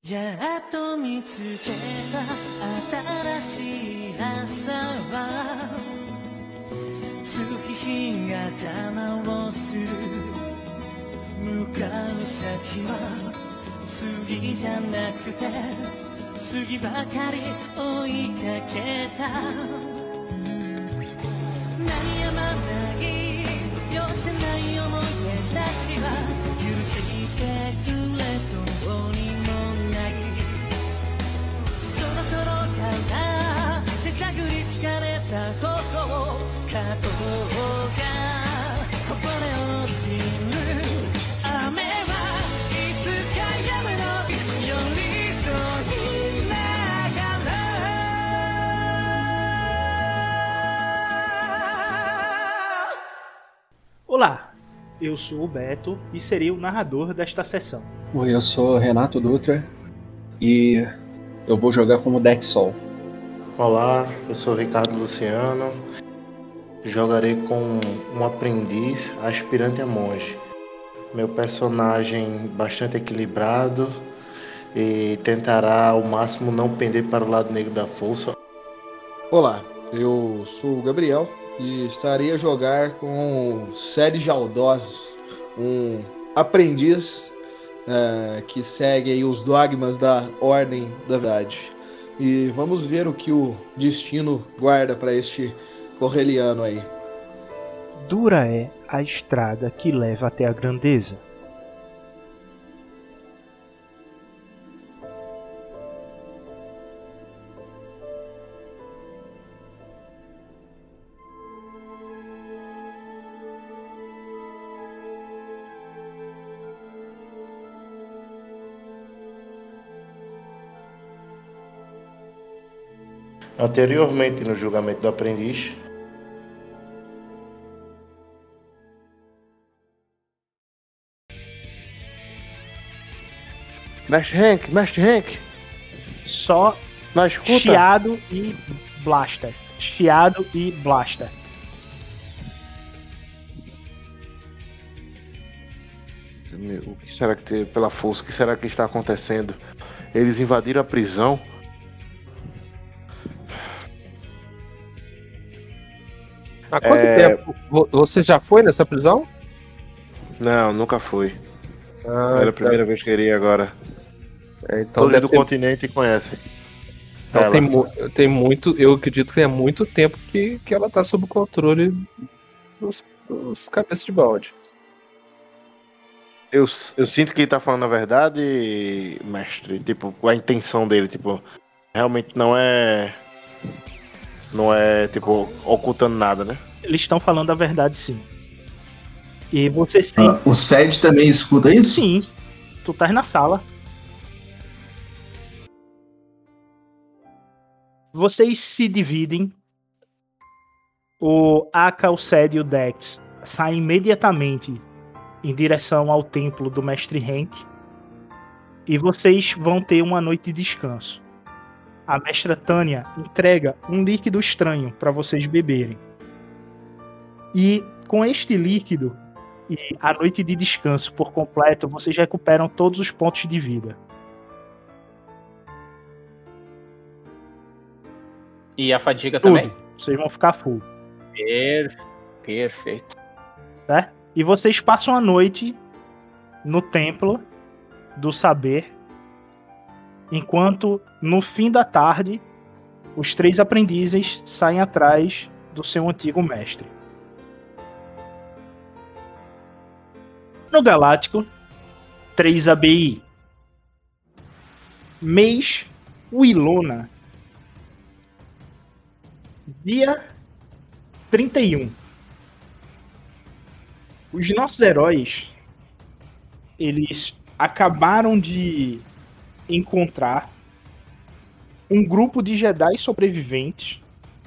やっと見つけた新しい朝は月日が邪魔をする向かう先は次じゃなくて次ばかり追いかけた鳴りやまない寄せない思い出たちは許してくれそうにもないそろそろから手探り疲れた頬加藤がこぼれ落ちる雨はいつかやめろ寄り添いながら Olá, eu sou o Beto e serei o narrador desta sessão. Oi, eu sou Renato Dutra e eu vou jogar como Deck Sol. Olá, eu sou Ricardo Luciano, jogarei com um aprendiz aspirante a monge. Meu personagem bastante equilibrado e tentará ao máximo não pender para o lado negro da força. Olá, eu sou o Gabriel e estarei a jogar com Sérgio Aldós, um aprendiz que segue aí os dogmas da Ordem da Verdade. E vamos ver o que o destino guarda para este correliano aí. Dura é a estrada que leva até a grandeza. Anteriormente, no julgamento do aprendiz, Mestre Hank, Só na escuta. chiado e blaster. Chiado e blaster. O que será que pela força, o que será que está acontecendo? Eles invadiram a prisão. Há quanto tempo? Você já foi nessa prisão? Não, nunca fui. Era a primeira vez que iria agora. Então Todos deve do ter- continente conhecem. então ela. tem muito. Eu acredito que é muito tempo que ela tá sob o controle dos cabeças de balde. Eu sinto que ele tá falando a verdade, mestre. Tipo, a intenção dele, tipo, realmente não é, tipo, ocultando nada, né? Eles estão falando a verdade, sim. E você sente... O Sed também escuta isso? Sim, tu estás na sala. Vocês se dividem. O Aka, o Sed e o Dex saem imediatamente em direção ao templo do Mestre Hank. E vocês vão ter uma noite de descanso. A mestra Tânia entrega um líquido estranho para vocês beberem. E com este líquido e a noite de descanso por completo, vocês recuperam todos os pontos de vida. E a fadiga Tudo. também? Vocês vão ficar full. Perfeito. Certo? E vocês passam a noite no templo do saber, enquanto no fim da tarde os 3 aprendizes saem atrás do seu antigo mestre. No Galáctico, 3 ABI. Mês Wilona. Dia 31. Os nossos heróis, eles acabaram de encontrar um grupo de Jedi sobreviventes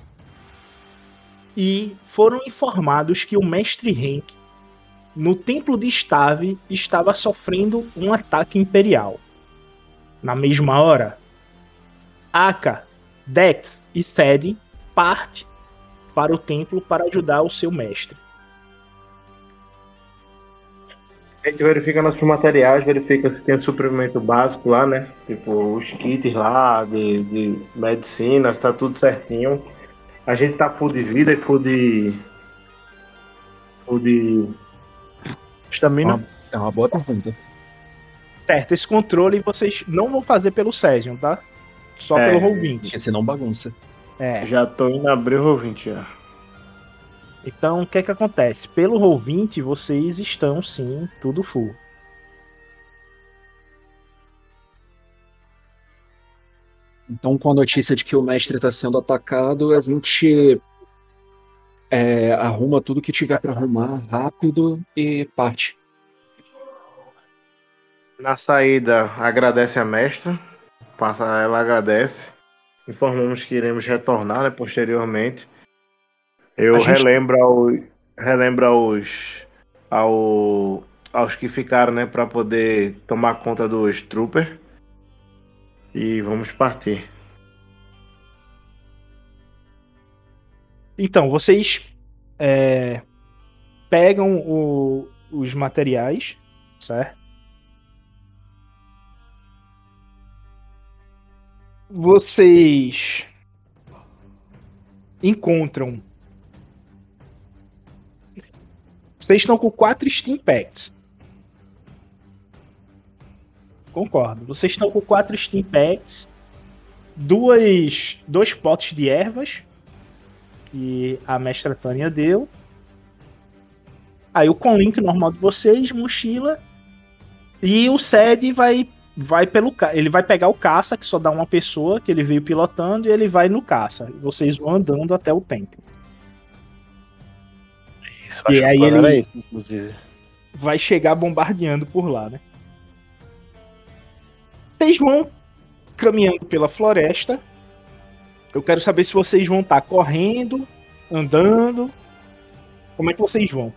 e foram informados que o Mestre Hank, no Templo de Stave, estava sofrendo um ataque imperial. Na mesma hora, Aka, Dex e Sed partem para o templo para ajudar o seu mestre. A gente verifica nossos materiais, verifica se tem o suprimento básico lá, né? Tipo, os kits lá de medicina, se tá tudo certinho. A gente tá full de vida e full de estamina. É uma boa pergunta. Certo, esse controle vocês não vão fazer pelo Cesium, tá? Só pelo Roll20. Porque senão bagunça. Já tô indo abrir o Roll20 já. Então, o que é que acontece? Pelo Roll20, vocês estão, sim, tudo full. Então, com a notícia de que o mestre está sendo atacado, a gente arruma tudo que tiver para arrumar rápido e parte. Na saída, agradece a mestra. Ela agradece. Informamos que iremos retornar, né, posteriormente. Eu relembro aos que ficaram, né, para poder tomar conta dos troopers. E vamos partir. Então, vocês pegam os materiais, certo? Vocês encontram. Vocês estão com 4 Steam Packs. Concordo. Vocês estão com 4 Steam Packs, 2 potes de ervas que a mestra Tânia deu. Aí o conlink normal de vocês, mochila. E o Sed ele vai pegar o caça, que só dá uma pessoa, que ele veio pilotando, e ele vai no caça. Vocês vão andando até o templo. Isso, E acho aí que o plano ele- era esse, inclusive. Vai chegar bombardeando por lá, né? Vocês vão caminhando pela floresta. Eu quero saber se vocês vão estar correndo, andando. Como é que vocês vão?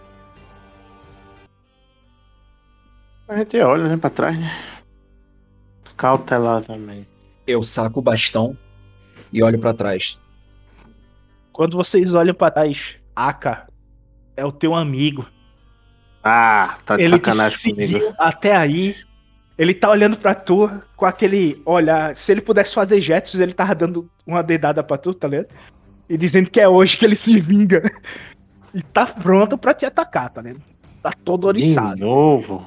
A gente olha, né, pra trás, né? Cautelar também. Eu saco o bastão e olho para trás. Quando vocês olham pra trás, Aka é o teu amigo. Ah, tá de Ele te sacanagem comigo. seguiu até aí. Ele tá olhando pra tu com aquele olhar. Se ele pudesse fazer gestos, ele tava dando uma dedada pra tu, tá ligado? E dizendo que é hoje que ele se vinga. E tá pronto pra te atacar, tá ligado? Tá todo De oriçado. novo?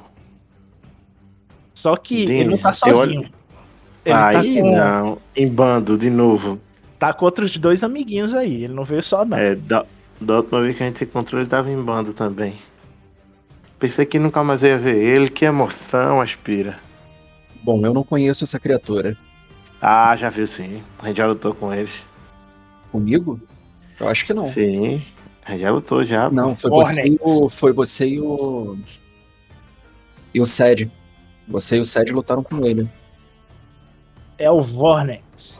Só que De ele não tá eu sozinho. olho- Ele Aí tá, não, em bando, de novo. tá com outros 2 amiguinhos aí. Ele não veio só, não. Da última vez que a gente se encontrou, ele tava em bando também. Pensei que nunca mais ia ver ele. Que emoção, Aspira. Bom, eu não conheço essa criatura. Ah, já viu sim. A gente já lutou com eles. Comigo? Eu acho que não. Sim, a gente já lutou já. pô. Não, foi você e o. E o Sed. Você e o Sed lutaram com ele. É o Vornex.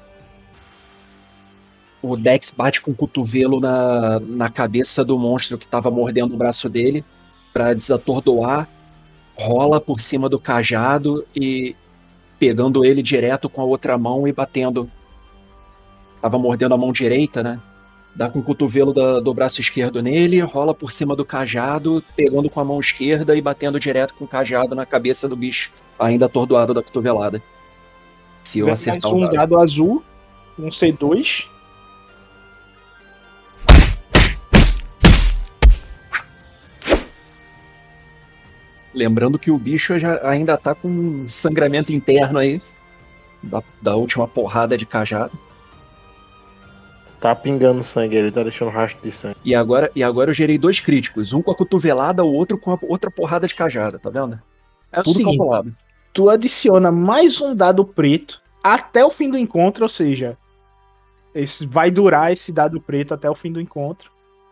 O Dex bate com o cotovelo na cabeça do monstro que tava mordendo o braço dele pra desatordoar, rola por cima do cajado e pegando ele direto com a outra mão e batendo. Tava mordendo a mão direita, né? Dá com o cotovelo do braço esquerdo nele, rola por cima do cajado, pegando com a mão esquerda e batendo direto com o cajado na cabeça do bicho, ainda atordoado da cotovelada. Se eu acertar o um dado. dado azul, um C2. Lembrando que o bicho ainda tá com um sangramento interno aí, da última porrada de cajado. Tá pingando sangue, ele tá deixando rastro de sangue. E agora eu gerei 2 críticos, um com a cotovelada, o outro com a outra porrada de cajada, tá vendo? É o Tudo seguinte, calculado. tu adiciona mais um dado preto até o fim do encontro, ou seja, vai durar esse dado preto até o fim do encontro.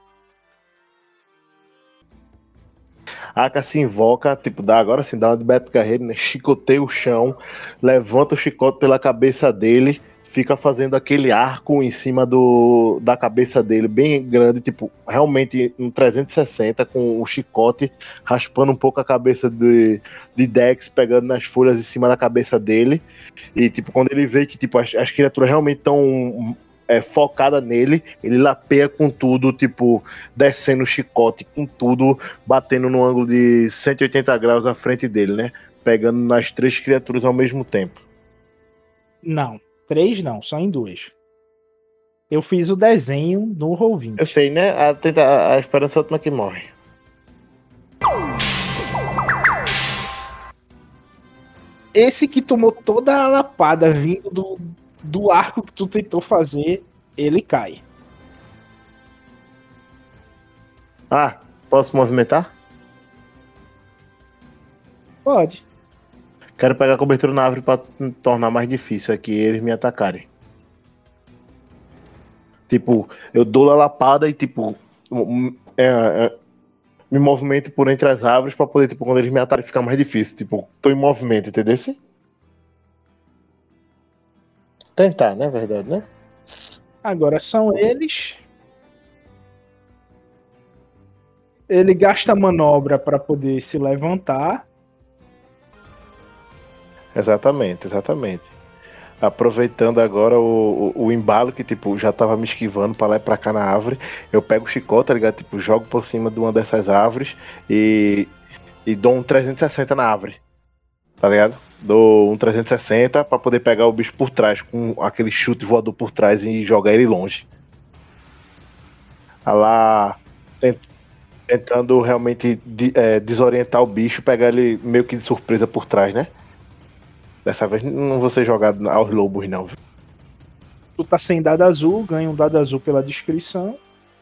A Aka se invoca, tipo, dá uma de Beto Carreiro, né? Chicoteia o chão, levanta o chicote pela cabeça dele, fica fazendo aquele arco em cima da cabeça dele, bem grande, tipo, realmente um 360, com o chicote raspando um pouco a cabeça de Dex, pegando nas folhas em cima da cabeça dele. E, tipo, quando ele vê que, tipo, as criaturas realmente estão focada nele, ele lapeia com tudo, tipo, descendo o chicote com tudo, batendo no ângulo de 180 graus à frente dele, né? Pegando nas 3 criaturas ao mesmo tempo. Não, 3 não, só em 2. Eu fiz o desenho no Roll20. Eu sei, né? A esperança é a última que morre. Esse que tomou toda a lapada vindo do arco que tu tentou fazer, ele cai. Ah, posso movimentar? Pode. Quero pegar a cobertura na árvore pra tornar mais difícil aqui eles me atacarem. Tipo, eu dou a lapada e tipo me movimento por entre as árvores pra poder, tipo, quando eles me atacarem ficar mais difícil. Tipo, tô em movimento, entendeu? Tentar, né? Verdade, né? Agora são eles. Ele gasta a manobra pra poder se levantar. Exatamente. Aproveitando agora o embalo que, tipo, já tava me esquivando pra lá e pra cá na árvore, eu pego o chicote, tá ligado? Tipo, jogo por cima de uma dessas árvores e dou um 360 na árvore, tá ligado? Dou um 360 pra poder pegar o bicho por trás, com aquele chute voador por trás e jogar ele longe. Lá, tentando realmente desorientar o bicho, pegar ele meio que de surpresa por trás, né? Dessa vez não vou ser jogado aos lobos, não. Tu tá sem dado azul, ganha um dado azul pela descrição.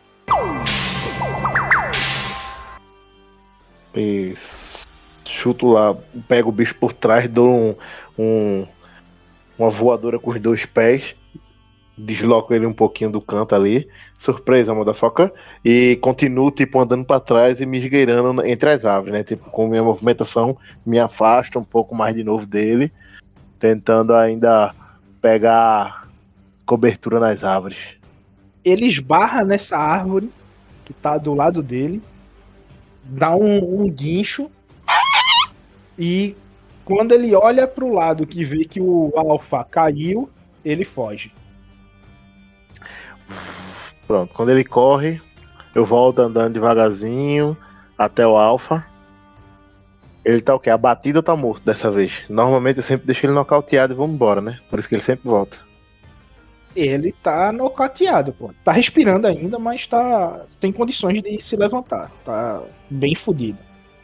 E chuto lá, pego o bicho por trás, dou uma voadora com os 2 pés, desloco ele um pouquinho do canto ali, surpresa, motherfucker, e continuo, tipo, andando pra trás e me esgueirando entre as árvores, né? Tipo, com minha movimentação, me afasto um pouco mais de novo dele, tentando ainda pegar cobertura nas árvores. Ele esbarra nessa árvore que tá do lado dele, dá um guincho e quando ele olha pro lado que vê que o alfa caiu, ele foge. Pronto, quando ele corre, eu volto andando devagarzinho até o alfa. Ele tá o quê? Abatido ou tá morto dessa vez? Normalmente eu sempre deixo ele nocauteado e vamos embora, né? Por isso que ele sempre volta. Ele tá nocauteado, pô. Tá respirando ainda, mas tá sem condições de se levantar. Tá bem fodido.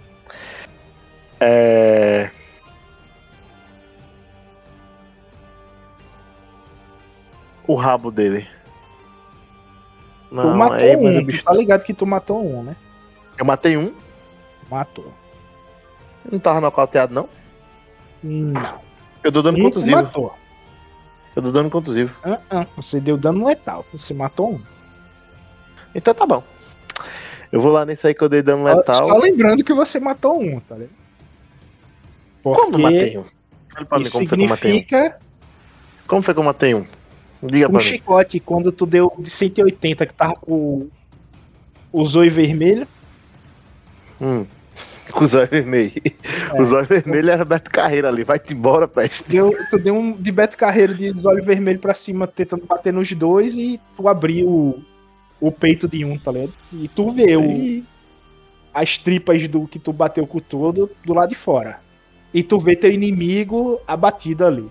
O rabo dele. Tu matou um, bicho tá ligado que tu matou um, né? Eu matei um? Matou. Não tava nocauteado, não? Não. Eu dou dano contusivo. Matou. Eu dou dano contusivo. Você deu dano letal. Você matou um. Então tá bom. Eu vou lá nesse aí que eu dei dano letal. Só lembrando que você matou um, tá ligado? Porque como eu matei um? Fale pra mim como foi que eu matei um. Como foi que eu matei um? Diga pra mim. Chicote, quando tu deu de 180, que tava com o zóio vermelho. Com o zóio vermelho. O zóio vermelho era Beto Carreiro ali. Vai-te embora, peste. Tu deu um de Beto Carreiro de zóio vermelho pra cima, tentando bater nos dois, e tu abriu o peito de um, tá ligado? E tu vê as tripas do que tu bateu com todo do lado de fora. E tu vê teu inimigo abatido ali.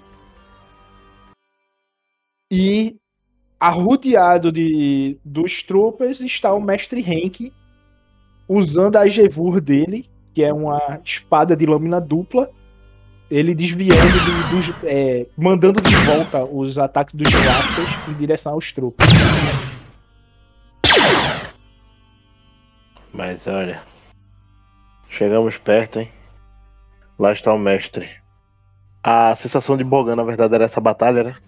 E arrodeado dos tropas está o mestre Henk usando a Jevur dele, que é uma espada de lâmina dupla, ele desviando mandando de volta os ataques dos Raptors em direção aos tropas. Mas olha, chegamos perto, hein? Lá está o mestre. A sensação de Bogan, na verdade, era essa batalha, né?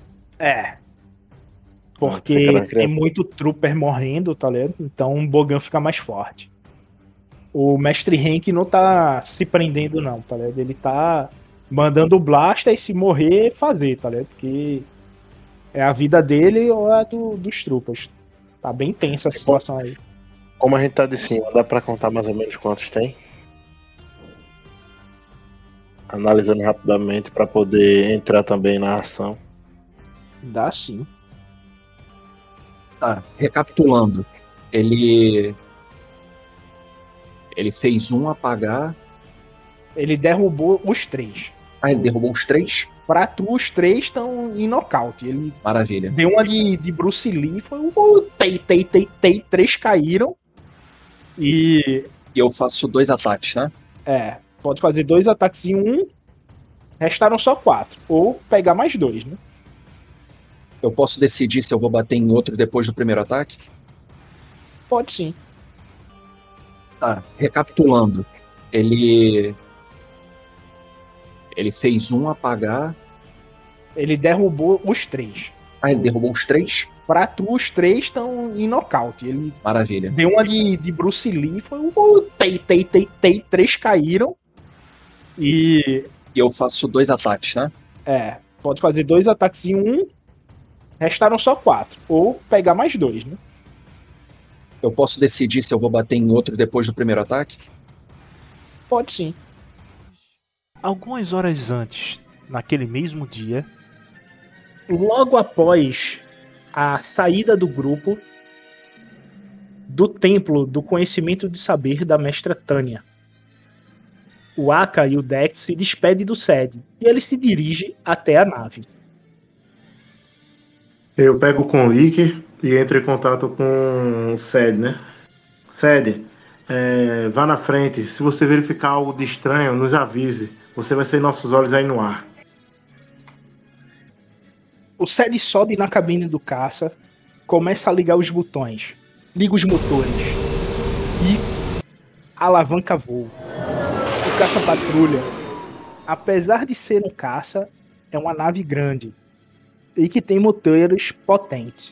Porque tem muito trooper morrendo, tá ligado? Então o Bogan fica mais forte. O mestre Henk não tá se prendendo, não, tá ligado? Ele tá mandando o Blaster e se morrer, fazer, tá ligado? Porque é a vida dele ou a dos troopers. Tá bem tensa a situação aí. Como a gente tá de cima, dá pra contar mais ou menos quantos tem? Analisando rapidamente pra poder entrar também na ação. Dá sim. Tá, recapitulando. Ele fez um apagar. Ele derrubou os 3. Ah, ele derrubou os 3? Pra tu, os 3 estão em nocaute. Ele Maravilha. deu uma de Bruce Lee, foi um tei, 3 caíram. E E eu faço 2 ataques, né? pode fazer 2 ataques em um. Restaram só 4. Ou pegar mais 2, né? Eu posso decidir se eu vou bater em outro depois do primeiro ataque? Pode sim. Tá, recapitulando. Ele fez um apagar. Ele derrubou os 3. Ah, ele derrubou os 3? Pra tu, os 3 estão em nocaute. Ele Maravilha. deu uma de Bruce Lee, foi um tei, 3 caíram. E eu faço 2 ataques, né? pode fazer 2 ataques em um. Restaram só 4. Ou pegar mais 2, né? Eu posso decidir se eu vou bater em outro depois do primeiro ataque? Pode sim. Algumas horas antes, naquele mesmo dia, Logo após a saída do grupo do Templo do Conhecimento de Saber da Mestra Tânia, o Aka e o Dex se despedem do Sed e ele se dirige até a nave. Eu pego o Conlick e entro em contato com o Sed, né? Sed, vá na frente. Se você verificar algo de estranho, nos avise. Você vai ser nossos olhos aí no ar. O Sed sobe na cabine do caça, começa a ligar os botões, liga os motores e a alavanca voa. O caça patrulha, apesar de ser um caça, é uma nave grande e que tem motores potentes.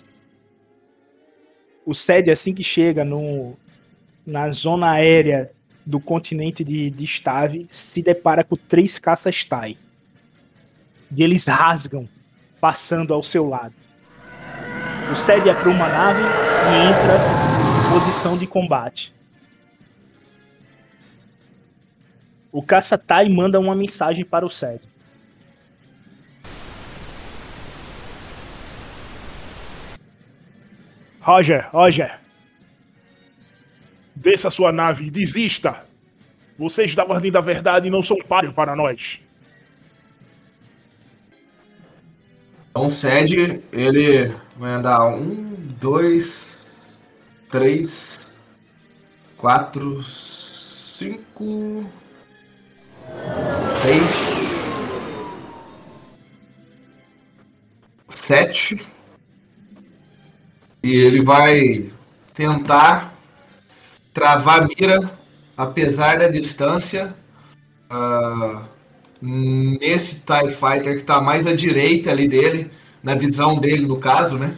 O Sed, assim que chega na zona aérea do continente de Stave, se depara com 3 caças TIE. E eles rasgam, passando ao seu lado. O Sed apruma a nave e entra em posição de combate. O caça TIE manda uma mensagem para o Sed. Roger. Desça sua nave e desista. Vocês da Ordem da Verdade não são páreo para nós. Então o Sed, ele vai andar 1, 2, 3, 4, 5, 6, 7. E ele vai tentar travar a mira, apesar da distância, nesse TIE Fighter que está mais à direita ali dele, na visão dele no caso, né?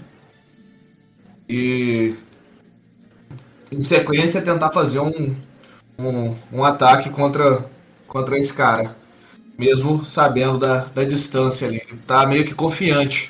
E em sequência tentar fazer um ataque contra esse cara, mesmo sabendo da distância ali. Ele tá meio que confiante.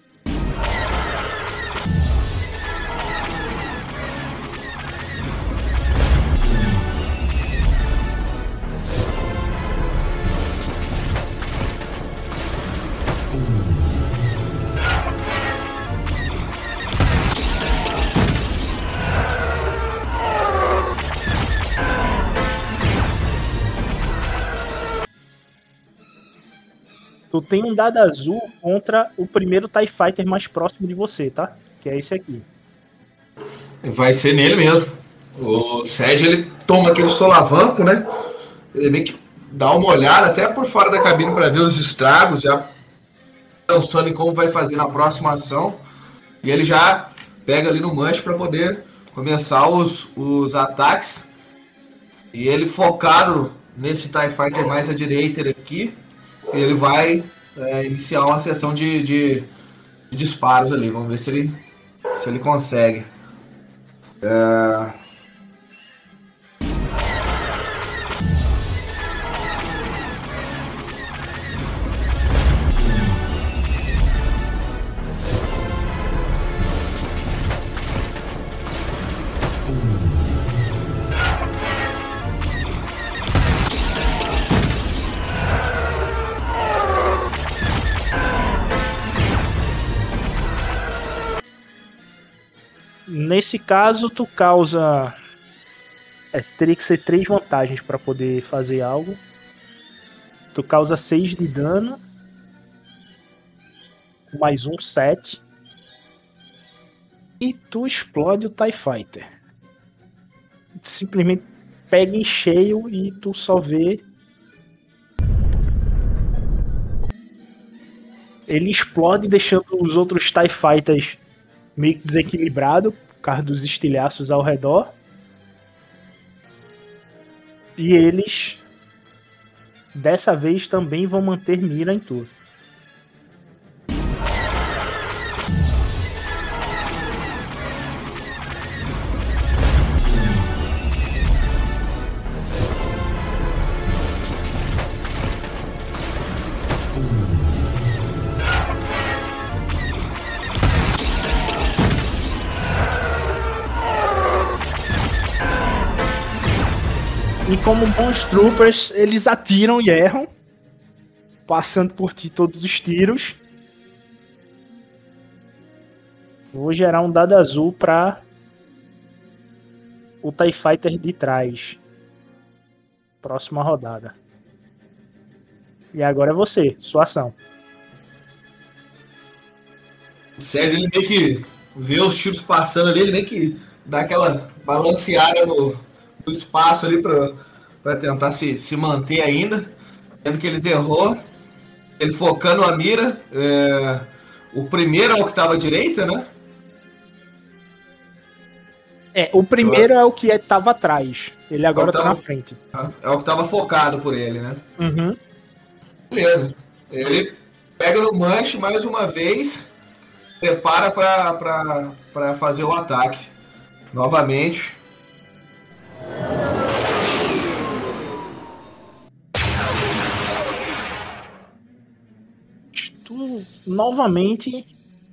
Tu tem um dado azul contra o primeiro TIE Fighter mais próximo de você, tá? Que é esse aqui. Vai ser nele mesmo. O Sed, ele toma aquele solavanco, né? Ele meio que dá uma olhada até por fora da cabine para ver os estragos, já pensando em como vai fazer na próxima ação. E ele já pega ali no manche para poder começar os ataques. E ele focado nesse TIE Fighter mais à direita aqui, ele vai iniciar uma sessão de disparos ali. Vamos ver se ele consegue. Nesse caso, tu causa... teria que ser 3 vantagens pra poder fazer algo. Tu causa 6 de dano. Mais 7. E tu explode o TIE Fighter. Simplesmente pega em cheio e tu só vê... Ele explode, deixando os outros TIE Fighters meio que desequilibrados por causa dos estilhaços ao redor. E eles, dessa vez, também vão manter mira em tudo. E como bons troopers, eles atiram e erram, passando por ti todos os tiros. Vou gerar um dado azul para o TIE Fighter de trás. Próxima rodada. E agora é você, sua ação. Sério, ele meio que vê os tiros passando ali, ele meio que dá aquela balanceada no espaço ali pra tentar se manter ainda. Vendo que eles errou. Ele focando a mira. O primeiro é o que estava à direita, né? O primeiro é o que estava atrás. Ele agora tá na frente. É o que estava focado por ele, né? Uhum. Beleza. Ele pega no manche mais uma vez. Prepara para fazer o ataque. Novamente. Tu novamente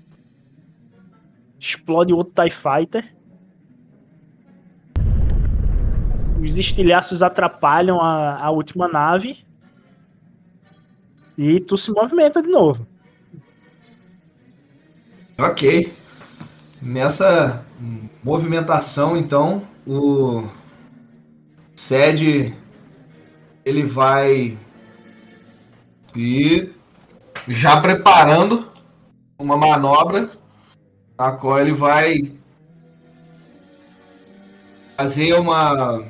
explode outro TIE Fighter. Os estilhaços atrapalham a última nave. E tu se movimenta de novo. Ok. Nessa movimentação, então, o Sed ele vai ir já preparando uma manobra na qual ele vai fazer uma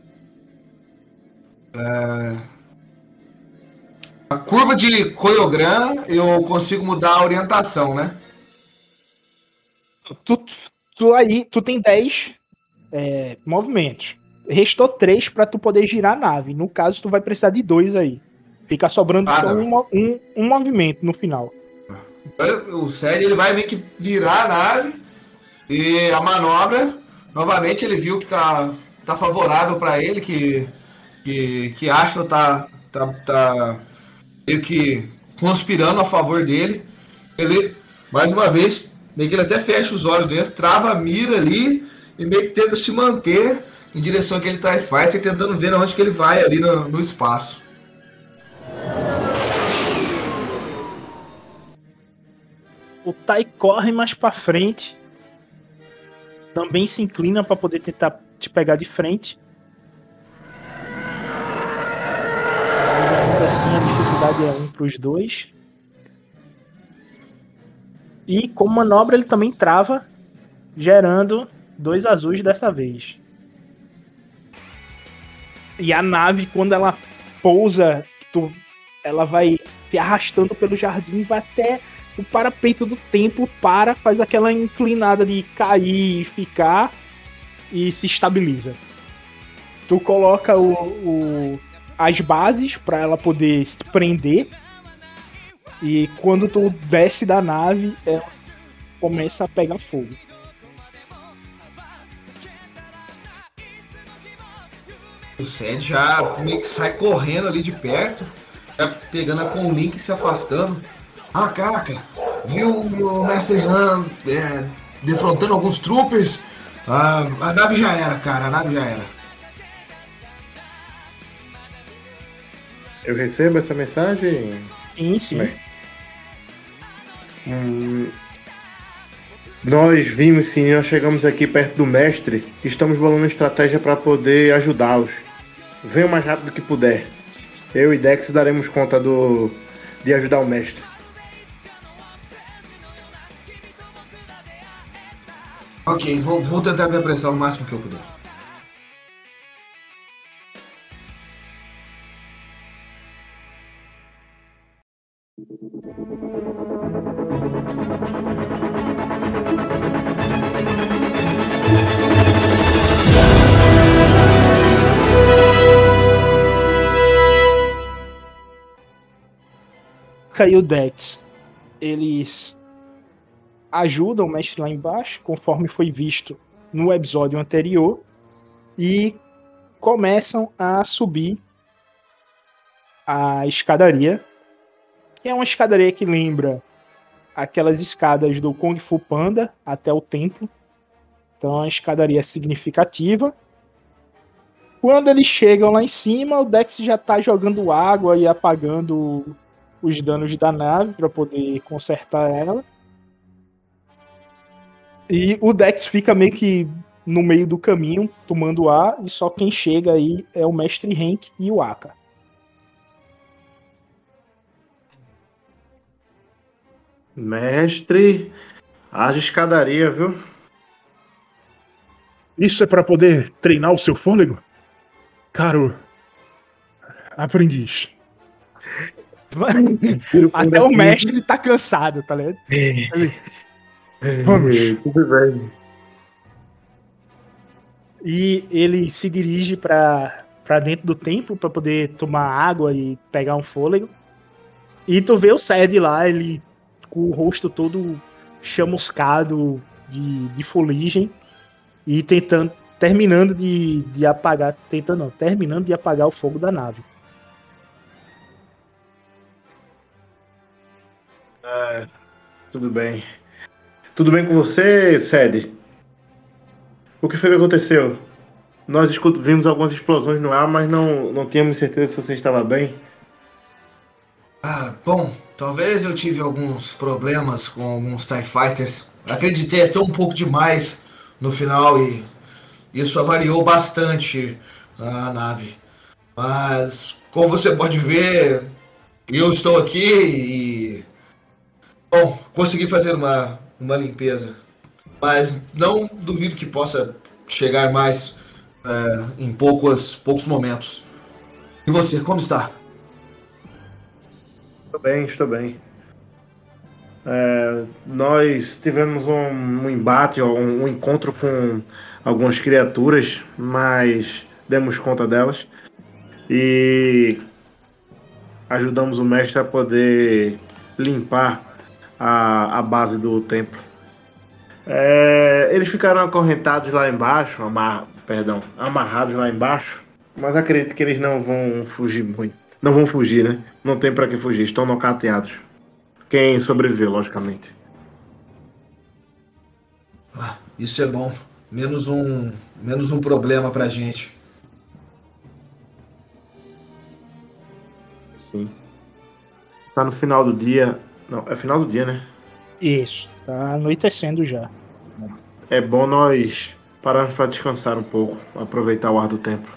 a curva de Koyogram. Eu consigo mudar a orientação, né? Tu tem 10 movimentos. Restou 3 para tu poder girar a nave. No caso, tu vai precisar de 2 aí. Fica sobrando só um movimento no final. O Sed ele vai meio que virar a nave e a manobra, novamente ele viu que tá favorável para ele, que Astro tá meio que conspirando a favor dele. Ele, mais uma vez, meio que ele até fecha os olhos dele, trava a mira ali e meio que tenta se manter em direção àquele TIE Fighter, tentando ver onde que ele vai ali no espaço. O TIE corre mais pra frente. Também se inclina pra poder tentar te pegar de frente. Mas ainda assim a dificuldade é 1 pros dois. E como manobra ele também trava, gerando 2 azuis dessa vez. E a nave, quando ela pousa, ela vai se arrastando pelo jardim, vai até o parapeito do templo, faz aquela inclinada de cair e ficar, e se estabiliza. Tu coloca as bases para ela poder se prender, e quando tu desce da nave, ela começa a pegar fogo. O Sed já meio que sai correndo ali de perto, já pegando a Conlink e se afastando. Ah, caraca, viu o Mestre Han defrontando alguns troopers? A nave já era, cara, a nave já era. Eu recebo essa mensagem? Sim. Nós vimos sim, nós chegamos aqui perto do mestre e estamos bolando uma estratégia para poder ajudá-los. Venha o mais rápido que puder. Eu e Dex daremos conta de ajudar o mestre. Ok, vou tentar me apressar o máximo que eu puder. E o Dex, eles ajudam o mestre lá embaixo, conforme foi visto no episódio anterior, e começam a subir a escadaria, que é uma escadaria que lembra aquelas escadas do Kung Fu Panda até o templo. Então é uma escadaria significativa. Quando eles chegam lá em cima, o Dex já tá jogando água e apagando os danos da nave para poder consertar ela. E o Dex fica meio que no meio do caminho, tomando ar, e só quem chega aí é o Mestre Henk e o Aka. Mestre, haja escadaria, viu? Isso é para poder treinar o seu fôlego? Caro aprendiz. Até o mestre tá cansado, tá ligado? Vamos. Tudo bem. E ele se dirige pra dentro do templo pra poder tomar água e pegar um fôlego. E tu vê o Ced lá, ele com o rosto todo chamuscado de fuligem e terminando de apagar o fogo da nave. Tudo bem. Tudo bem com você, Ced? O que foi que aconteceu? Nós vimos algumas explosões no ar, mas não tínhamos certeza se você estava bem. Bom, talvez eu tive alguns problemas com alguns TIE Fighters. Acreditei até um pouco demais no final e isso avariou bastante a nave. Mas, como você pode ver, eu estou aqui e... Bom, consegui fazer uma limpeza. Mas não duvido que possa chegar mais em poucos momentos. E você, como está? Estou bem. Nós tivemos um embate, um encontro com algumas criaturas, mas demos conta delas e ajudamos o mestre a poder limpar a base do templo. Eles ficaram acorrentados lá embaixo, amarrados lá embaixo, mas acredito que eles não vão fugir muito. Não vão fugir, né? Não tem para que fugir, estão nocauteados. Quem sobreviveu, logicamente. Isso é bom. Menos um problema pra gente. Sim. Tá no final do dia. Não, é final do dia, né? Isso, tá anoitecendo já. É bom nós pararmos para descansar um pouco, aproveitar o ar do templo.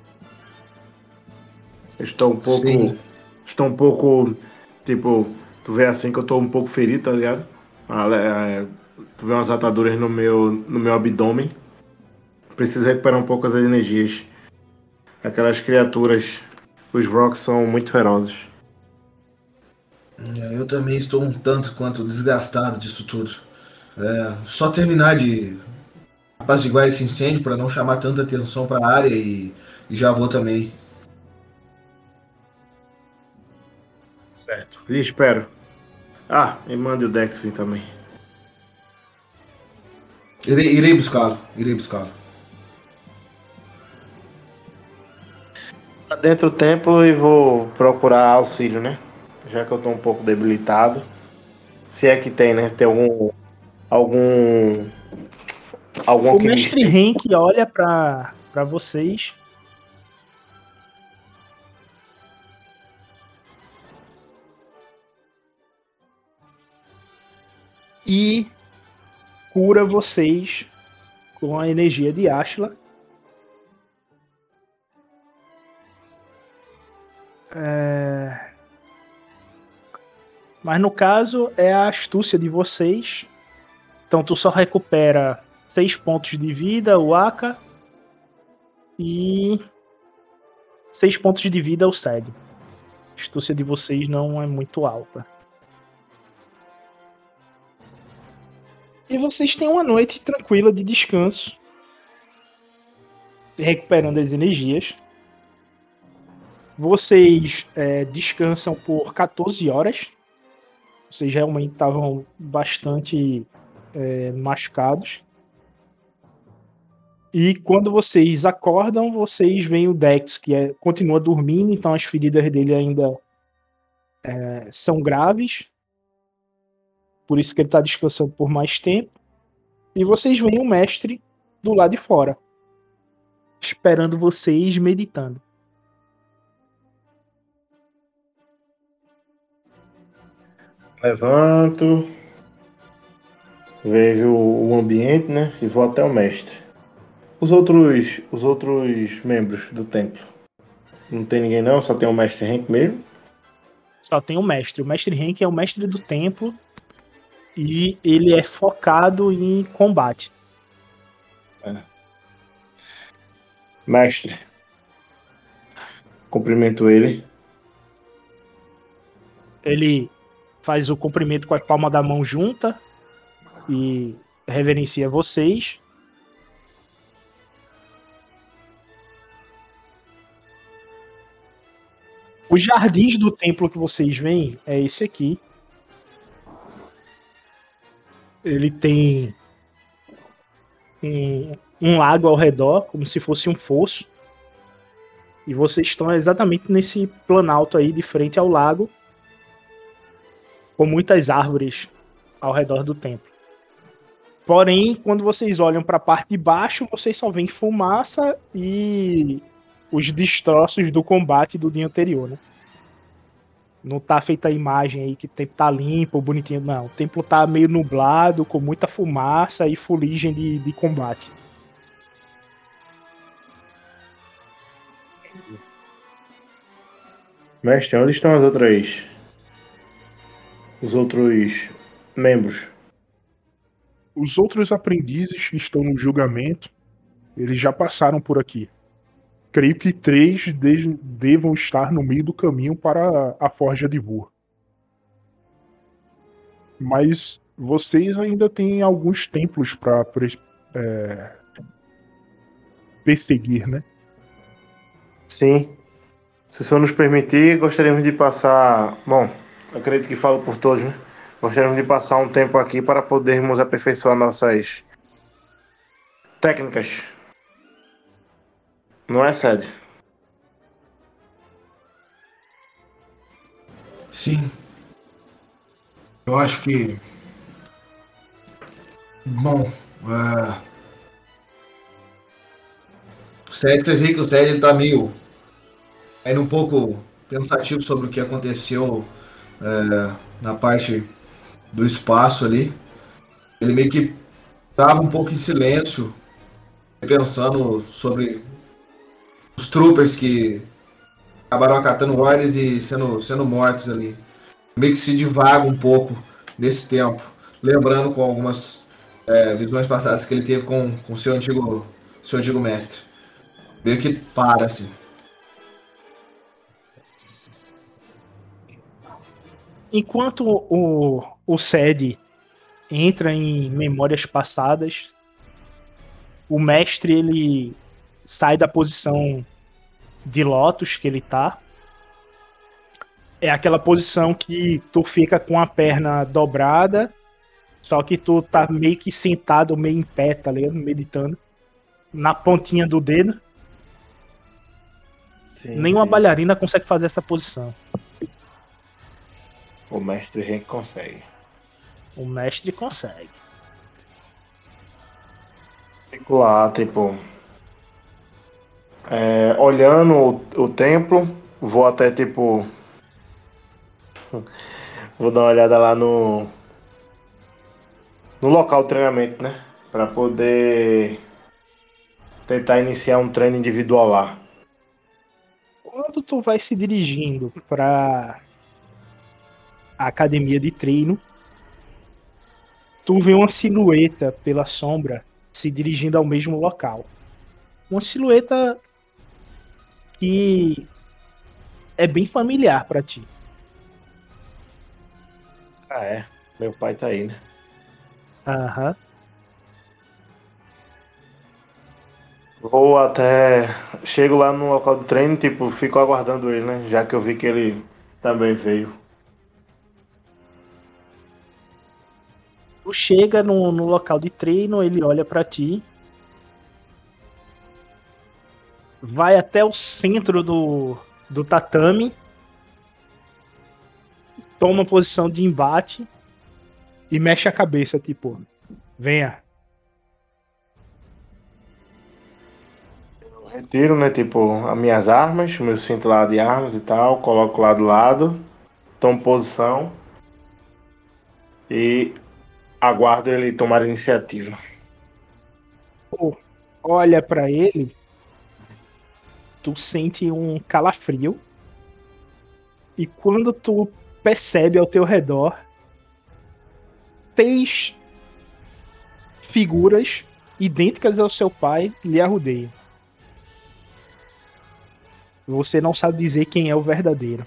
Estou um pouco, tipo, tu vê assim que eu tô um pouco ferido, tá ligado? Tu vê umas ataduras no meu abdômen. Preciso recuperar um pouco as energias. Aquelas criaturas, os Rocks são muito ferozes. Eu também estou um tanto quanto desgastado disso tudo. Só terminar de apaziguar esse incêndio para não chamar tanta atenção para a área e já vou também. Certo. Lhe espero. E mande o Dex vir também. Irei buscá-lo. Dentro do templo e vou procurar auxílio, né? Já que eu tô um pouco debilitado. Se é que tem, né? Tem algum o mestre Henk olha pra vocês. E cura vocês com a energia de Ashla. Mas no caso é a astúcia de vocês. Então tu só recupera 6 pontos de vida, o Aka, e 6 pontos de vida o Sed. A astúcia de vocês não é muito alta. E vocês têm uma noite tranquila de descanso, recuperando as energias. Vocês descansam por 14 horas. Vocês realmente estavam bastante machucados. E quando vocês acordam, vocês veem o Dex, que continua dormindo, então as feridas dele ainda são graves. Por isso que ele está descansando por mais tempo. E vocês veem o mestre do lado de fora, esperando vocês, meditando. Levanto, vejo o ambiente, né? E vou até o mestre. Os outros membros do templo. Não tem ninguém não, só tem o mestre Henk mesmo. Só tem o mestre. O mestre Henk é o mestre do templo. E ele é focado em combate. Mestre. Cumprimento ele. Ele faz o cumprimento com a palma da mão junta e reverencia vocês. Os jardins do templo que vocês veem é esse aqui. Ele tem um lago ao redor, como se fosse um fosso. E vocês estão exatamente nesse planalto aí, de frente ao lago, com muitas árvores ao redor do templo. Porém, quando vocês olham para a parte de baixo, vocês só veem fumaça e os destroços do combate do dia anterior, né? Não tá feita a imagem aí que o tempo tá limpo, bonitinho, não. O templo tá meio nublado, com muita fumaça e fuligem de combate. Mestre, onde estão os outros membros? Os outros aprendizes que estão no julgamento, eles já passaram por aqui. Creio que 3 devam estar no meio do caminho para a Forja de Vur. Mas vocês ainda têm alguns templos para perseguir, né? Sim. Se o senhor nos permitir, gostaríamos de passar... Bom, acredito que falo por todos, né? Gostaríamos de passar um tempo aqui para podermos aperfeiçoar nossas técnicas. Não é, Sed? Sim. Eu acho que... Bom, o Sed, vocês veem que o Sed ele tá meio... ainda um pouco pensativo sobre o que aconteceu na parte do espaço ali. Ele meio que tava um pouco em silêncio, pensando sobre os troopers que acabaram acatando ordens e sendo mortos ali. Meio que se divaga um pouco nesse tempo, lembrando com algumas visões passadas que ele teve com seu antigo mestre. Meio que para, assim. Enquanto o Sed entra em memórias passadas, o mestre ele sai da posição de lótus que ele tá. É aquela posição que tu fica com a perna dobrada, só que tu tá meio que sentado, meio em pé, tá ligado? Meditando. Na pontinha do dedo. Sim, Nenhuma bailarina consegue fazer essa posição. O mestre Henk consegue. O mestre consegue. Fico lá, tipo... olhando o templo, vou até, tipo... vou dar uma olhada lá no local de treinamento, né? Pra poder tentar iniciar um treino individual lá. Quando tu vai se dirigindo pra a academia de treino, tu vê uma silhueta pela sombra se dirigindo ao mesmo local. Uma silhueta que é bem familiar pra ti. Ah, é. Meu pai tá aí, né? Aham. Vou até. Chego lá no local de treino, tipo, fico aguardando ele, né? Já que eu vi que ele também veio. Tu chega no local de treino, ele olha pra ti, vai até o centro do tatame, toma posição de embate e mexe a cabeça, tipo, venha. Eu retiro, né? Tipo, as minhas armas, o meu cinto lá de armas e tal, coloco lá do lado, tomo posição e aguardo ele tomar a iniciativa. Olha pra ele, tu sente um calafrio e quando tu percebe ao teu redor 6 figuras idênticas ao seu pai lhe arrudeiam. Você não sabe dizer quem é o verdadeiro.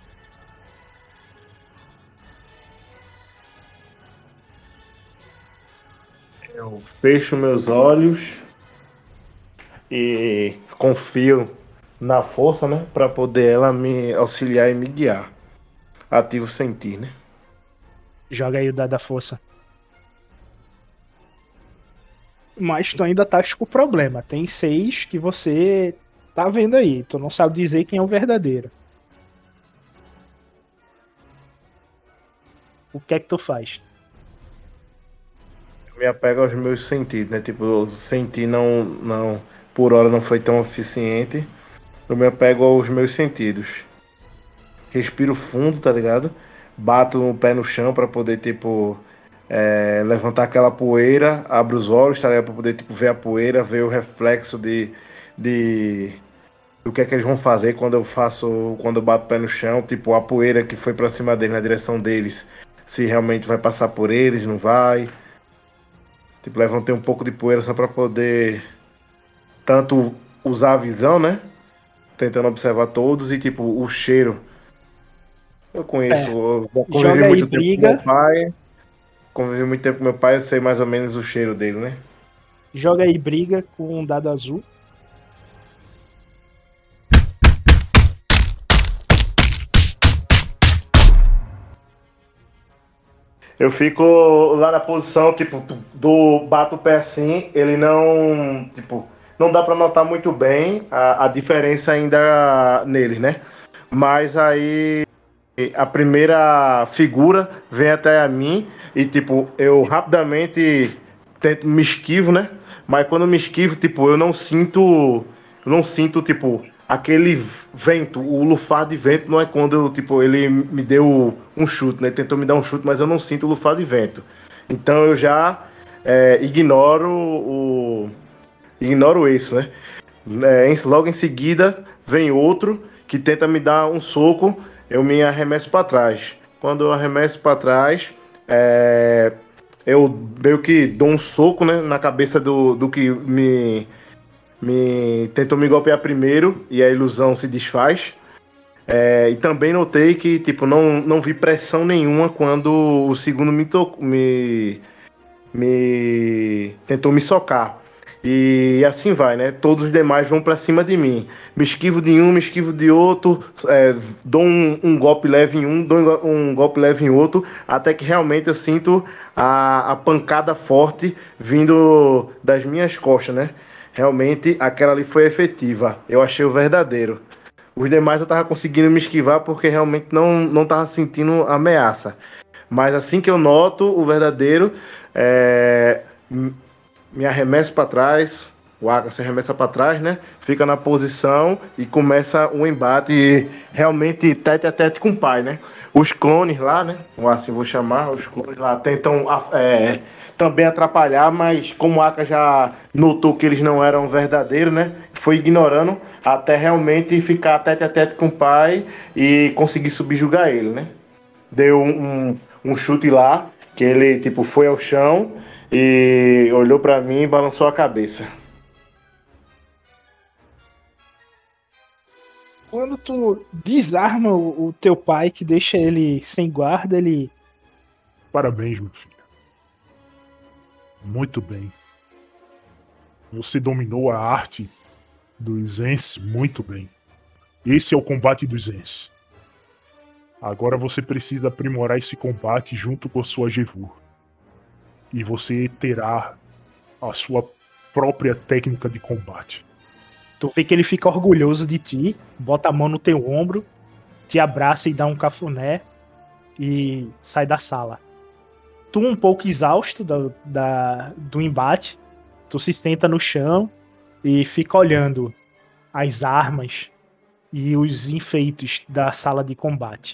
Eu fecho meus olhos e confio na força, né? Pra poder ela me auxiliar e me guiar. Ativo sentir, né? Joga aí o dado da força. Mas tu ainda tá com o problema. Tem 6 que você tá vendo aí. Tu não sabe dizer quem é o verdadeiro. O que é que tu faz? Eu me apego aos meus sentidos, né? Tipo, eu sentir não, por hora não foi tão eficiente. Eu me apego aos meus sentidos. Respiro fundo, tá ligado? Bato o pé no chão pra poder, tipo, levantar aquela poeira, abro os olhos, tá ligado? Pra poder, tipo, ver a poeira, ver o reflexo de do que é que eles vão fazer quando eu bato o pé no chão, tipo, a poeira que foi pra cima deles, na direção deles, se realmente vai passar por eles, não vai. Tipo, levantei um pouco de poeira só pra poder tanto usar a visão, né? Tentando observar todos e, tipo, o cheiro. Eu conheço, eu já convivi Joga aí, muito tempo briga. com meu pai. Convivi muito tempo com meu pai, eu sei mais ou menos o cheiro dele, né? Joga aí briga com um dado azul. Eu fico lá na posição, tipo, bato o pé assim, ele não, tipo, não dá pra notar muito bem a diferença ainda nele, né? Mas aí a primeira figura vem até a mim e, tipo, eu rapidamente tento me esquivo, né? Mas quando eu me esquivo, tipo, eu não sinto, tipo, aquele vento, o lufar de vento não é quando, tipo, ele me deu um chute, né? Ele tentou me dar um chute, mas eu não sinto o lufar de vento. Então eu já ignoro isso, né? Logo em seguida vem outro que tenta me dar um soco, eu me arremesso para trás. Quando eu arremesso para trás, eu meio que dou um soco, né, na cabeça do que me tentou me golpear primeiro e a ilusão se desfaz. E também notei que, tipo, não vi pressão nenhuma quando o segundo me tentou me socar. E assim vai, né? Todos os demais vão pra cima de mim. Me esquivo de um, me esquivo de outro, dou um golpe leve em um, dou um golpe leve em outro, até que realmente eu sinto a pancada forte vindo das minhas costas, né? Realmente aquela ali foi efetiva. Eu achei o verdadeiro. Os demais eu tava conseguindo me esquivar porque realmente não tava sentindo ameaça. Mas assim que eu noto o verdadeiro, me arremesso para trás, O Aka se arremessa para trás, né? Fica na posição e começa um embate realmente tete a tete com o pai, né? Os clones lá, né? Ou assim vou chamar, os clones lá tentam também atrapalhar, mas como o Aka já notou que eles não eram verdadeiros, né? Foi ignorando até realmente ficar tete a tete com o pai e conseguir subjugar ele, né? Deu um chute lá, que ele tipo foi ao chão e olhou para mim e balançou a cabeça. Quando tu desarma o teu pai, que deixa ele sem guarda, ele... Parabéns, meu filho. Muito bem. Você dominou a arte dos Zens muito bem. Esse é o combate dos Zens. Agora você precisa aprimorar esse combate junto com sua Gevur. E você terá a sua própria técnica de combate. Tu vê que ele fica orgulhoso de ti, bota a mão no teu ombro, te abraça e dá um cafuné e sai da sala. Tu, um pouco exausto do embate, tu se senta no chão e fica olhando as armas e os enfeites da sala de combate.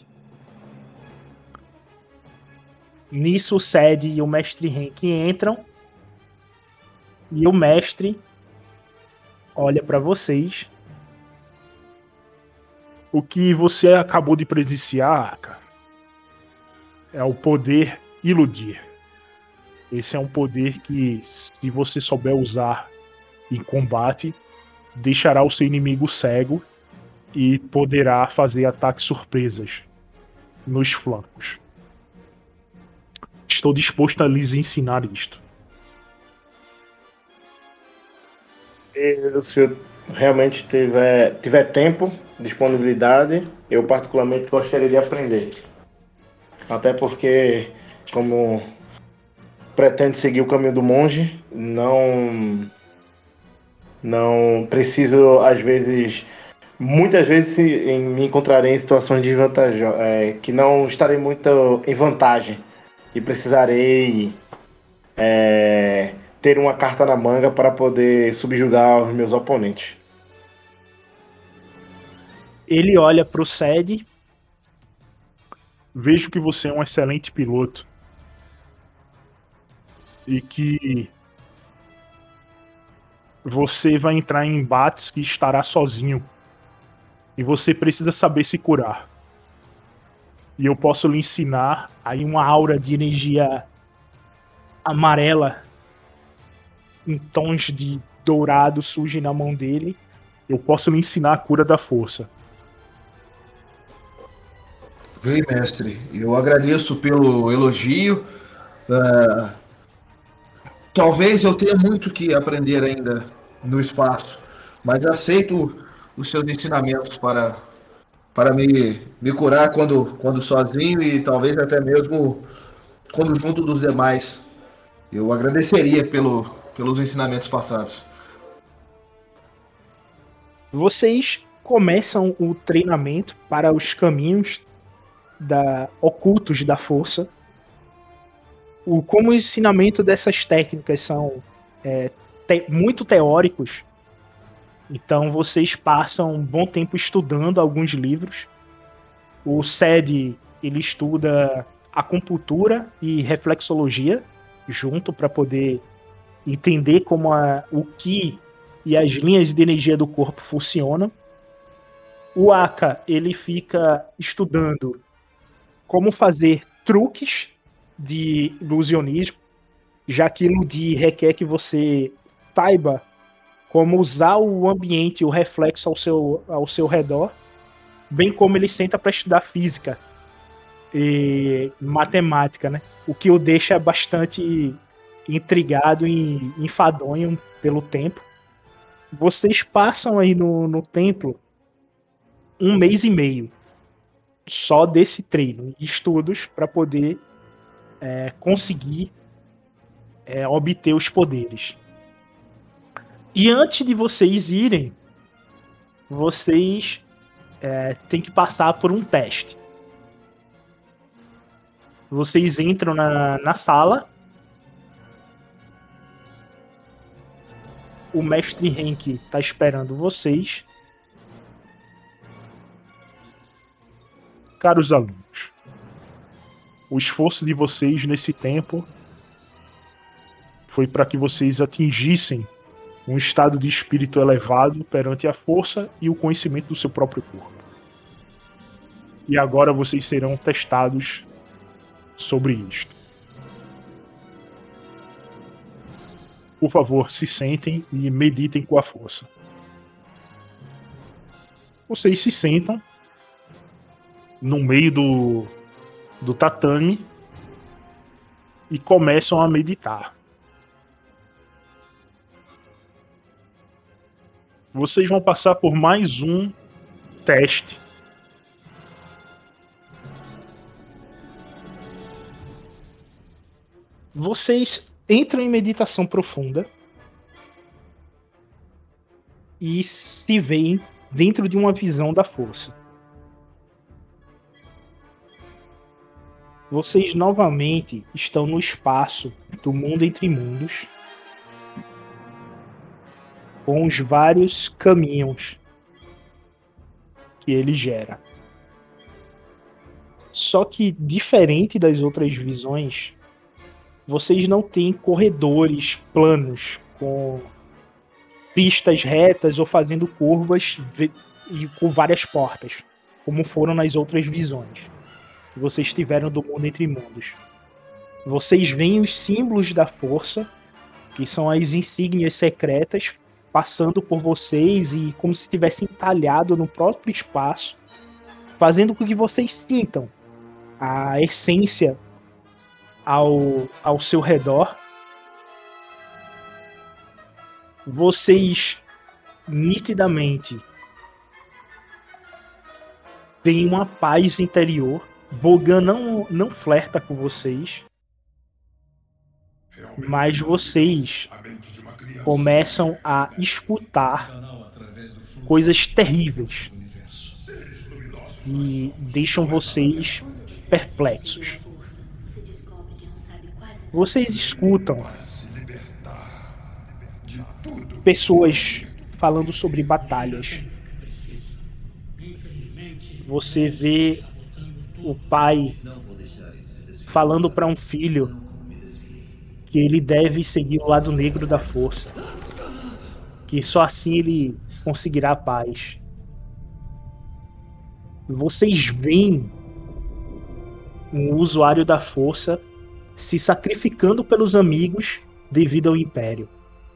Nisso o Ced e o Mestre Henk entram e o mestre olha para vocês. O que você acabou de presenciar, Aka, é o poder iludir. Esse é um poder que, se você souber usar em combate, deixará o seu inimigo cego e poderá fazer ataques surpresas nos flancos. Estou disposto a lhes ensinar isto. Se o senhor realmente tiver tempo, disponibilidade, eu particularmente gostaria de aprender. Até porque, como pretendo seguir o caminho do monge, não preciso, às vezes, muitas vezes me encontrarei em situações desvantajosas, que não estarei muito em vantagem e precisarei ter uma carta na manga para poder subjugar os meus oponentes. Ele olha pro Ced. Vejo que você é um excelente piloto e que você vai entrar em embates que estará sozinho e você precisa saber se curar. E eu posso lhe ensinar. Aí uma aura de energia amarela em tons de dourado surge na mão dele. Eu posso lhe ensinar a cura da força. Bem, mestre, eu agradeço pelo elogio. Talvez eu tenha muito que aprender ainda no espaço, mas aceito os seus ensinamentos para me curar quando sozinho e talvez até mesmo quando junto dos demais. Eu agradeceria pelos ensinamentos passados. Vocês começam o treinamento para os caminhos ocultos da força. Como o ensinamento dessas técnicas são muito teóricos, então vocês passam um bom tempo estudando alguns livros. O Ced, ele estuda acupuntura e reflexologia junto para poder entender como o Ki e as linhas de energia do corpo funcionam. O Aka, ele fica estudando como fazer truques de ilusionismo, já que iludir requer que você saiba como usar o ambiente, o reflexo ao seu redor, bem como ele senta para estudar física e matemática, né? O que o deixa bastante intrigado e enfadonho pelo tempo. Vocês passam aí no templo 1 mês e meio só desse treino e estudos para poder conseguir obter os poderes. E antes de vocês irem, vocês têm que passar por um teste. Vocês entram na sala o mestre Henk tá esperando vocês. Caros alunos, o esforço de vocês nesse tempo foi para que vocês atingissem um estado de espírito elevado perante a força e o conhecimento do seu próprio corpo. E agora vocês serão testados sobre isto. Por favor, se sentem e meditem com a força. Vocês se sentam no meio do tatame e começam a meditar. Vocês vão passar por mais um teste. Vocês entram em meditação profunda e se veem dentro de uma visão da força. Vocês novamente estão no espaço do mundo entre mundos, com os vários caminhos que ele gera. Só que, diferente das outras visões, vocês não têm corredores planos com pistas retas ou fazendo curvas e com várias portas, como foram nas outras visões que vocês tiveram do mundo entre mundos. Vocês veem os símbolos da força, que são as insígnias secretas, passando por vocês e como se tivessem talhado no próprio espaço, fazendo com que vocês sintam a essência ao seu redor. Vocês nitidamente têm uma paz interior. Bogan não flerta com vocês, mas vocês começam a escutar coisas terríveis e deixam vocês perplexos. Vocês escutam pessoas falando sobre batalhas. Você vê o pai falando para um filho que ele deve seguir o lado negro da força, que só assim ele conseguirá a paz. Vocês veem um usuário da força se sacrificando pelos amigos devido ao Império.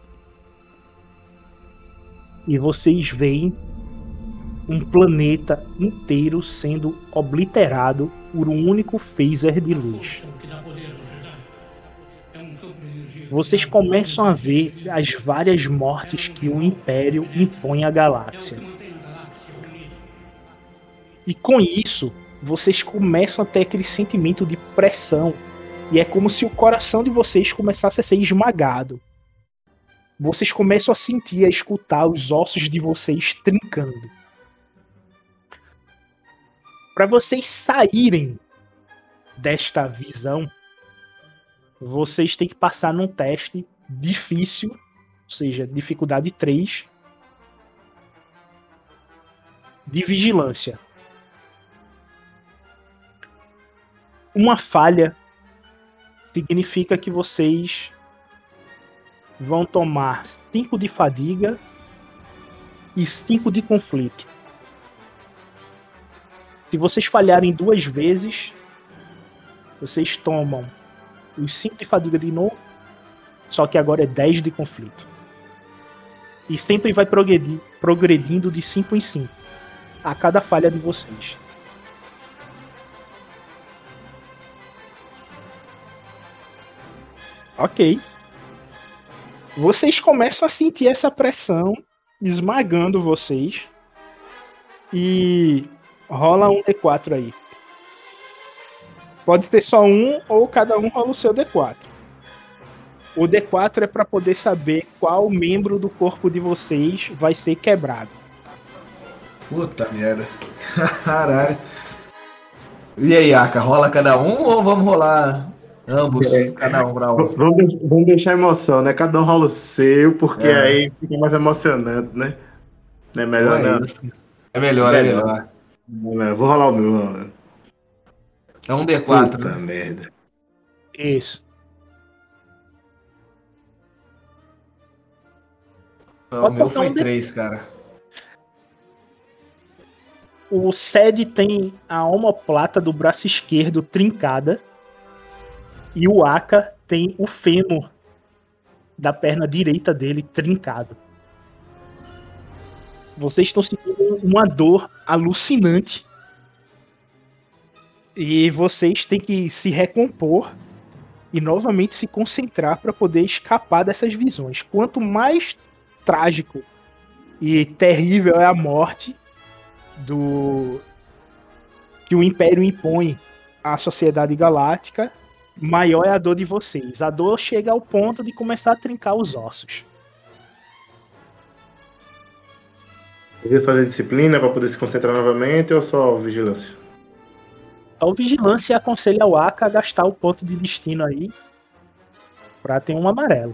E vocês veem um planeta inteiro sendo obliterado por um único phaser de luz. Vocês começam a ver as várias mortes que o Império impõe à galáxia. E com isso, vocês começam a ter aquele sentimento de pressão. E é como se o coração de vocês começasse a ser esmagado. Vocês começam a sentir, a escutar os ossos de vocês trincando. Para vocês saírem desta visão, vocês têm que passar num teste difícil, ou seja, dificuldade 3, de vigilância. Uma falha significa que vocês vão tomar 5 de fadiga e 5 de conflito. Se vocês falharem 2 vezes, vocês tomam os 5 de fadiga de novo, só que agora é 10 de conflito. E sempre vai progredindo de 5 em 5 a cada falha de vocês. Ok. Vocês começam a sentir essa pressão esmagando vocês. E rola um D4 aí. Pode ter só um ou cada um rola o seu D4. O D4 é para poder saber qual membro do corpo de vocês vai ser quebrado. Puta merda. Caralho. E aí, Aka, rola cada um ou vamos rolar Ambos, cada um pra um. Vamos deixar emoção, né? Cada um rola o seu, porque É. aí fica mais emocionante, né? Não é Pô, melhor, é não? isso. É melhor, é melhor. Vou rolar o meu. Mano. É um D4, Puta né? merda. Isso. Então, o Pode meu botar foi um D4. 3, cara. O Sed tem a omoplata do braço esquerdo trincada. E o Aka tem o fêmur da perna direita dele trincado. Vocês estão sentindo uma dor alucinante. E vocês têm que se recompor e novamente se concentrar para poder escapar dessas visões. Quanto mais trágico e terrível é a morte que o Império impõe à sociedade galáctica, maior é a dor de vocês. A dor chega ao ponto de começar a trincar os ossos. Devia fazer disciplina pra poder se concentrar novamente ou só vigilância? A vigilância aconselha o Aka a gastar o ponto de destino aí pra ter um amarelo.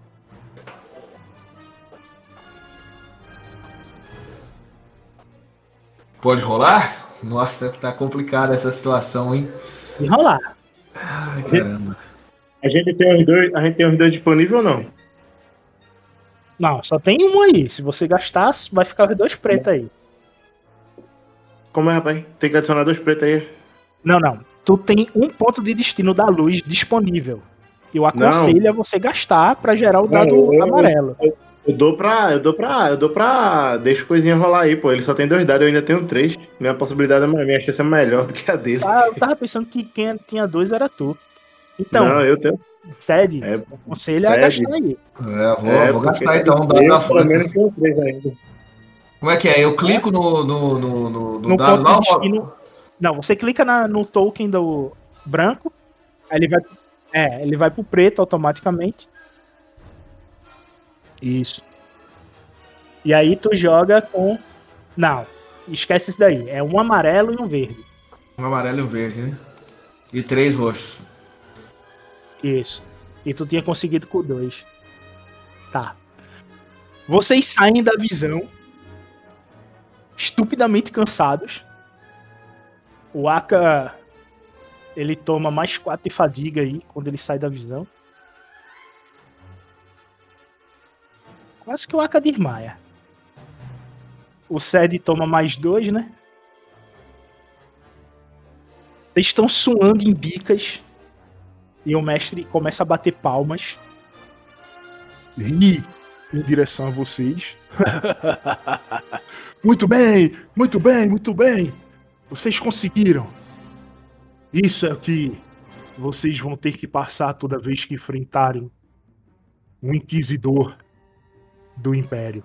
Pode rolar? Nossa, tá complicada essa situação, hein? E rolar. Ai, caramba. A gente tem os dois disponíveis ou não? Não, só tem um aí. Se você gastar, vai ficar os dois pretos aí. Como é, rapaz? Tem que adicionar 2 pretos aí. Não. Tu tem um ponto de destino da luz disponível. Eu aconselho a você gastar pra gerar o dado amarelo. Eu dou pra. Deixa coisinha rolar aí, pô. Ele só tem 2 dados, eu ainda tenho 3. Minha possibilidade, minha chance é melhor do que a dele. Ah, eu tava pensando que quem tinha 2 era tu. Então, Não, eu tenho. Sede, aconselho a gastar aí. Vou gastar então, dado da Pelo menos força. tenho 3 ainda. Como é que é? Eu clico no No dado ponto lá de destino. Não, você clica no token do branco, aí ele vai pro preto automaticamente. Isso. E aí tu joga com. Não, esquece isso daí. É um amarelo e um verde. Um amarelo e um verde, né? E 3 roxos. Isso. E tu tinha conseguido com 2. Tá. Vocês saem da visão estupidamente cansados. O Aka, ele toma mais 4 de fadiga aí quando ele sai da visão. Quase que o Aka desmaia. O Sed toma mais 2, né? Vocês estão suando em bicas. E o mestre começa a bater palmas. Ri em direção a vocês. Muito bem, muito bem, muito bem. Vocês conseguiram. Isso é o que vocês vão ter que passar toda vez que enfrentarem um inquisidor do Império.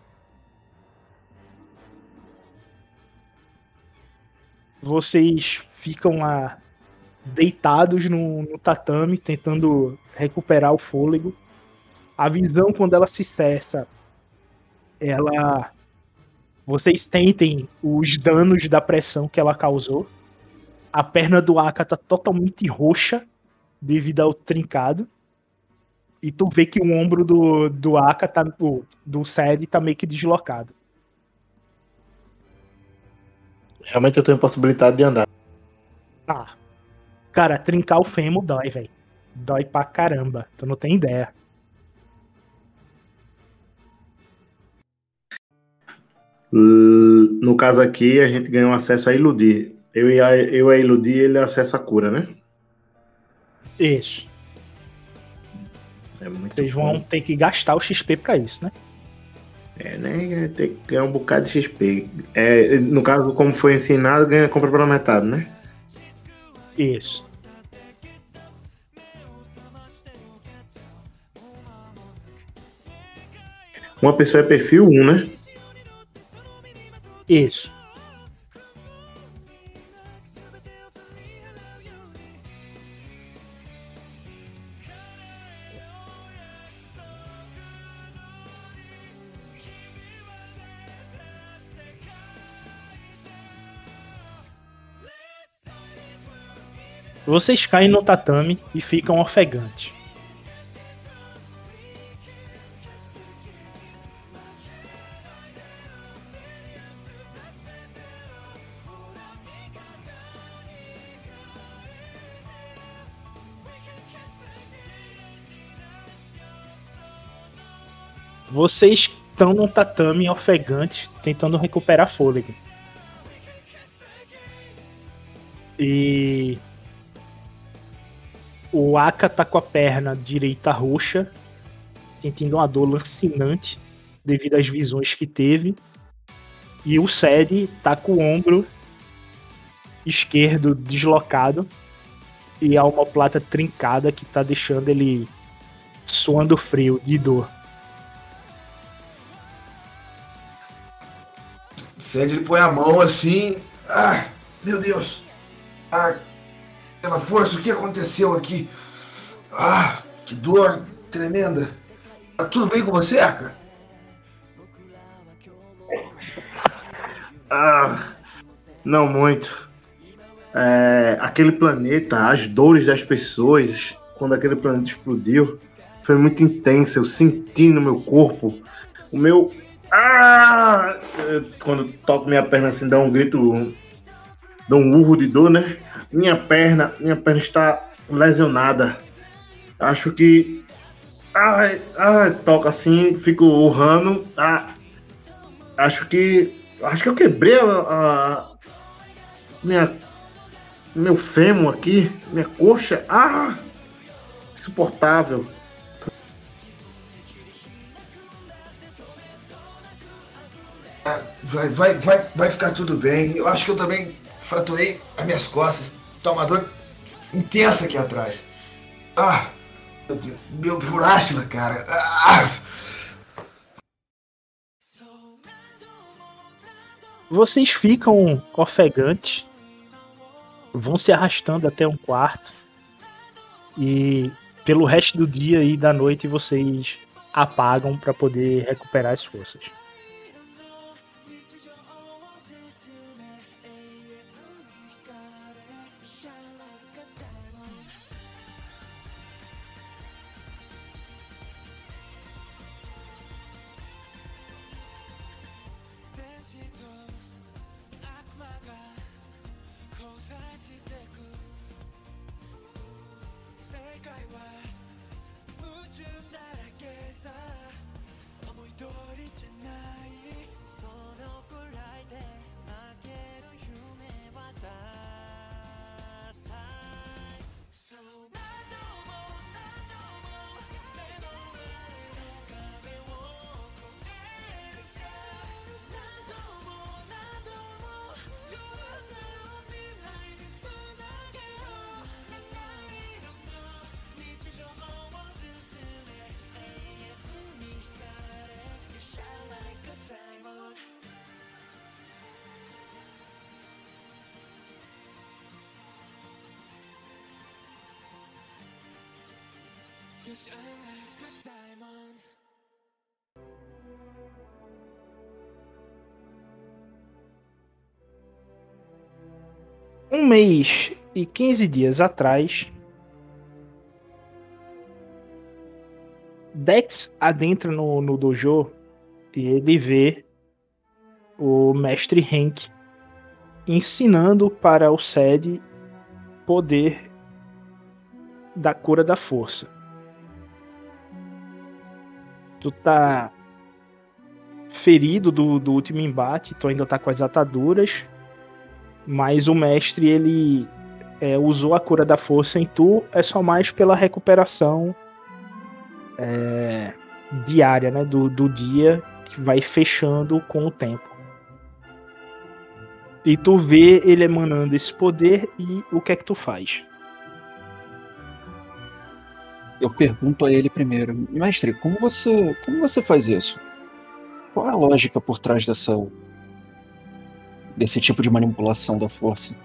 Vocês ficam lá deitados no tatame, tentando recuperar o fôlego. A visão, quando ela se cessa, vocês sentem os danos da pressão que ela causou. A perna do Aka tá totalmente roxa devido ao trincado. E tu vê que o ombro do Aka do Sed tá meio que deslocado. Realmente eu tenho possibilidade de andar. Ah. Cara, trincar o fêmur dói, velho. Dói pra caramba. Tu não tem ideia. No caso aqui, a gente ganhou acesso a iludir. Eu a iludir, ele acessa a cura, né? Isso. É muito Vocês bom. vão ter que gastar o XP pra isso, né? Né? Tem que ganhar um bocado de XP. No caso, como foi ensinado, compra pela metade, né? Isso. Uma pessoa é perfil 1, né? Isso. Vocês caem no tatame e ficam ofegantes. Vocês estão no tatame ofegante, tentando recuperar fôlego. E o Aka tá com a perna direita roxa, sentindo uma dor lancinante devido às visões que teve. E o Sed tá com o ombro esquerdo deslocado e a omoplata trincada que tá deixando ele suando frio de dor. O Sed ele põe a mão assim. Ah, meu Deus! Ah, pela força, o que aconteceu aqui? Ah, que dor tremenda. Tá tudo bem com você, Aka? Não muito. Aquele planeta, as dores das pessoas, quando aquele planeta explodiu, foi muito intensa. Eu senti no meu corpo. O meu... Quando toco minha perna assim, dá um grito, dá um urro de dor, né? Minha perna está lesionada. Acho que... toca assim, fico urrando. Acho que eu quebrei meu fêmur aqui, minha coxa. Insuportável. Vai ficar tudo bem. Eu acho que eu também fraturei as minhas costas. Tá uma dor intensa aqui atrás. Meu Deus, meu Furástula, cara. Vocês ficam ofegantes, vão se arrastando até um quarto e pelo resto do dia e da noite vocês apagam para poder recuperar as forças. Um mês e 15 dias atrás, Dex adentra no dojo e ele vê o mestre Henk ensinando para o Sed poder da cura da força. Tu tá ferido do último embate, tu ainda tá com as ataduras, mas o mestre ele usou a cura da força em tu, é só mais pela recuperação diária, né, do dia, que vai fechando com o tempo. E tu vê ele emanando esse poder e o que é que tu faz? Eu pergunto a ele primeiro, mestre, como você faz isso? Qual é a lógica por trás desse tipo de manipulação da força?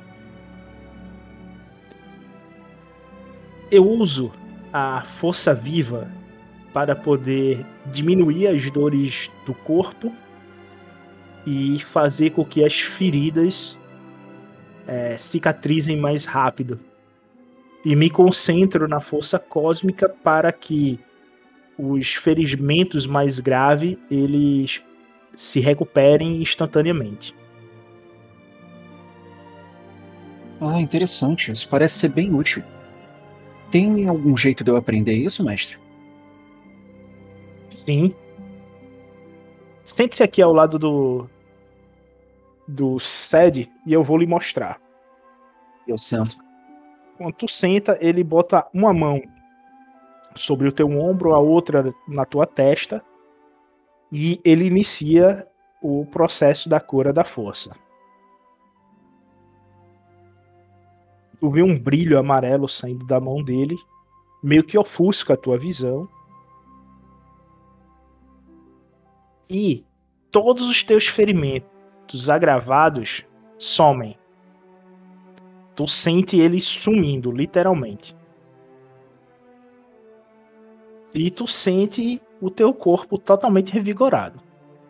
Eu uso a força viva para poder diminuir as dores do corpo e fazer com que as feridas cicatrizem mais rápido. e me concentro na força cósmica para que os ferimentos mais graves eles se recuperem instantaneamente. Ah, interessante. Isso parece ser bem útil. Tem algum jeito de eu aprender isso, mestre? Sim. Sente-se aqui ao lado do Sed e eu vou lhe mostrar. Eu sento. Quando tu senta, ele bota uma mão sobre o teu ombro, a outra na tua testa, e ele inicia o processo da cura da força. Tu vê um brilho amarelo saindo da mão dele, meio que ofusca a tua visão. E todos os teus ferimentos agravados somem. Tu sente eles sumindo, literalmente. E tu sente o teu corpo totalmente revigorado.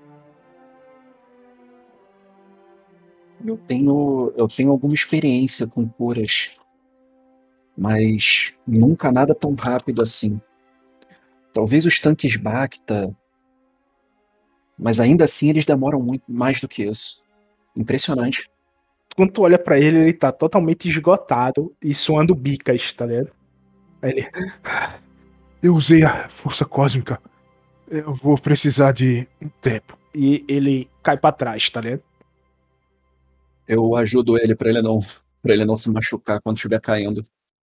Eu tenho alguma experiência com curas, mas nunca nada tão rápido assim. Talvez os tanques Bacta, mas ainda assim eles demoram muito mais do que isso. Impressionante. Quando tu olha pra ele, ele tá totalmente esgotado e suando bicas, tá ligado? Aí ele... Eu usei a força cósmica. Eu vou precisar de um tempo. E ele cai pra trás, tá ligado? Eu ajudo ele pra ele não se machucar quando estiver caindo.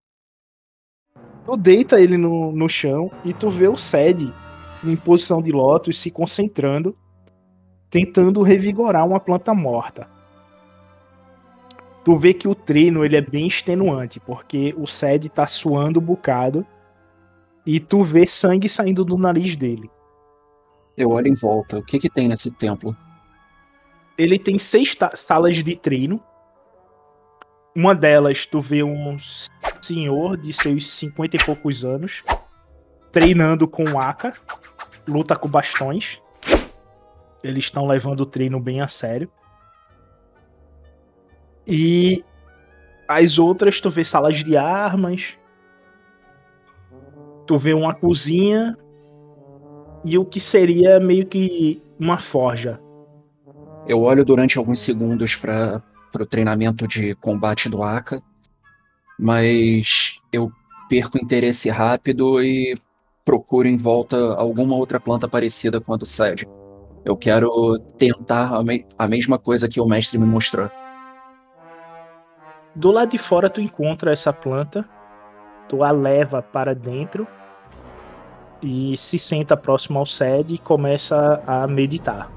Tu deita ele no chão e tu vê o Sed em posição de lótus se concentrando, tentando revigorar uma planta morta. Tu vê que o treino ele é bem extenuante, porque o Sed tá suando um bocado e tu vê sangue saindo do nariz dele. Eu olho em volta. O que tem nesse templo? Ele tem 6 salas de treino. Uma delas tu vê um senhor de seus 50 e poucos anos treinando com Aka, luta com bastões. Eles estão levando o treino bem a sério. E as outras tu vê salas de armas, tu vê uma cozinha e o que seria meio que uma forja. Eu olho durante alguns segundos para o treinamento de combate do Aka, mas eu perco interesse rápido e procuro em volta alguma outra planta parecida com a do Sed. Eu quero tentar a mesma coisa que o mestre me mostrou. Do lado de fora tu encontra essa planta, tu a leva para dentro e se senta próximo ao Sed e começa a meditar.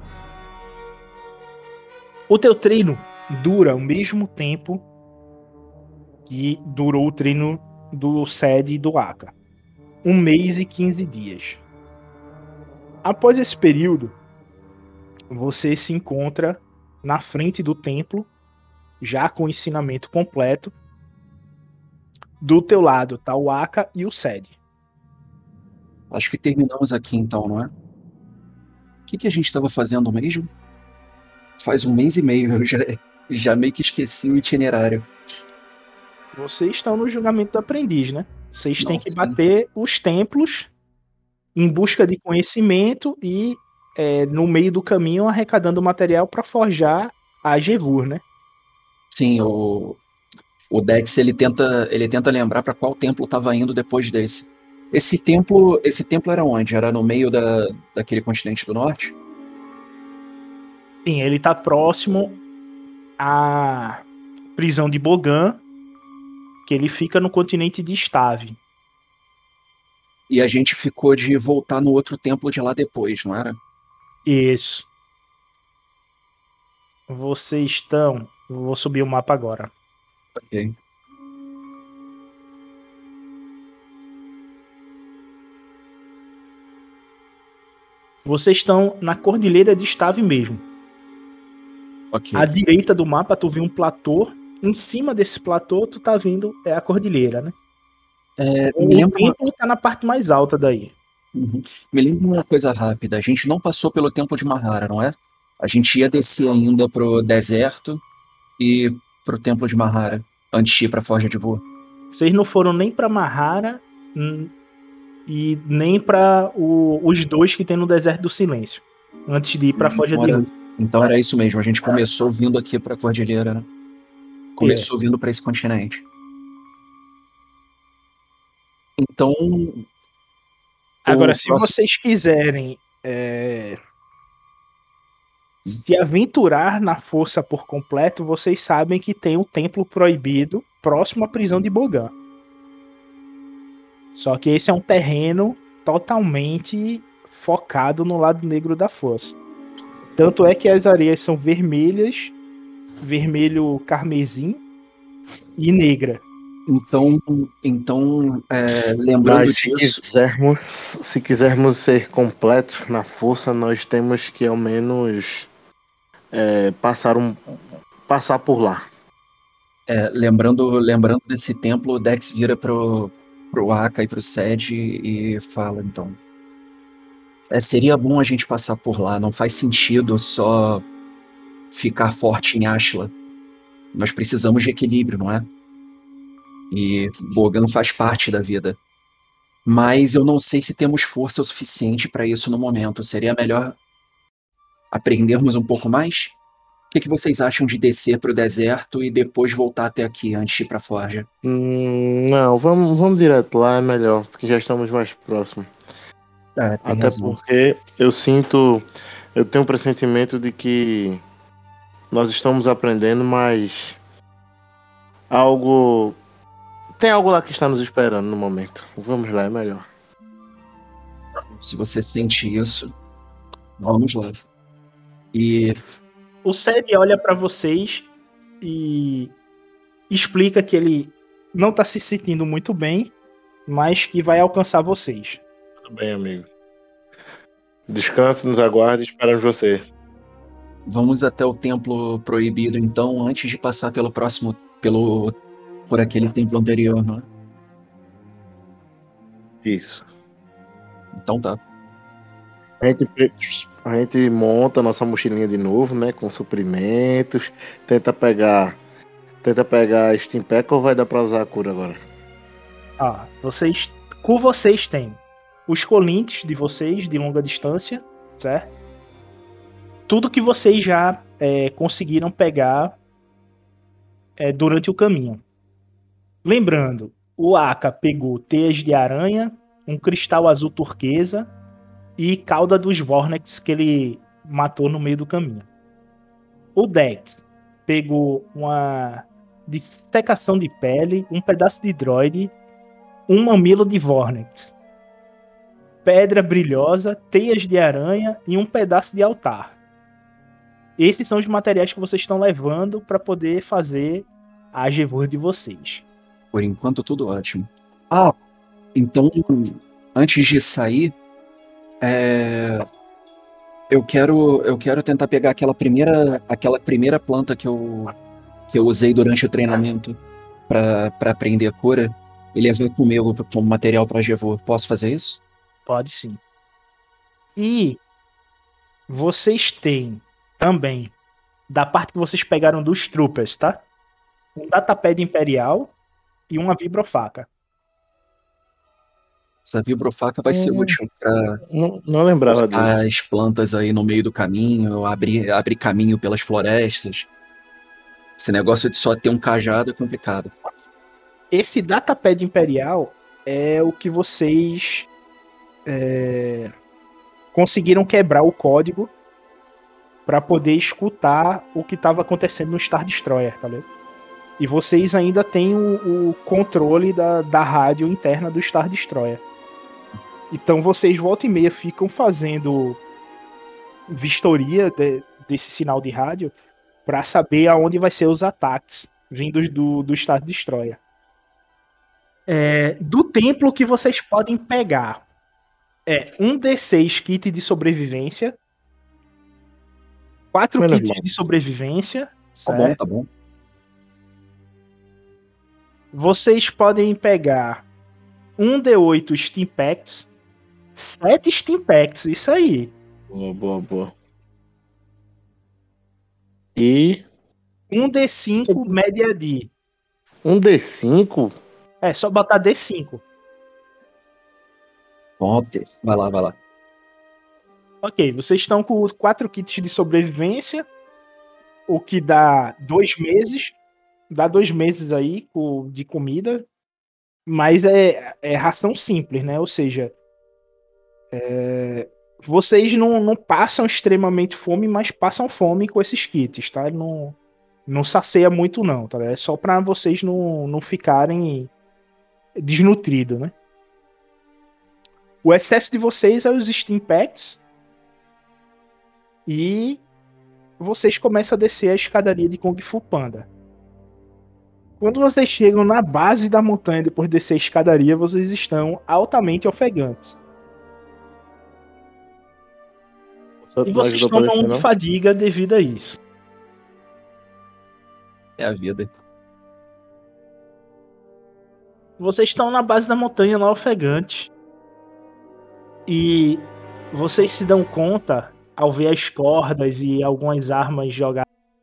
O teu treino dura o mesmo tempo que durou o treino do Sed e do Aka. 1 mês e 15 dias. Após esse período, você se encontra na frente do templo, já com o ensinamento completo. Do teu lado tá o Aka e o Sed. Acho que terminamos aqui então, não é? O que a gente estava fazendo mesmo? Faz 1 mês e meio, eu já meio que esqueci o itinerário. Vocês estão no julgamento do aprendiz, né? Vocês têm que Sim. bater os templos em busca de conhecimento e no meio do caminho arrecadando material para forjar a Gevur, né? Sim, o Dex ele tenta lembrar para qual templo estava indo depois desse. Esse templo era onde? Era no meio daquele continente do norte? Sim, ele tá próximo à prisão de Bogan, que ele fica no continente de Stave. E a gente ficou de voltar no outro templo de lá depois, não era? Isso. Vocês estão... Vou subir o mapa agora. Ok. Vocês estão na Cordilheira de Stave mesmo. Ok. À direita do mapa tu vê um platô. Em cima desse platô tu tá vendo a cordilheira, né? O templo tá na parte mais alta daí. Uhum. Me lembra uma coisa rápida. A gente não passou pelo templo de Mahara, não é? A gente ia descer ainda pro deserto e pro templo de Mahara, antes de ir pra Forja de Vô. Vocês não foram nem pra Mahara e nem pra os dois que tem no Deserto do Silêncio. Antes de ir pra Forja de Luz. Então era isso mesmo, a gente começou vindo aqui pra Cordilheira, né? Começou vindo pra esse continente. Então... Agora, se vocês quiserem se aventurar na força por completo, vocês sabem que tem um templo proibido próximo à prisão de Bogan. Só que esse é um terreno totalmente focado no lado negro da força. Tanto é que as areias são vermelhas, vermelho carmesim e negra. Então, lembrando Mas disso... se quisermos ser completos na força, nós temos que ao menos passar por lá. Lembrando desse templo, o Dex vira pro Aka e pro Sed e fala, então... seria bom a gente passar por lá, não faz sentido só ficar forte em Ashla. Nós precisamos de equilíbrio, não é? E Bogan faz parte da vida. Mas eu não sei se temos força o suficiente para isso no momento. Seria melhor aprendermos um pouco mais? O que vocês acham de descer para o deserto e depois voltar até aqui antes de ir para Forja? Não, vamos direto lá, é melhor, porque já estamos mais próximos. Até razão. porque eu tenho um pressentimento de que nós estamos aprendendo, mas tem algo lá que está nos esperando no momento. Vamos lá, é melhor. Se você sente isso, vamos lá. E o Sed olha pra vocês e explica que ele não tá se sentindo muito bem, mas que vai alcançar vocês. Tudo bem, amigo. Descanse, nos aguarde e esperamos você. Vamos até o templo proibido, então, antes de passar por aquele templo anterior, não é? Isso. Então tá. A gente monta nossa mochilinha de novo, né? Com suprimentos. Tenta pegar Steam Pack ou vai dar pra usar a cura agora? Com vocês tem os colintes de vocês de longa distância, certo? Tudo que vocês já conseguiram pegar durante o caminho. Lembrando, o Aka pegou teias de aranha, um cristal azul turquesa e cauda dos Vornex que ele matou no meio do caminho. O Dex pegou uma dissecação de pele, um pedaço de droide, um mamilo de Vornex, pedra brilhosa, teias de aranha e um pedaço de altar. Esses são os materiais que vocês estão levando para poder fazer a Agevur de vocês. Por enquanto, tudo ótimo. Então, antes de sair, eu quero tentar pegar aquela primeira planta que eu usei durante o treinamento para aprender a cura e levar comigo como material para Agevur. Posso fazer isso? Pode sim. E vocês têm também, da parte que vocês pegaram dos troopers, tá? Um datapad imperial e uma vibrofaca. Essa vibrofaca vai ser útil para não lembrava disso. As plantas aí no meio do caminho, abrir caminho pelas florestas. Esse negócio de só ter um cajado é complicado. Esse datapad imperial é o que vocês conseguiram quebrar o código para poder escutar o que estava acontecendo no Star Destroyer, tá ligado? E vocês ainda têm o controle da rádio interna do Star Destroyer. Então vocês volta e meia ficam fazendo vistoria desse sinal de rádio para saber aonde vai ser os ataques vindos do Star Destroyer. Do templo que vocês podem pegar um D6 kit de sobrevivência, 4 kits de sobrevivência. Tá bom. Vocês podem pegar um D8 Steam Packs, 7 Steam Packs, isso aí. Boa. E um D5 média D. Um D5? É só botar D5. Top. Vai lá. Ok, vocês estão com 4 kits de sobrevivência, o que dá 2 meses. Dá 2 meses aí de comida, mas é ração simples, né? Ou seja, vocês não passam extremamente fome, mas passam fome com esses kits, tá? Não sacia muito não, tá? É só pra vocês não ficarem desnutridos, né? O excesso de vocês é os Steam Packs. E vocês começam a descer a escadaria de Kung Fu Panda. Quando vocês chegam na base da montanha, depois de descer a escadaria, vocês estão altamente ofegantes. E vocês tomam de fadiga devido a isso. É a vida. Vocês estão na base da montanha lá ofegantes. E vocês se dão conta, ao ver as cordas e algumas armas jogadas,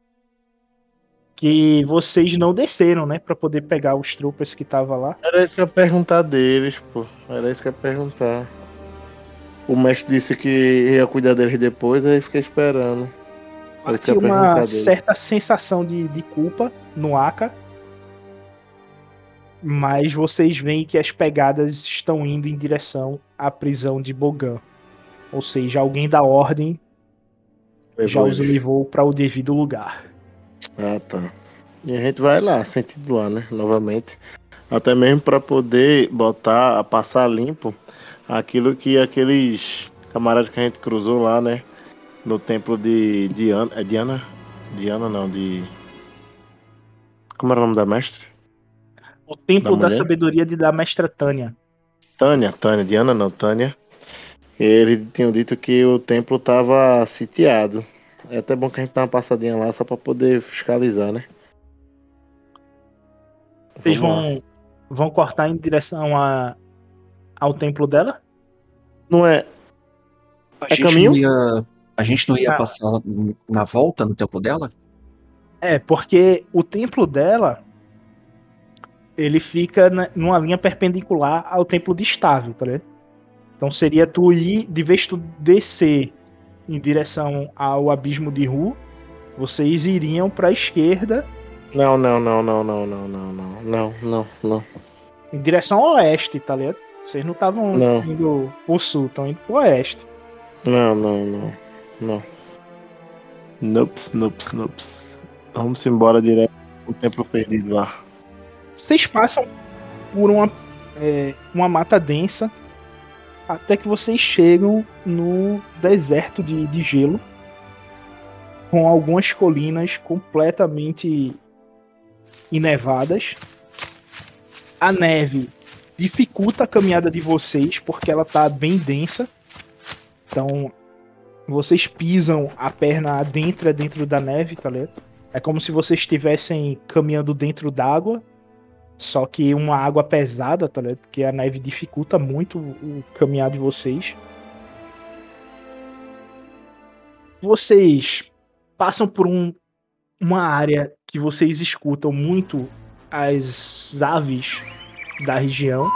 que vocês não desceram, né? Pra poder pegar os tropas que estavam lá. Era isso que eu ia perguntar deles, pô. Era isso que eu ia perguntar. O mestre disse que ia cuidar deles depois, aí fiquei esperando. Tinha uma certa sensação de culpa no Aka. Mas vocês veem que as pegadas estão indo em direção à prisão de Bogan. Ou seja, alguém da ordem já os levou para o devido lugar. Ah, tá. E a gente vai lá, sentido lá, né? Novamente. Até mesmo para poder passar limpo aquilo que aqueles camaradas que a gente cruzou lá, né? No templo de Diana. É Diana? Diana não, de... Como era o nome da mestre? O templo da sabedoria da mestra Tânia. Tânia, Diana não, Tânia. Eles tinham dito que o templo estava sitiado. É até bom que a gente dá uma passadinha lá só para poder fiscalizar, né? Vocês vão cortar em direção ao templo dela? Não é. É caminho? A gente não ia passar na volta no templo dela? É, porque o templo dela, ele fica numa linha perpendicular ao templo de Estável, tá ligado? Então seria tu ir, de vez tu descer em direção ao abismo de Ru, vocês iriam pra esquerda. Não. Em direção ao oeste, tá ligado? Vocês não estavam indo pro sul, estão indo pro oeste. Não. Nops. Vamos embora direto pro templo perdido lá. Vocês passam por uma mata densa até que vocês chegam no deserto de gelo, com algumas colinas completamente enevadas. A neve dificulta a caminhada de vocês porque ela tá bem densa. Então vocês pisam a perna dentro da neve, tá ligado? É como se vocês estivessem caminhando dentro d'água, só que uma água pesada, tá ligado? Porque a neve dificulta muito o caminhar de vocês. Vocês passam por uma área que vocês escutam muito as aves da região.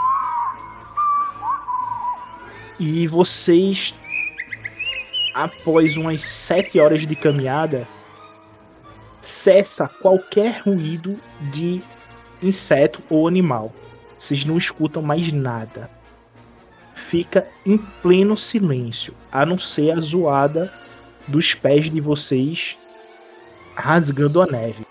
E vocês, após umas 7 horas de caminhada, cessa qualquer ruído de inseto ou animal. Vocês não escutam mais nada. Fica em pleno silêncio, a não ser a zoada dos pés de vocês rasgando a neve.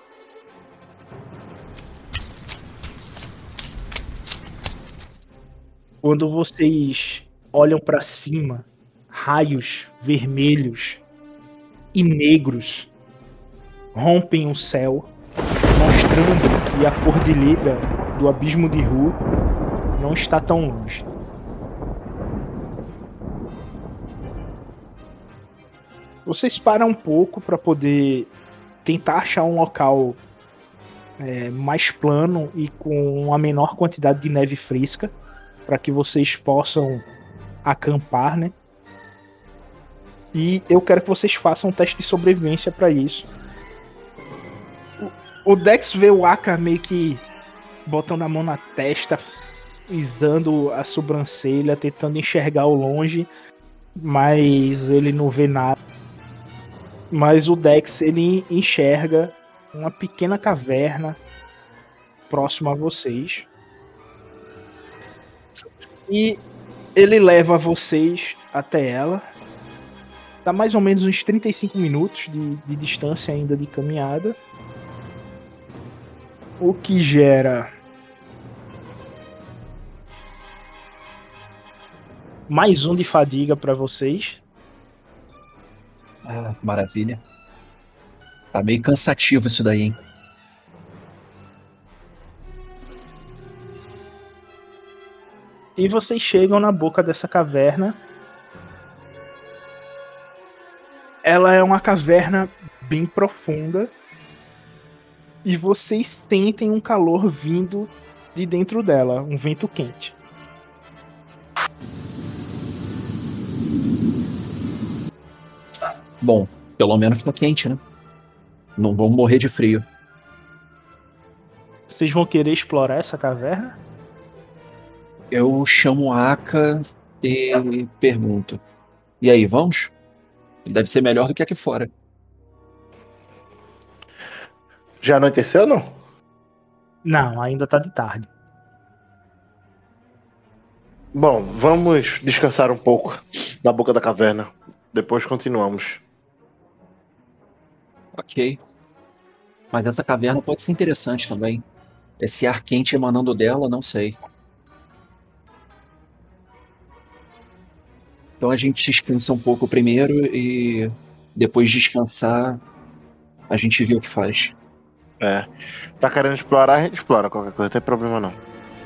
Quando vocês olham para cima, raios vermelhos e negros rompem o céu, mostrando que a cordilheira do abismo de Ru não está tão longe. Vocês param um pouco para poder tentar achar um local mais plano e com uma menor quantidade de neve fresca, para que vocês possam acampar, né? E eu quero que vocês façam um teste de sobrevivência para isso. O Dex vê o Aka meio que botando a mão na testa, pisando a sobrancelha, tentando enxergar ao longe, mas ele não vê nada. Mas o Dex, ele enxerga uma pequena caverna próxima a vocês. E ele leva vocês até ela. Dá mais ou menos uns 35 minutos de distância ainda de caminhada. O que gera mais um de fadiga para vocês. Ah, maravilha. Tá meio cansativo isso daí, hein? E vocês chegam na boca dessa caverna. Ela é uma caverna bem profunda. E vocês sentem um calor vindo de dentro dela, um vento quente. Bom, pelo menos tá quente, né? Não vamos morrer de frio. Vocês vão querer explorar essa caverna? Eu chamo a Aka e pergunto. E aí, vamos? Deve ser melhor do que aqui fora. Já anoiteceu ou não? Não, ainda tá de tarde. Bom, vamos descansar um pouco na boca da caverna. Depois continuamos. Ok. Mas essa caverna pode ser interessante também. Esse ar quente emanando dela, não sei. Então a gente descansa um pouco primeiro e depois de descansar, a gente vê o que faz. É. Tá querendo explorar, a gente explora qualquer coisa, não tem problema não.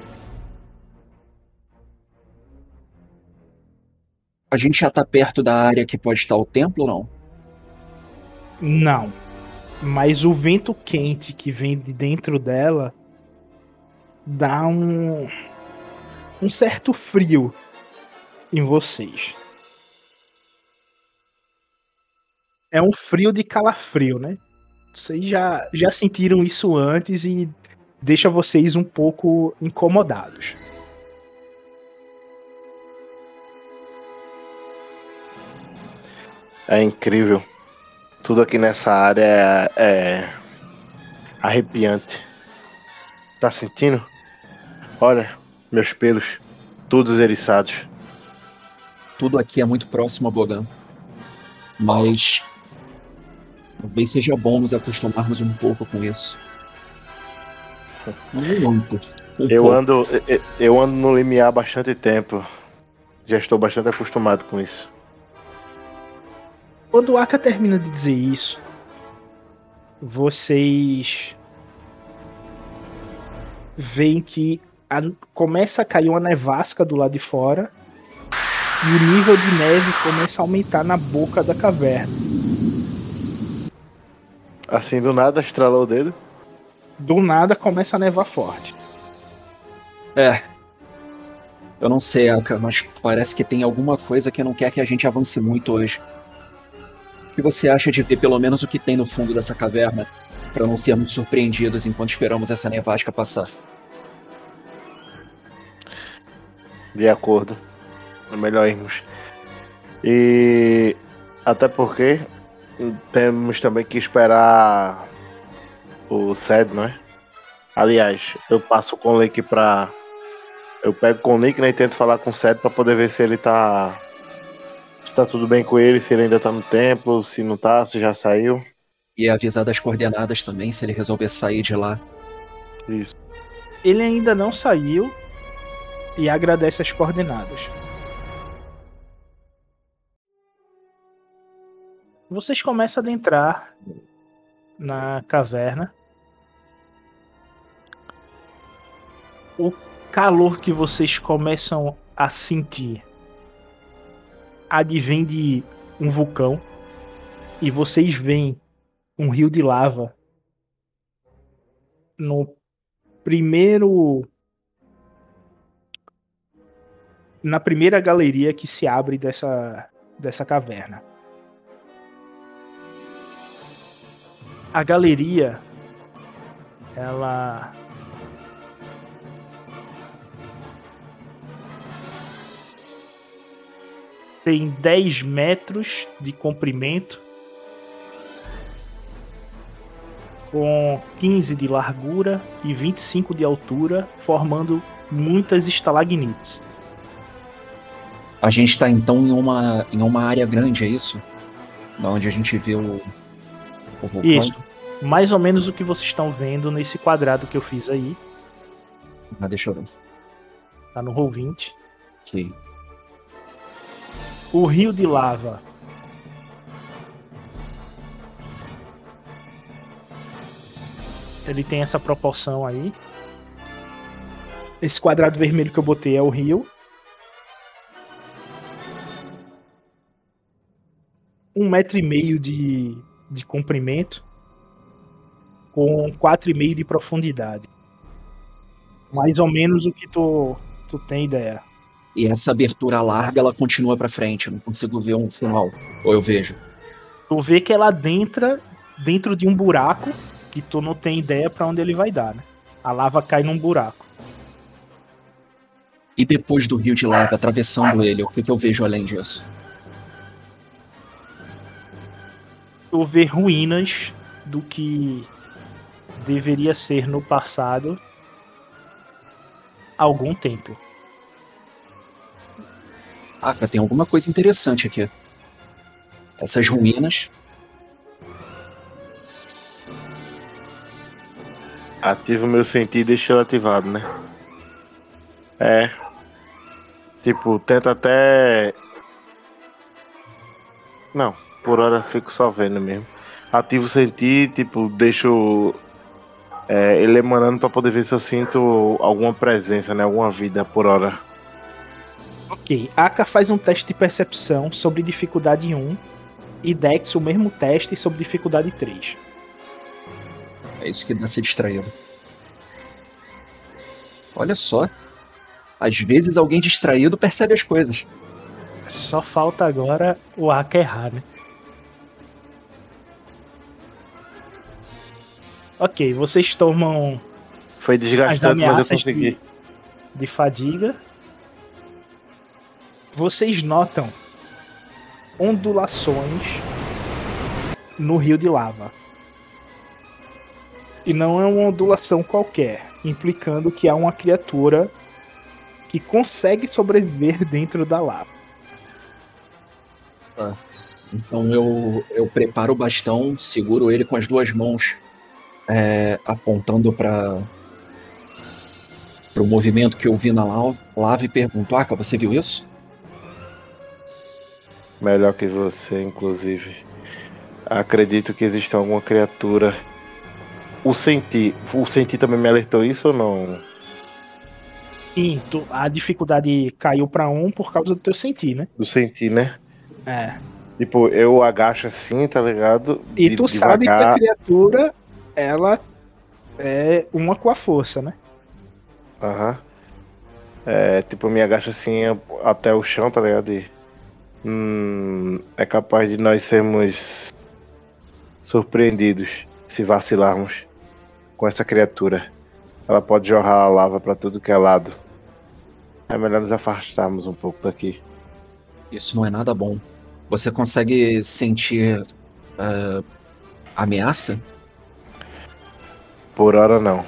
A gente já tá perto da área que pode estar o templo ou não? Não. Mas o vento quente que vem de dentro dela dá um certo frio em vocês. É um frio de calafrio, né? Vocês já sentiram isso antes e deixa vocês um pouco incomodados. É incrível. Tudo aqui nessa área é arrepiante. Tá sentindo? Olha, meus pelos, todos eriçados. Tudo aqui é muito próximo a Bogan. Mas talvez seja bom nos acostumarmos um pouco com isso. Não muito. Eu ando no limiar há bastante tempo. Já estou bastante acostumado com isso. Quando o Aka termina de dizer isso, vocês veem que começa a cair uma nevasca do lado de fora e o nível de neve começa a aumentar na boca da caverna. Assim, do nada, estralou o dedo. Do nada começa a nevar forte. Eu não sei, Aka, mas parece que tem alguma coisa que não quer que a gente avance muito hoje. O que você acha de ver pelo menos o que tem no fundo dessa caverna, para não sermos surpreendidos enquanto esperamos essa nevasca passar? De acordo. É melhor irmos. E até porque temos também que esperar o Ced, não é? Aliás, eu passo com o Link pra. Eu pego com o Link, né, e tento falar com o Ced pra poder ver se ele tá. Se tá tudo bem com ele, se ele ainda tá no templo, se não tá, se já saiu. E avisar das coordenadas também, se ele resolver sair de lá. Isso. Ele ainda não saiu e agradece as coordenadas. Vocês começam a adentrar na caverna. O calor que vocês começam a sentir advém de um vulcão e vocês veem um rio de lava na primeira galeria que se abre dessa caverna. A galeria, ela tem 10 metros de comprimento, com 15 de largura e 25 de altura, formando muitas estalagnites. A gente tá então em uma área grande, é isso? Da onde a gente vê o vulcão? Isso. Mais ou menos o que vocês estão vendo nesse quadrado que eu fiz aí. Ah, deixa eu ver. Tá no Roll20. Ok. O rio de lava ele tem essa proporção aí. Esse quadrado vermelho que eu botei é o rio. 1,5 metro de comprimento, com 4,5 de profundidade. Mais ou menos o que tu tem ideia. E essa abertura larga, ela continua pra frente. Eu não consigo ver um final. Ou eu vejo? Tu vê que ela adentra dentro de um buraco que tu não tem ideia pra onde ele vai dar, né? A lava cai num buraco. E depois do rio de lava, atravessando ele, o que eu vejo além disso? Tu vê ruínas do que deveria ser no passado algum tempo. Ah, cara, tem alguma coisa interessante aqui. Essas ruínas. Ativa o meu sentido e deixa ele ativado, né? É. Tipo, tenta até. Não, por hora fico só vendo mesmo. Ativo o sentir, tipo, deixo ele emanando pra poder ver se eu sinto alguma presença, né? Alguma vida por hora. Ok, Aka faz um teste de percepção sobre dificuldade 1 e Dex o mesmo teste sobre dificuldade 3. É isso que dá ser distraído. Olha só. Às vezes alguém distraído percebe as coisas. Só falta agora o Aka errar, né? Ok, vocês tomam Foi as desgastante, mas eu ameaças consegui. de fadiga. Vocês notam ondulações no rio de lava. E não é uma ondulação qualquer, implicando que há uma criatura que consegue sobreviver dentro da lava. Ah, então eu preparo o bastão, seguro ele com as duas mãos, apontando para o movimento que eu vi na lava e pergunto: Aka, você viu isso? Melhor que você, inclusive. Acredito que exista alguma criatura. O sentir também me alertou isso ou não? Sim, a dificuldade caiu pra 1 por causa do teu sentir, né? Do sentir, né? É. Tipo, eu agacho assim, tá ligado? E tu sabe que a criatura, ela é uma com a força, né? Aham. Tipo, eu me agacho assim até o chão, tá ligado? É capaz de nós sermos surpreendidos se vacilarmos com essa criatura. Ela pode jorrar a lava pra tudo que é lado. É melhor nos afastarmos um pouco daqui. Isso não é nada bom. Você consegue sentir ameaça? Por hora não.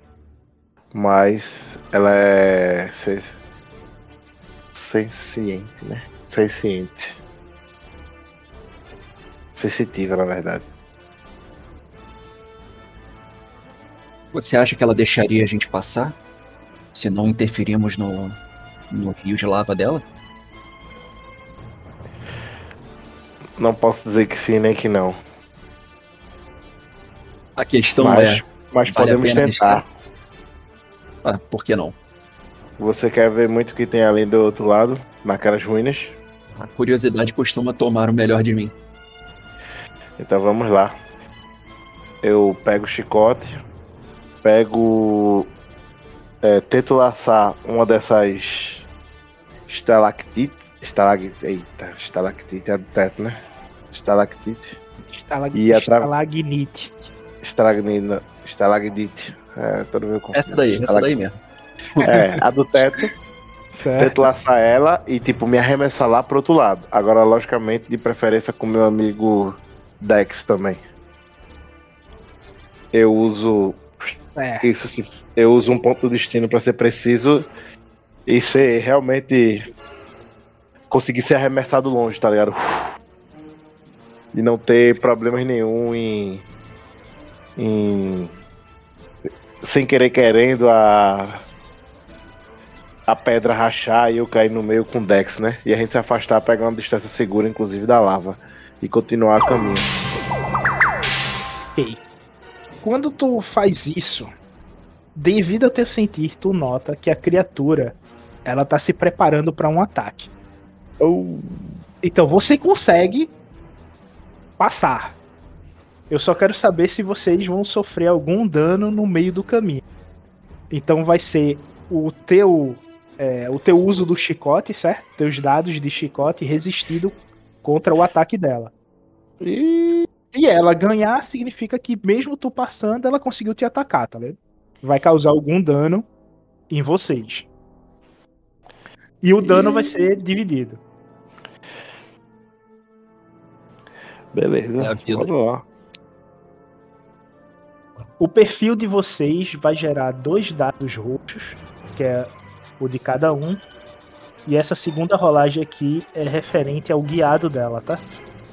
Mas ela é senciente, né? Senciente. Sensitiva, na verdade. Você acha que ela deixaria a gente passar? Se não interferirmos no rio de lava dela? Não posso dizer que sim nem que não. A questão Mas vale podemos a pena tentar. Ah, por que não? Você quer ver muito o que tem ali do outro lado, naquelas ruínas? A curiosidade costuma tomar o melhor de mim. Então vamos lá. Eu pego o chicote, tento laçar uma dessas estalactite é do teto, né? Estalactite. Estalagnite. Estalagdite. Todo meu Essa daí mesmo. a do teto. Certo. Tento laçar ela e, tipo, me arremessar lá pro outro lado. Agora, logicamente, de preferência com meu amigo Dex também. Eu uso. Isso sim. Eu uso um ponto do destino pra ser preciso e ser realmente. Conseguir ser arremessado longe, tá ligado? E não ter problemas nenhum em. Sem querer querendo a pedra rachar e eu cair no meio com o Dex, né? E a gente se afastar, pegar uma distância segura, inclusive da lava, e continuar a caminho. Ok. Quando tu faz isso, devido ao teu sentir, tu nota que a criatura ela tá se preparando para um ataque. Então você consegue passar. Eu só quero saber se vocês vão sofrer algum dano no meio do caminho. Então vai ser o teu uso do chicote, certo? Teus dados de chicote resistido contra o ataque dela. Se ela ganhar, significa que mesmo tu passando, ela conseguiu te atacar, tá vendo? Vai causar algum dano em vocês. E o dano vai ser dividido. Beleza, É a vida. vamos lá. O perfil de vocês vai gerar 2 dados roxos, que é o de cada um. E essa segunda rolagem aqui é referente ao guiado dela, tá?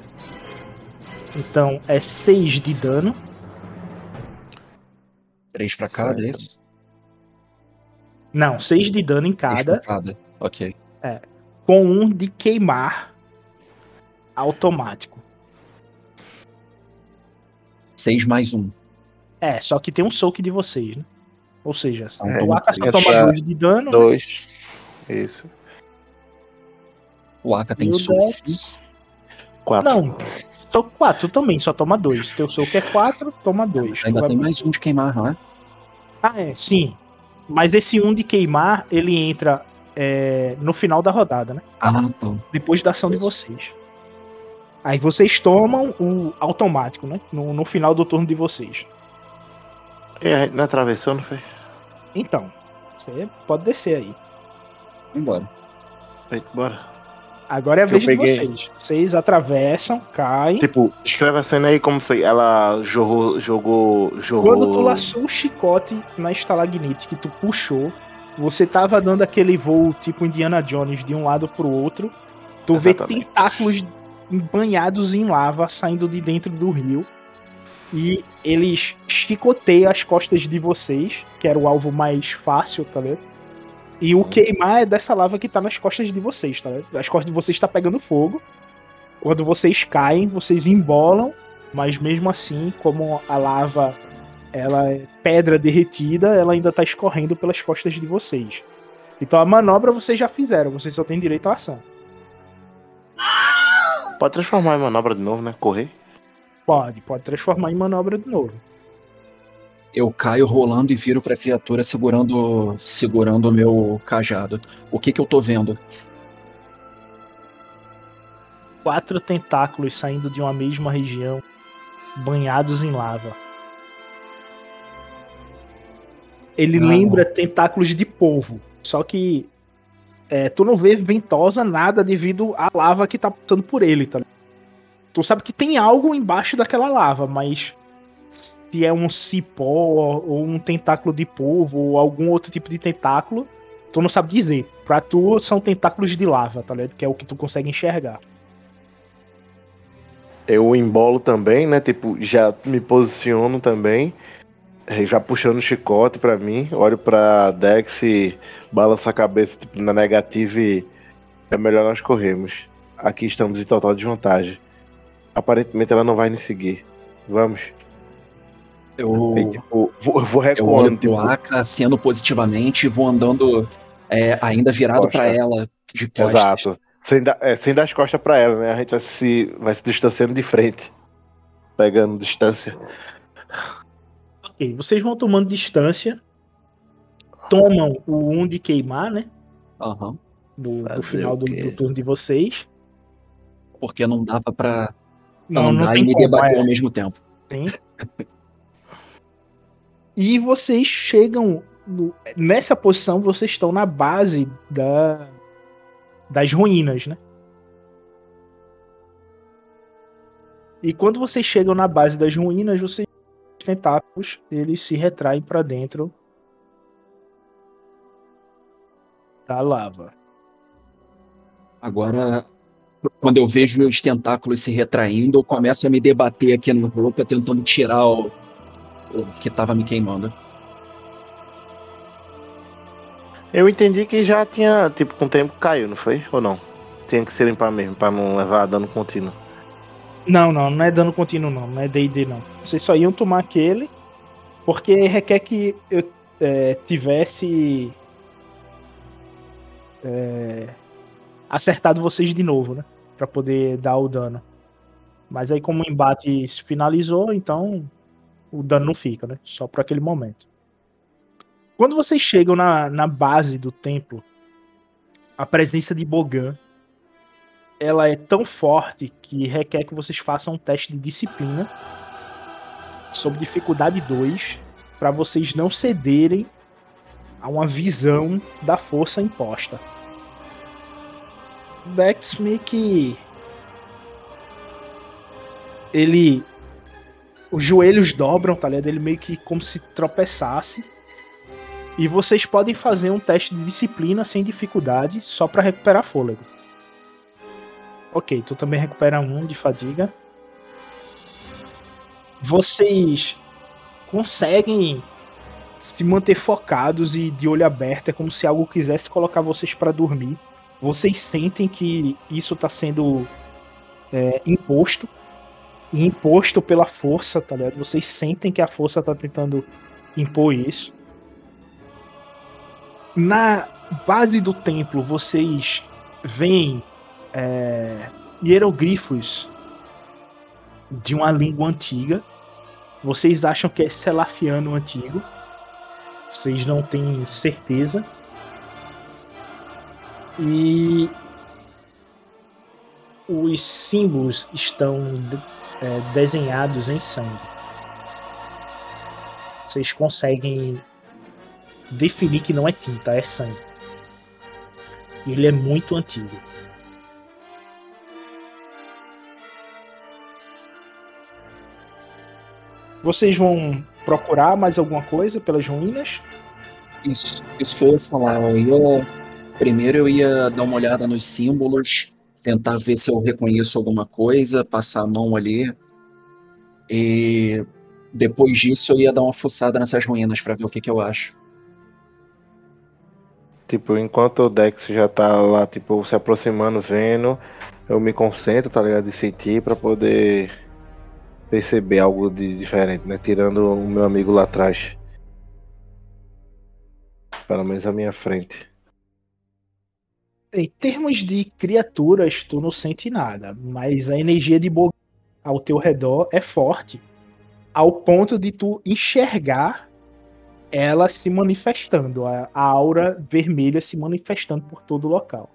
Então é 6 de dano. 3 pra cada, é isso? Não, 6 de dano em 6 pra cada. cada. Ok. Com 1 de queimar automático. 6 mais 1. Só que tem um soak de vocês, né? Ou seja, É, o Aka só ia toma dar 2 de dano, né? 2. Isso. O Aka tem E o soco Dex? 5. 4. Não, só 4 também, só toma 2. Teu soak é 4, toma 2. Ainda tem mais um de queimar, não é? Sim. Mas esse 1 de queimar, ele entra no final da rodada, né? Então. Depois da ação de vocês. Aí vocês tomam o automático, né? No final do turno de vocês. E a gente não atravessou, não foi? Então, você pode descer aí. Vambora. Eita, bora. Agora é a Eu vez de peguei. vocês. Vocês atravessam, caem. Tipo, escreve a cena aí como foi. Ela jogou. Quando tu laçou o chicote na estalagnite que tu puxou, você tava dando aquele voo tipo Indiana Jones de um lado pro outro. Tu vê Exatamente. tentáculos banhados em lava saindo de dentro do rio. E eles chicoteiam as costas de vocês, que era o alvo mais fácil, tá vendo? E o queimar é dessa lava que tá nas costas de vocês, tá vendo? As costas de vocês tá pegando fogo. Quando vocês caem, vocês embolam, mas mesmo assim, como a lava ela é pedra derretida, ela ainda tá escorrendo pelas costas de vocês. Então a manobra vocês já fizeram, vocês só têm direito à ação. Pode transformar em manobra de novo, né? Correr. Pode transformar em manobra de novo. Eu caio rolando e viro pra criatura segurando o meu cajado. O que eu tô vendo? 4 tentáculos saindo de uma mesma região, banhados em lava. Ele lembra tentáculos de polvo, só que tu não vê ventosa nada devido à lava que tá passando por ele, tá? Tu sabe que tem algo embaixo daquela lava, mas se é um cipó ou um tentáculo de polvo ou algum outro tipo de tentáculo, tu não sabe dizer. Pra tu são tentáculos de lava, tá ligado? Que é o que tu consegue enxergar. Eu embolo também, né? Tipo, já me posiciono também. Já puxando o chicote pra mim. Olho pra Dex e balanço a cabeça tipo, na negativa e é melhor nós corrermos. Aqui estamos em total desvantagem. Aparentemente ela não vai nos seguir. Vamos. Eu E, tipo, vou olho recuando. pro Tipo, Aka, aceno positivamente e vou andando ainda virado Costa. pra ela de costas. exato. Sem dar as costas pra ela, né? A gente vai se distanciando de frente. Pegando distância. Ok, vocês vão tomando distância. Tomam o 1 de queimar, né? Aham. Do Fazer final o quê? do turno de vocês. Porque não dava pra Não andar tem e me como, debater ao mesmo tempo. Sim. E vocês chegam nessa posição vocês estão na base das ruínas, né? E quando vocês chegam na base das ruínas, os tentáculos eles se retraem para dentro da lava. Agora, quando eu vejo os tentáculos se retraindo, eu começo a me debater aqui na roupa, tentando tirar o que estava me queimando. Eu entendi que já tinha, tipo, com o tempo caiu, não foi? Ou não? Tinha que se limpar mesmo, pra não levar dano contínuo. Não é dano contínuo não é D&D não. Vocês só iam tomar aquele, porque requer que eu tivesse acertado vocês de novo, né? Pra poder dar o dano. Mas aí como o embate se finalizou, então o dano não fica, né? Só por aquele momento. Quando vocês chegam na base do templo, a presença de Bogan, ela é tão forte que requer que vocês façam um teste de disciplina sob dificuldade 2, para vocês não cederem a uma visão da força imposta. Dex meio que os joelhos dobram, tá ligado? Ele meio que como se tropeçasse. E vocês podem fazer um teste de disciplina sem dificuldade, só para recuperar fôlego. Ok, tu também recupera 1 de fadiga. Vocês conseguem se manter focados e de olho aberto. É como se algo quisesse colocar vocês para dormir. Vocês sentem que isso está sendo imposto. E imposto pela força, tá ligado? Vocês sentem que a força está tentando impor isso. Na base do templo, vocês veem hieroglifos de uma língua antiga. Vocês acham que é selafiano antigo. Vocês não têm certeza. E os símbolos estão desenhados em sangue. Vocês conseguem definir que não é tinta, é sangue. Ele é muito antigo. Vocês vão procurar mais alguma coisa pelas ruínas? Isso que eu ia falar. Primeiro eu ia dar uma olhada nos símbolos, tentar ver se eu reconheço alguma coisa, passar a mão ali. E depois disso eu ia dar uma fuçada nessas ruínas para ver o que eu acho. Tipo, enquanto o Dex já tá lá, tipo, se aproximando, vendo, eu me concentro, tá ligado? De sentir pra poder perceber algo de diferente, né? Tirando o meu amigo lá atrás. Pelo menos à minha frente. Em termos de criaturas, tu não sente nada, mas a energia de Bogan ao teu redor é forte, ao ponto de tu enxergar ela se manifestando, a aura vermelha se manifestando por todo o local.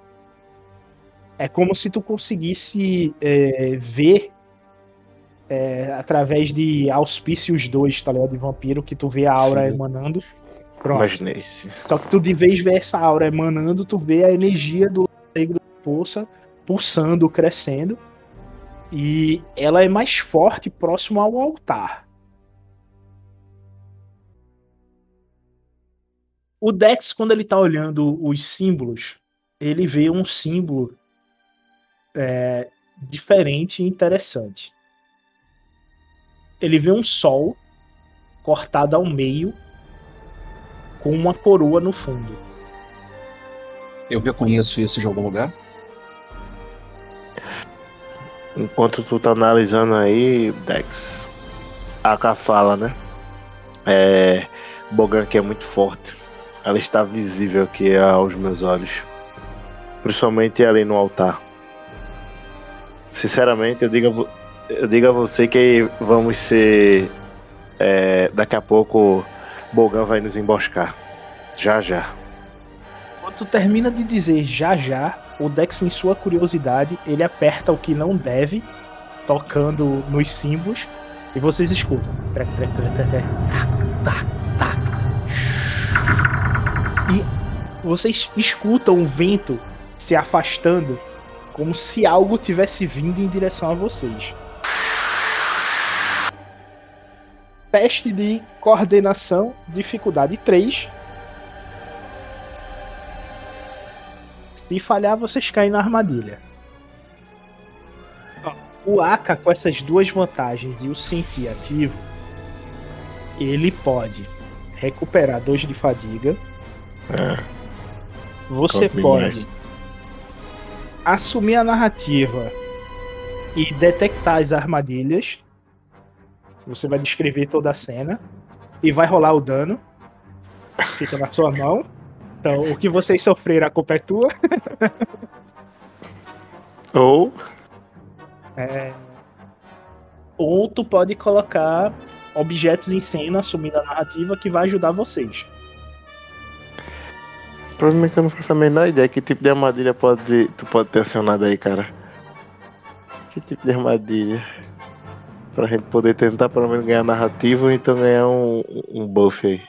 É como se tu conseguisse ver através de Auspícios 2, tá ligado? De vampiro, que tu vê a aura emanando. Pronto. Imaginei. Só que tu, de vez de ver essa aura emanando, tu vê a energia do negro da força pulsando, crescendo. E ela é mais forte próximo ao altar. O Dex, quando ele tá olhando os símbolos, ele vê um símbolo diferente e interessante. Ele vê um sol cortado ao meio com uma coroa no fundo. Eu reconheço isso de algum lugar? Enquanto tu tá analisando aí, Dex, a Aka fala, né? Bogan que é muito forte. Ela está visível aqui aos meus olhos. Principalmente ali no altar. Sinceramente, eu digo a você que vamos ser... daqui a pouco, Bogan vai nos emboscar. Já. Quando tu termina de dizer já, o Dex, em sua curiosidade, ele aperta o que não deve, tocando nos símbolos, e vocês escutam. Tac. E vocês escutam o vento se afastando, como se algo tivesse vindo em direção a vocês. Teste de coordenação, dificuldade 3. Se falhar, vocês caem na armadilha. O Aka, com essas duas vantagens e o sentir ativo, ele pode recuperar 2 de fadiga. Você pode assumir a narrativa e detectar as armadilhas. Você vai descrever toda a cena e vai rolar o dano. Fica na sua mão. Então, o que vocês sofreram, a culpa é tua. Ou tu pode colocar objetos em cena, assumindo a narrativa, que vai ajudar vocês. O problema é que eu não faço a menor ideia que tipo de armadilha tu pode ter acionado aí, cara. Que tipo de armadilha? Pra gente poder tentar pelo menos ganhar narrativa ou então ganhar um buff aí.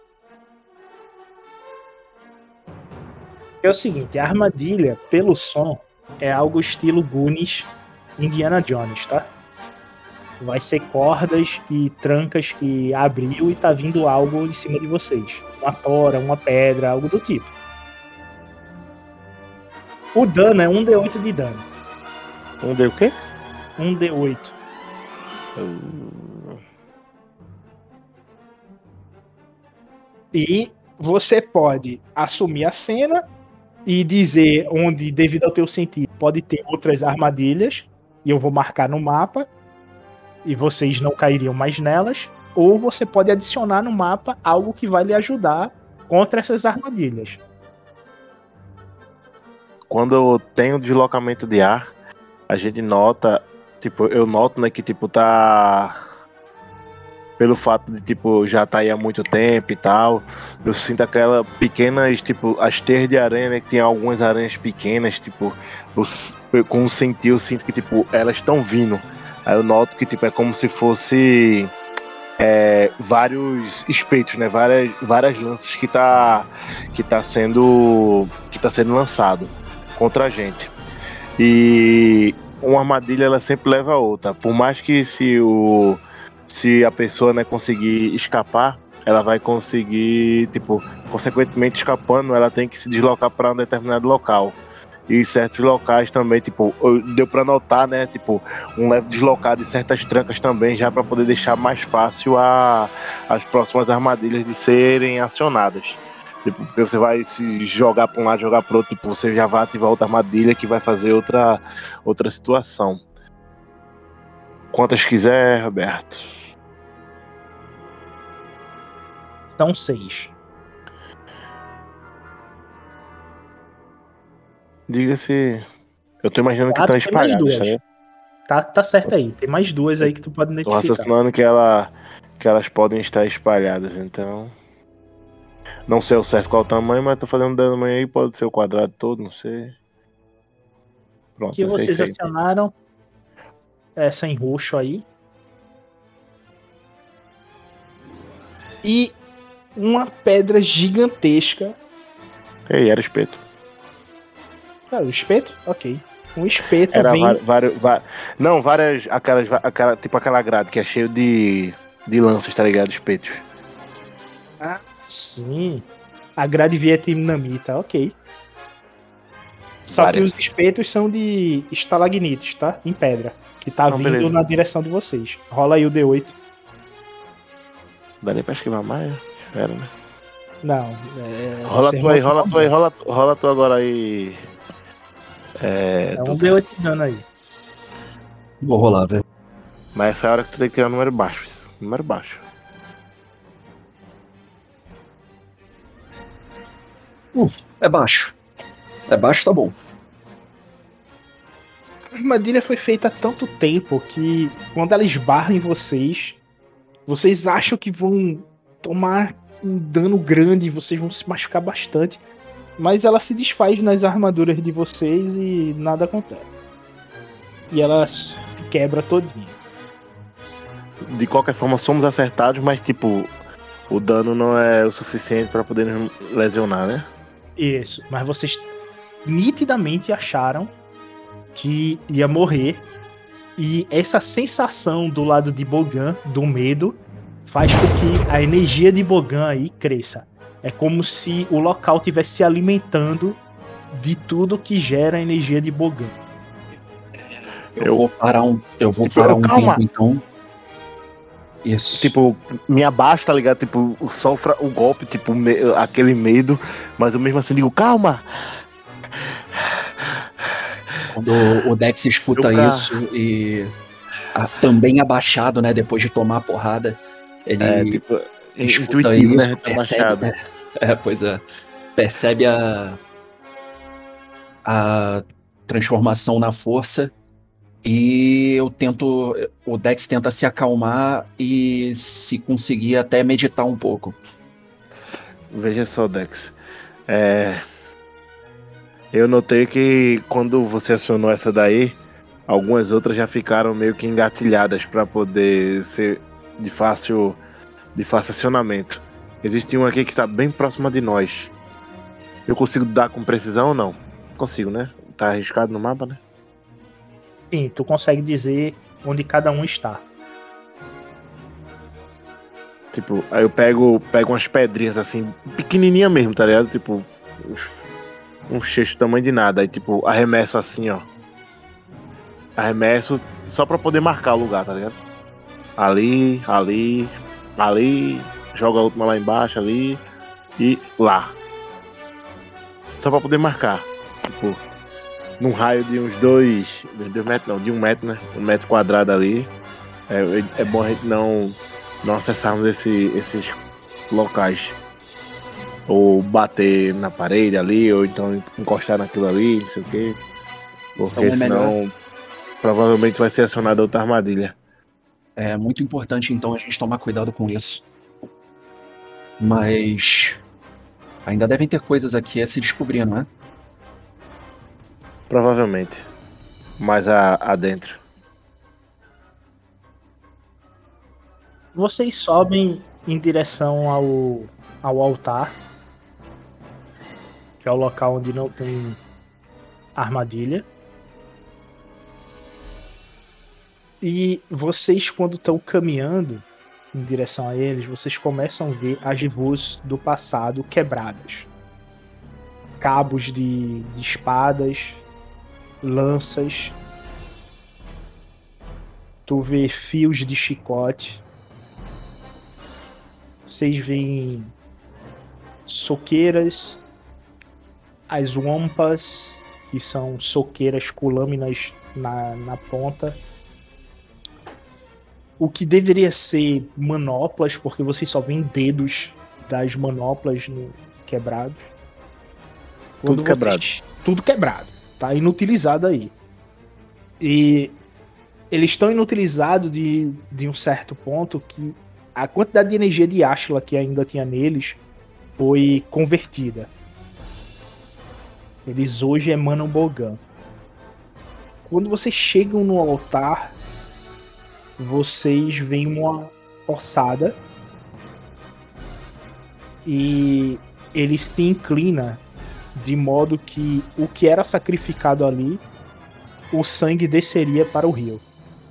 É o seguinte, a armadilha, pelo som, é algo estilo Goonies, Indiana Jones, tá? Vai ser cordas e trancas que abriu e tá vindo algo em cima de vocês. Uma tora, uma pedra, algo do tipo. O dano é 1d8 de dano. 1d o quê? 1d8. E você pode assumir a cena e dizer onde, devido ao teu sentido, pode ter outras armadilhas, e eu vou marcar no mapa, e vocês não cairiam mais nelas, ou você pode adicionar no mapa algo que vai lhe ajudar contra essas armadilhas. Quando eu tenho deslocamento de ar, a gente nota, tipo, eu noto, né, que tipo tá, pelo fato de tipo já tá aí há muito tempo e tal, eu sinto aquelas pequenas, tipo, as teias de aranha, né, que tem algumas aranhas pequenas, tipo, com o sentir, eu sinto que tipo elas estão vindo. Aí eu noto que tipo é como se fosse vários espetos, né, várias lanças que tá sendo lançado contra a gente. E uma armadilha ela sempre leva a outra. Por mais que se a pessoa, né, conseguir escapar, ela vai conseguir, tipo, consequentemente escapando, ela tem que se deslocar para um determinado local. E certos locais também, tipo, deu para notar, né, tipo, um leve deslocado em certas trancas também, já para poder deixar mais fácil as próximas armadilhas de serem acionadas. Tipo, porque você vai se jogar para um lado, jogar para outro, tipo, você já vai ativar outra armadilha que vai fazer outra situação. Quantas quiser, Roberto? São 6. Diga-se. Eu tô imaginando que estão Tem mais espalhadas, duas. tá? Tá certo aí. Tem mais 2 aí que tu pode Tô identificar. raciocinando que elas podem estar espalhadas, então. Não sei ao certo qual o tamanho, mas tô fazendo dano tamanho aí, pode ser o quadrado todo, não sei. Pronto, Que eu sei vocês isso aí. acionaram essa em roxo aí. E uma pedra gigantesca. Ei, era espeto. Ah, o espeto? Ok. Um espeto Era vem... várias. Tipo aquela grade que é cheio de lanças, tá ligado? Espetos. Ah, sim. A grade vietnamita, ok. Só Várias. que os espetos são de estalagnites, tá? Em pedra. Que tá Não, vindo beleza. na direção de vocês. Rola aí o D8. Dá nem pra esquivar mais? Espera, né? Não. Rola vocês tu aí, vão- rola tu agora aí. É um D8 de dano aí. Vou rolar, velho. Mas essa é a hora que tu tem que tirar número baixo. Número baixo. É baixo. É baixo, tá bom. A armadilha foi feita há tanto tempo que quando ela esbarra em vocês, vocês acham que vão tomar um dano grande e vocês vão se machucar bastante. Mas ela se desfaz nas armaduras de vocês e nada acontece. E ela se quebra todinha. De qualquer forma, somos acertados, mas tipo, o dano não é o suficiente pra poder nos lesionar, né? Isso, mas vocês nitidamente acharam que ia morrer. E essa sensação do lado de Bogan, do medo, faz com que a energia de Bogan aí cresça. É como se o local estivesse se alimentando de tudo que gera a energia de Bogan. Eu vou parar um calma. tempo, então. Isso. Tipo, me abaixo, tá ligado? Tipo, sofra o golpe, tipo, aquele medo, mas eu mesmo assim digo, calma! Quando o Dex escuta isso e também abaixado, né, depois de tomar a porrada, ele tipo, escuta intuitivo, isso, né? percebe, pois é, percebe a transformação na força e o Dex tenta se acalmar e se conseguir até meditar um pouco. Veja só, Dex. Eu notei que quando você acionou essa daí, algumas outras já ficaram meio que engatilhadas para poder ser de fácil acionamento. Existe uma aqui que tá bem próxima de nós. Eu consigo dar com precisão ou não? Consigo, né? Tá arriscado no mapa, né? Sim, tu consegue dizer onde cada um está. Tipo, aí eu pego umas pedrinhas assim, pequenininha mesmo, tá ligado? Tipo, um cheiro tamanho de nada. Aí, tipo, arremesso assim, ó. Arremesso só pra poder marcar o lugar, tá ligado? Ali. Joga a última lá embaixo, ali. E lá. Só pra poder marcar. Tipo, num raio de uns 2 metros, não, de 1 metro, né? 1 metro quadrado ali. É bom a gente não acessarmos esses locais. Ou bater na parede ali, ou então encostar naquilo ali, não sei o quê. Porque Então senão provavelmente vai ser acionada outra armadilha. É muito importante, então, a gente tomar cuidado com isso. Mas ainda devem ter coisas aqui a se descobrir, não é? Provavelmente. Mais adentro. Vocês sobem em direção ao altar, que é o local onde não tem armadilha. E vocês, quando estão caminhando em direção a eles, vocês começam a ver as vozes do passado quebradas. Cabos de espadas, lanças. Tu vê fios de chicote. Vocês veem soqueiras, as wampas, que são soqueiras com lâminas na ponta. O que deveria ser manoplas, porque vocês só veem dedos das manoplas quebrados. Tudo quebrado. Tudo quebrado. Tá inutilizado aí. E eles estão inutilizados de um certo ponto que a quantidade de energia de Ashla que ainda tinha neles foi convertida. Eles hoje emanam Bogan. Quando vocês chegam no altar, vocês veem uma ossada e ele se inclina de modo que o que era sacrificado ali, o sangue desceria para o rio.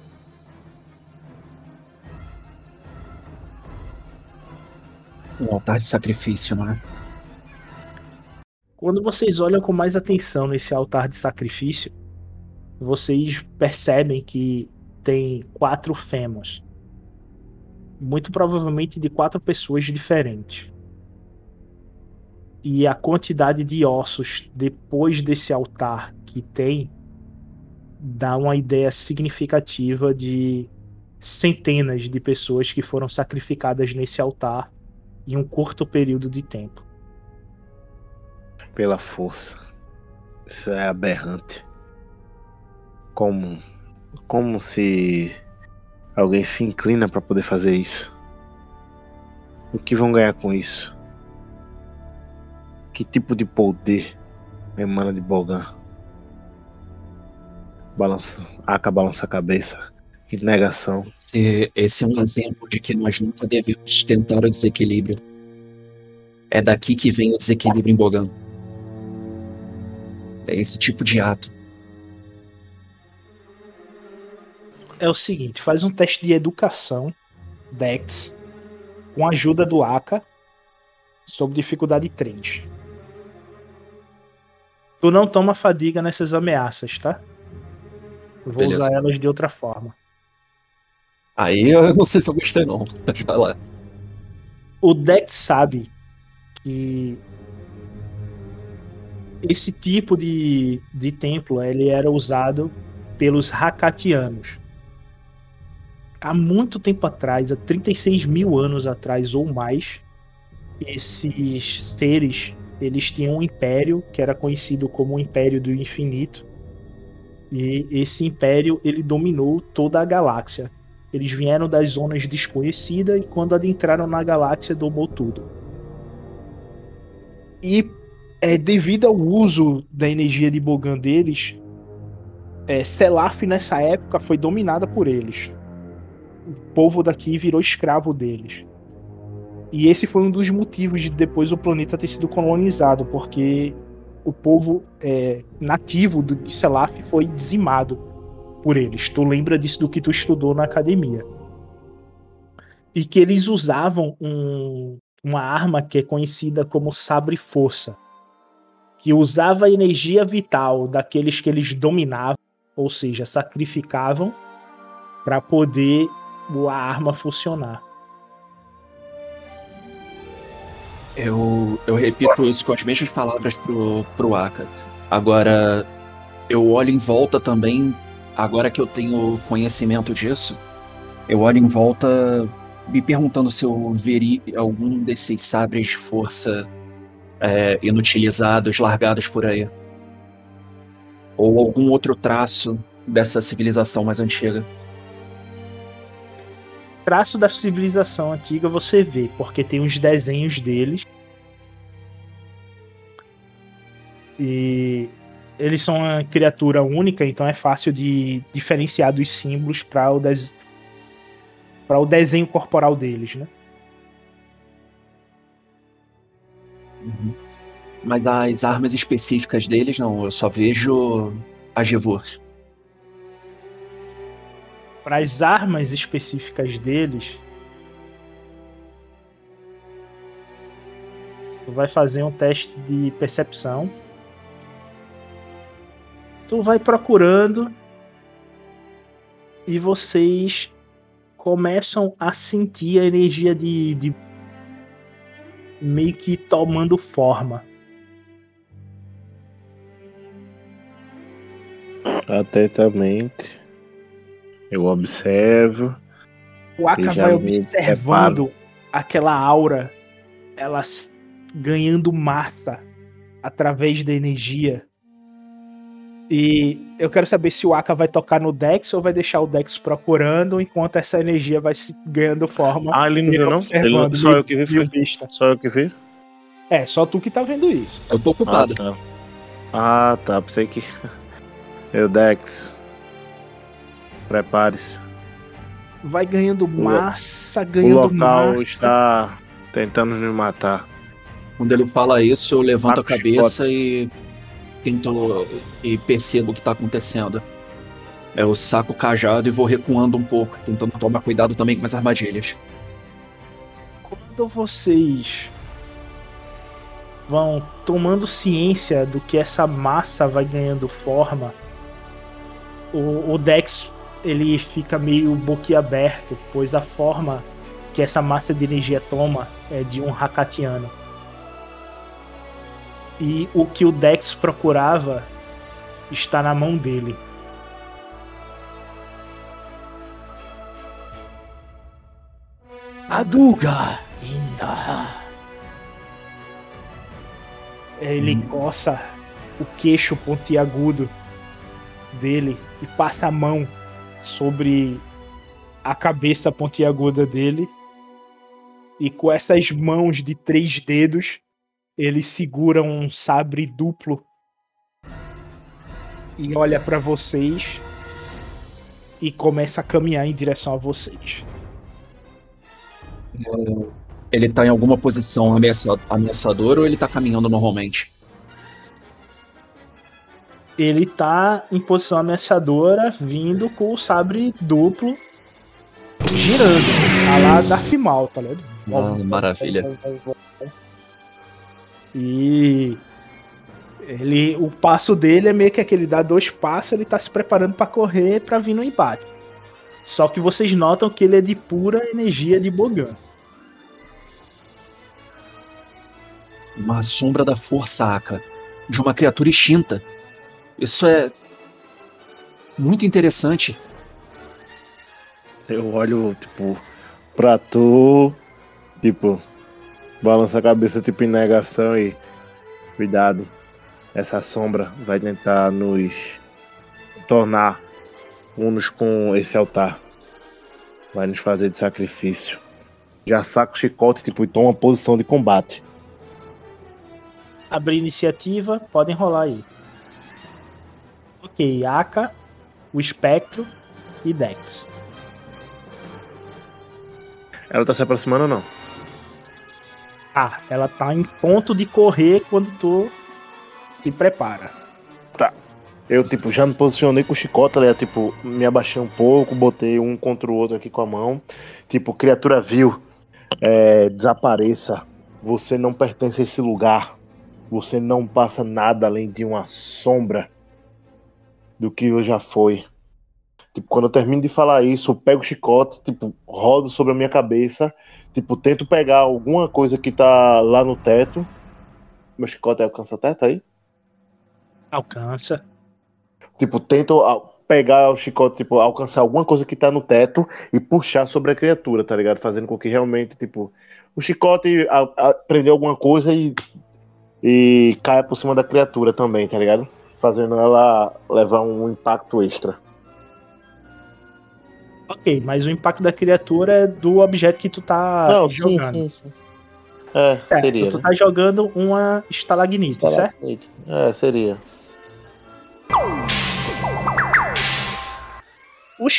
Um altar de sacrifício, não é? Quando vocês olham com mais atenção nesse altar de sacrifício, vocês percebem que tem 4 fêmurs. Muito provavelmente de 4 pessoas diferentes. E a quantidade de ossos depois desse altar que tem dá uma ideia significativa de centenas de pessoas que foram sacrificadas nesse altar em um curto período de tempo. Pela força. Isso é aberrante. Como se alguém se inclina para poder fazer isso? O que vão ganhar com isso? Que tipo de poder emana de Bogan? Aka balança a cabeça. Que negação. Esse é um exemplo de que nós nunca devemos tentar o desequilíbrio. É daqui que vem o desequilíbrio em Bogan. É esse tipo de ato. É o seguinte, faz um teste de educação, Dex, com a ajuda do Aka, sob dificuldade 3. Tu não toma fadiga nessas ameaças, tá? Eu vou Beleza. usar elas de outra forma. Aí eu não sei se eu gostei não. Vai lá. O Dex sabe que esse tipo de templo ele era usado pelos Hakatianos. Há muito tempo atrás, há 36 mil anos atrás ou mais, esses seres eles tinham um império que era conhecido como o Império do Infinito. E esse império ele dominou toda a galáxia. Eles vieram das zonas desconhecidas e quando adentraram na galáxia domou tudo. E devido ao uso da energia de Bogan deles, Selaf nessa época foi dominada por eles. O povo daqui virou escravo deles. E esse foi um dos motivos de depois o planeta ter sido colonizado, porque o povo nativo de Selaf foi dizimado por eles. Tu lembra disso do que tu estudou na academia. E que eles usavam uma arma que é conhecida como sabre-força, que usava a energia vital daqueles que eles dominavam, ou seja, sacrificavam, para poder a arma funcionar. Eu repito isso com as mesmas palavras pro Aka. Agora, eu olho em volta também, agora que eu tenho conhecimento disso, eu olho em volta me perguntando se eu veria algum desses sabres de força inutilizados, largados por aí. Ou algum outro traço dessa civilização mais antiga. Traço da civilização antiga você vê, porque tem os desenhos deles. E eles são uma criatura única, então é fácil de diferenciar dos símbolos para o desenho corporal deles, né? Uhum. Mas as armas específicas deles, não, eu só vejo a Gevur. Para as armas específicas deles, tu vai fazer um teste de percepção. Tu vai procurando e vocês começam a sentir a energia de meio que tomando forma. Atentamente. Eu observo. O Aka vai observando aquela aura, ela ganhando massa através da energia. E eu quero saber se o Aka vai tocar no Dex ou vai deixar o Dex procurando enquanto essa energia vai se ganhando forma. Ah, ele não viu, não? Só eu que vi. Só eu que vi? É, só tu que tá vendo isso. Eu tô ocupado. Tá. Pensei que. Meu Dex. Prepare-se. Vai ganhando massa, ganhando massa. O local está tentando me matar. Quando ele fala isso, eu levanto a cabeça e percebo o que está acontecendo. Eu saco o cajado e vou recuando um pouco, tentando tomar cuidado também com as armadilhas. Quando vocês vão tomando ciência do que essa massa vai ganhando forma, o Dex ele fica meio boquiaberto, pois a forma que essa massa de energia toma é de um Hakatiano. E o que o Dex procurava está na mão dele. Aduga! Inda! Ele coça o queixo pontiagudo dele e passa a mão sobre a cabeça pontiaguda dele. E com essas mãos de 3 dedos, ele segura um sabre duplo e olha para vocês e começa a caminhar em direção a vocês. Ele tá em alguma posição ameaçadora ou ele tá caminhando normalmente? Ele tá em posição ameaçadora, vindo com o sabre duplo, girando. A lá Darth Maul, tá ligado? Maravilha. E o passo dele é meio que aquele, dá 2 passos, ele tá se preparando pra correr pra vir no embate. Só que vocês notam que ele é de pura energia de Bogan. Uma sombra da força, Aka, de uma criatura extinta. Isso é muito interessante. Eu olho, tipo, pra tu, tipo, balança a cabeça, tipo, em negação e... Cuidado, essa sombra vai tentar nos tornar unos com esse altar. Vai nos fazer de sacrifício. Já saca o chicote, tipo, e toma posição de combate. Abrir iniciativa, podem rolar aí. Ok, Aka, o Espectro e Dex. Ela tá se aproximando ou não? Ah, ela tá em ponto de correr quando tu se prepara. Tá. Eu, tipo, já me posicionei com o chicote, né? Tipo, me abaixei um pouco, botei um contra o outro aqui com a mão. Tipo, criatura vil, desapareça. Você não pertence a esse lugar. Você não passa nada além de uma sombra do que eu já fui. Tipo, quando eu termino de falar isso, eu pego o chicote, tipo, rodo sobre a minha cabeça, tipo, tento pegar alguma coisa que tá lá no teto. Meu chicote alcança o teto aí? Alcança. Tipo, tento pegar o chicote, tipo, alcançar alguma coisa que tá no teto e puxar sobre a criatura, tá ligado? Fazendo com que realmente, tipo, o chicote prender alguma coisa e caia por cima da criatura também, tá ligado? Fazendo ela levar um impacto extra. Ok, mas o impacto da criatura é do objeto que tu tá jogando. Sim. Seria. Tu tá jogando uma estalagnite, certo? Seria. O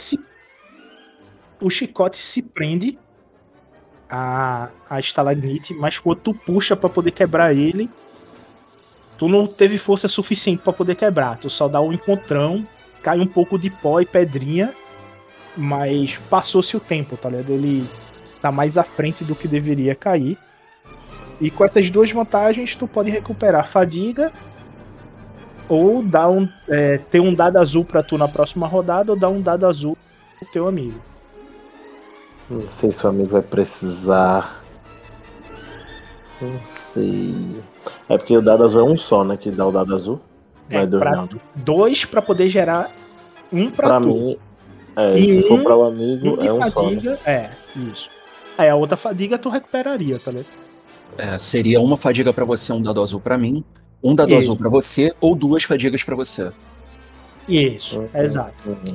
chicote se prende a estalagnite, mas quando tu puxa pra poder quebrar ele, tu não teve força suficiente pra poder quebrar. Tu só dá um encontrão, cai um pouco de pó e pedrinha, mas passou-se o tempo, tá ligado? Ele tá mais à frente do que deveria cair. E com essas 2 vantagens, tu pode recuperar fadiga ou dar ter um dado azul pra tu na próxima rodada, ou dar um dado azul pro teu amigo. Não sei se o amigo vai precisar. Não sei. É porque o dado azul é um só, né? Que dá o dado azul. Vai 2 pra poder gerar um pra tu. Mim, se for pra o amigo, é um fadiga, só. Né? Isso. Aí a outra fadiga tu recuperaria, tá ligado? Seria uma fadiga pra você, um dado azul pra mim, um dado azul pra você, ou 2 fadigas pra você. Isso, exato.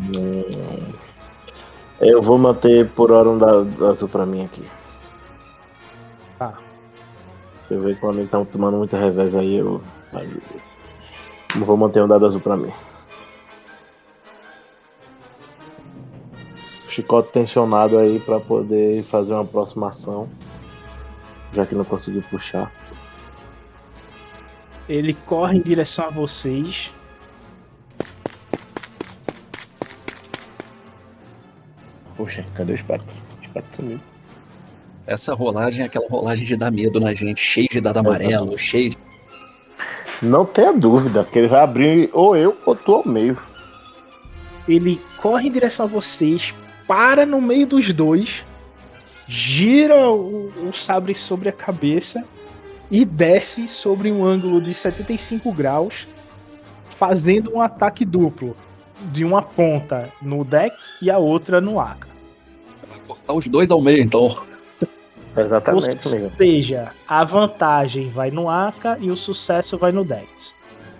Eu vou manter por hora um dado azul pra mim aqui. Tá. Se eu ver que o amigo tá tomando muita revés aí, eu vou manter um dado azul pra mim. Chicote tensionado aí pra poder fazer uma aproximação, já que não conseguiu puxar. Ele corre em direção a vocês. Poxa, cadê o espectro? O espectro sumiu. Essa rolagem é aquela rolagem de dar medo na gente, cheio de dado amarelo, cheio de... Não tenha dúvida, que ele vai abrir ou eu ou tu ao meio. Ele corre em direção a vocês, para no meio dos 2, gira o sabre sobre a cabeça e desce sobre um ângulo de 75 graus, fazendo um ataque duplo, de uma ponta no Dex e a outra no Aka. Vai cortar os 2 ao meio, então. Exatamente. Ou seja, a vantagem vai no Aka e o sucesso vai no Dex.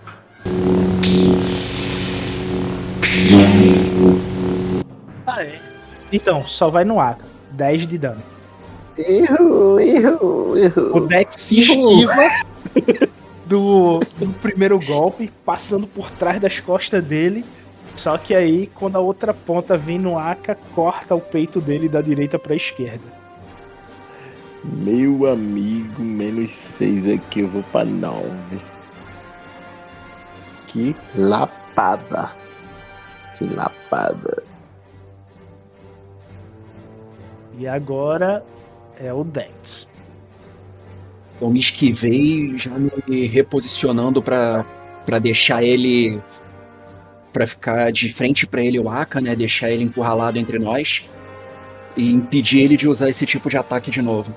Então, só vai no Aka. 10 de dano. Erro. O Dex se esquiva do primeiro golpe, passando por trás das costas dele, Só que aí, quando a outra ponta vem no Aka, corta o peito dele da direita pra esquerda. Meu amigo, -6 aqui, eu vou pra 9. Que lapada. Que lapada. E agora é o Dex. Eu me esquivei, já me reposicionando pra deixar ele... Pra ficar de frente pra ele o Aka, né? Deixar ele encurralado entre nós. E impedir ele de usar esse tipo de ataque de novo.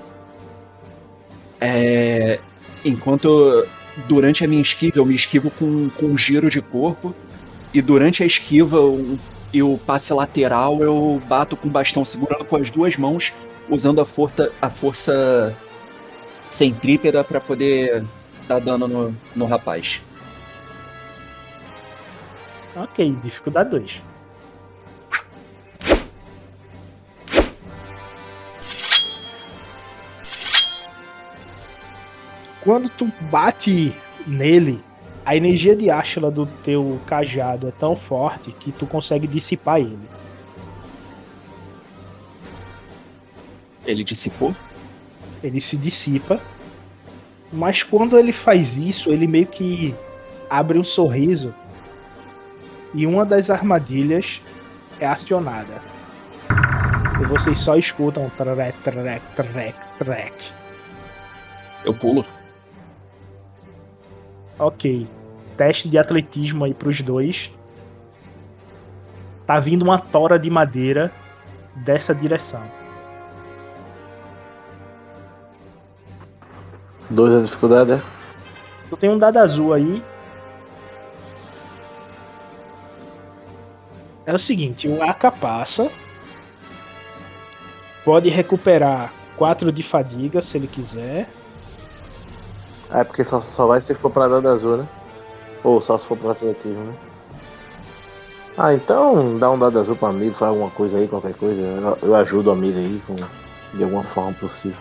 Enquanto... Durante a minha esquiva, eu me esquivo com um giro de corpo. E durante a esquiva e o passe lateral, eu bato com o bastão segurando com as duas mãos, usando a força centrípeta pra poder dar dano no rapaz. Ok, dificuldade 2. Quando tu bate nele, a energia de Ashla do teu cajado é tão forte que tu consegue dissipar ele. Ele dissipou? Ele se dissipa, mas quando ele faz isso, ele meio que abre um sorriso e uma das armadilhas é acionada. E vocês só escutam trek, trek, trek, trek. Eu pulo. Ok. Teste de atletismo aí pros dois. Tá vindo uma tora de madeira dessa direção. 2 a dificuldade, é? Tu tem um dado azul aí. É o seguinte, o Aka passa. Pode recuperar 4 de fadiga se ele quiser. É porque só vai se for pra dado azul, né? Ou só se for pra atletismo, né? Ah, então dá um dado azul pro amigo, faz alguma coisa aí, qualquer coisa. Eu ajudo o amigo aí de alguma forma possível.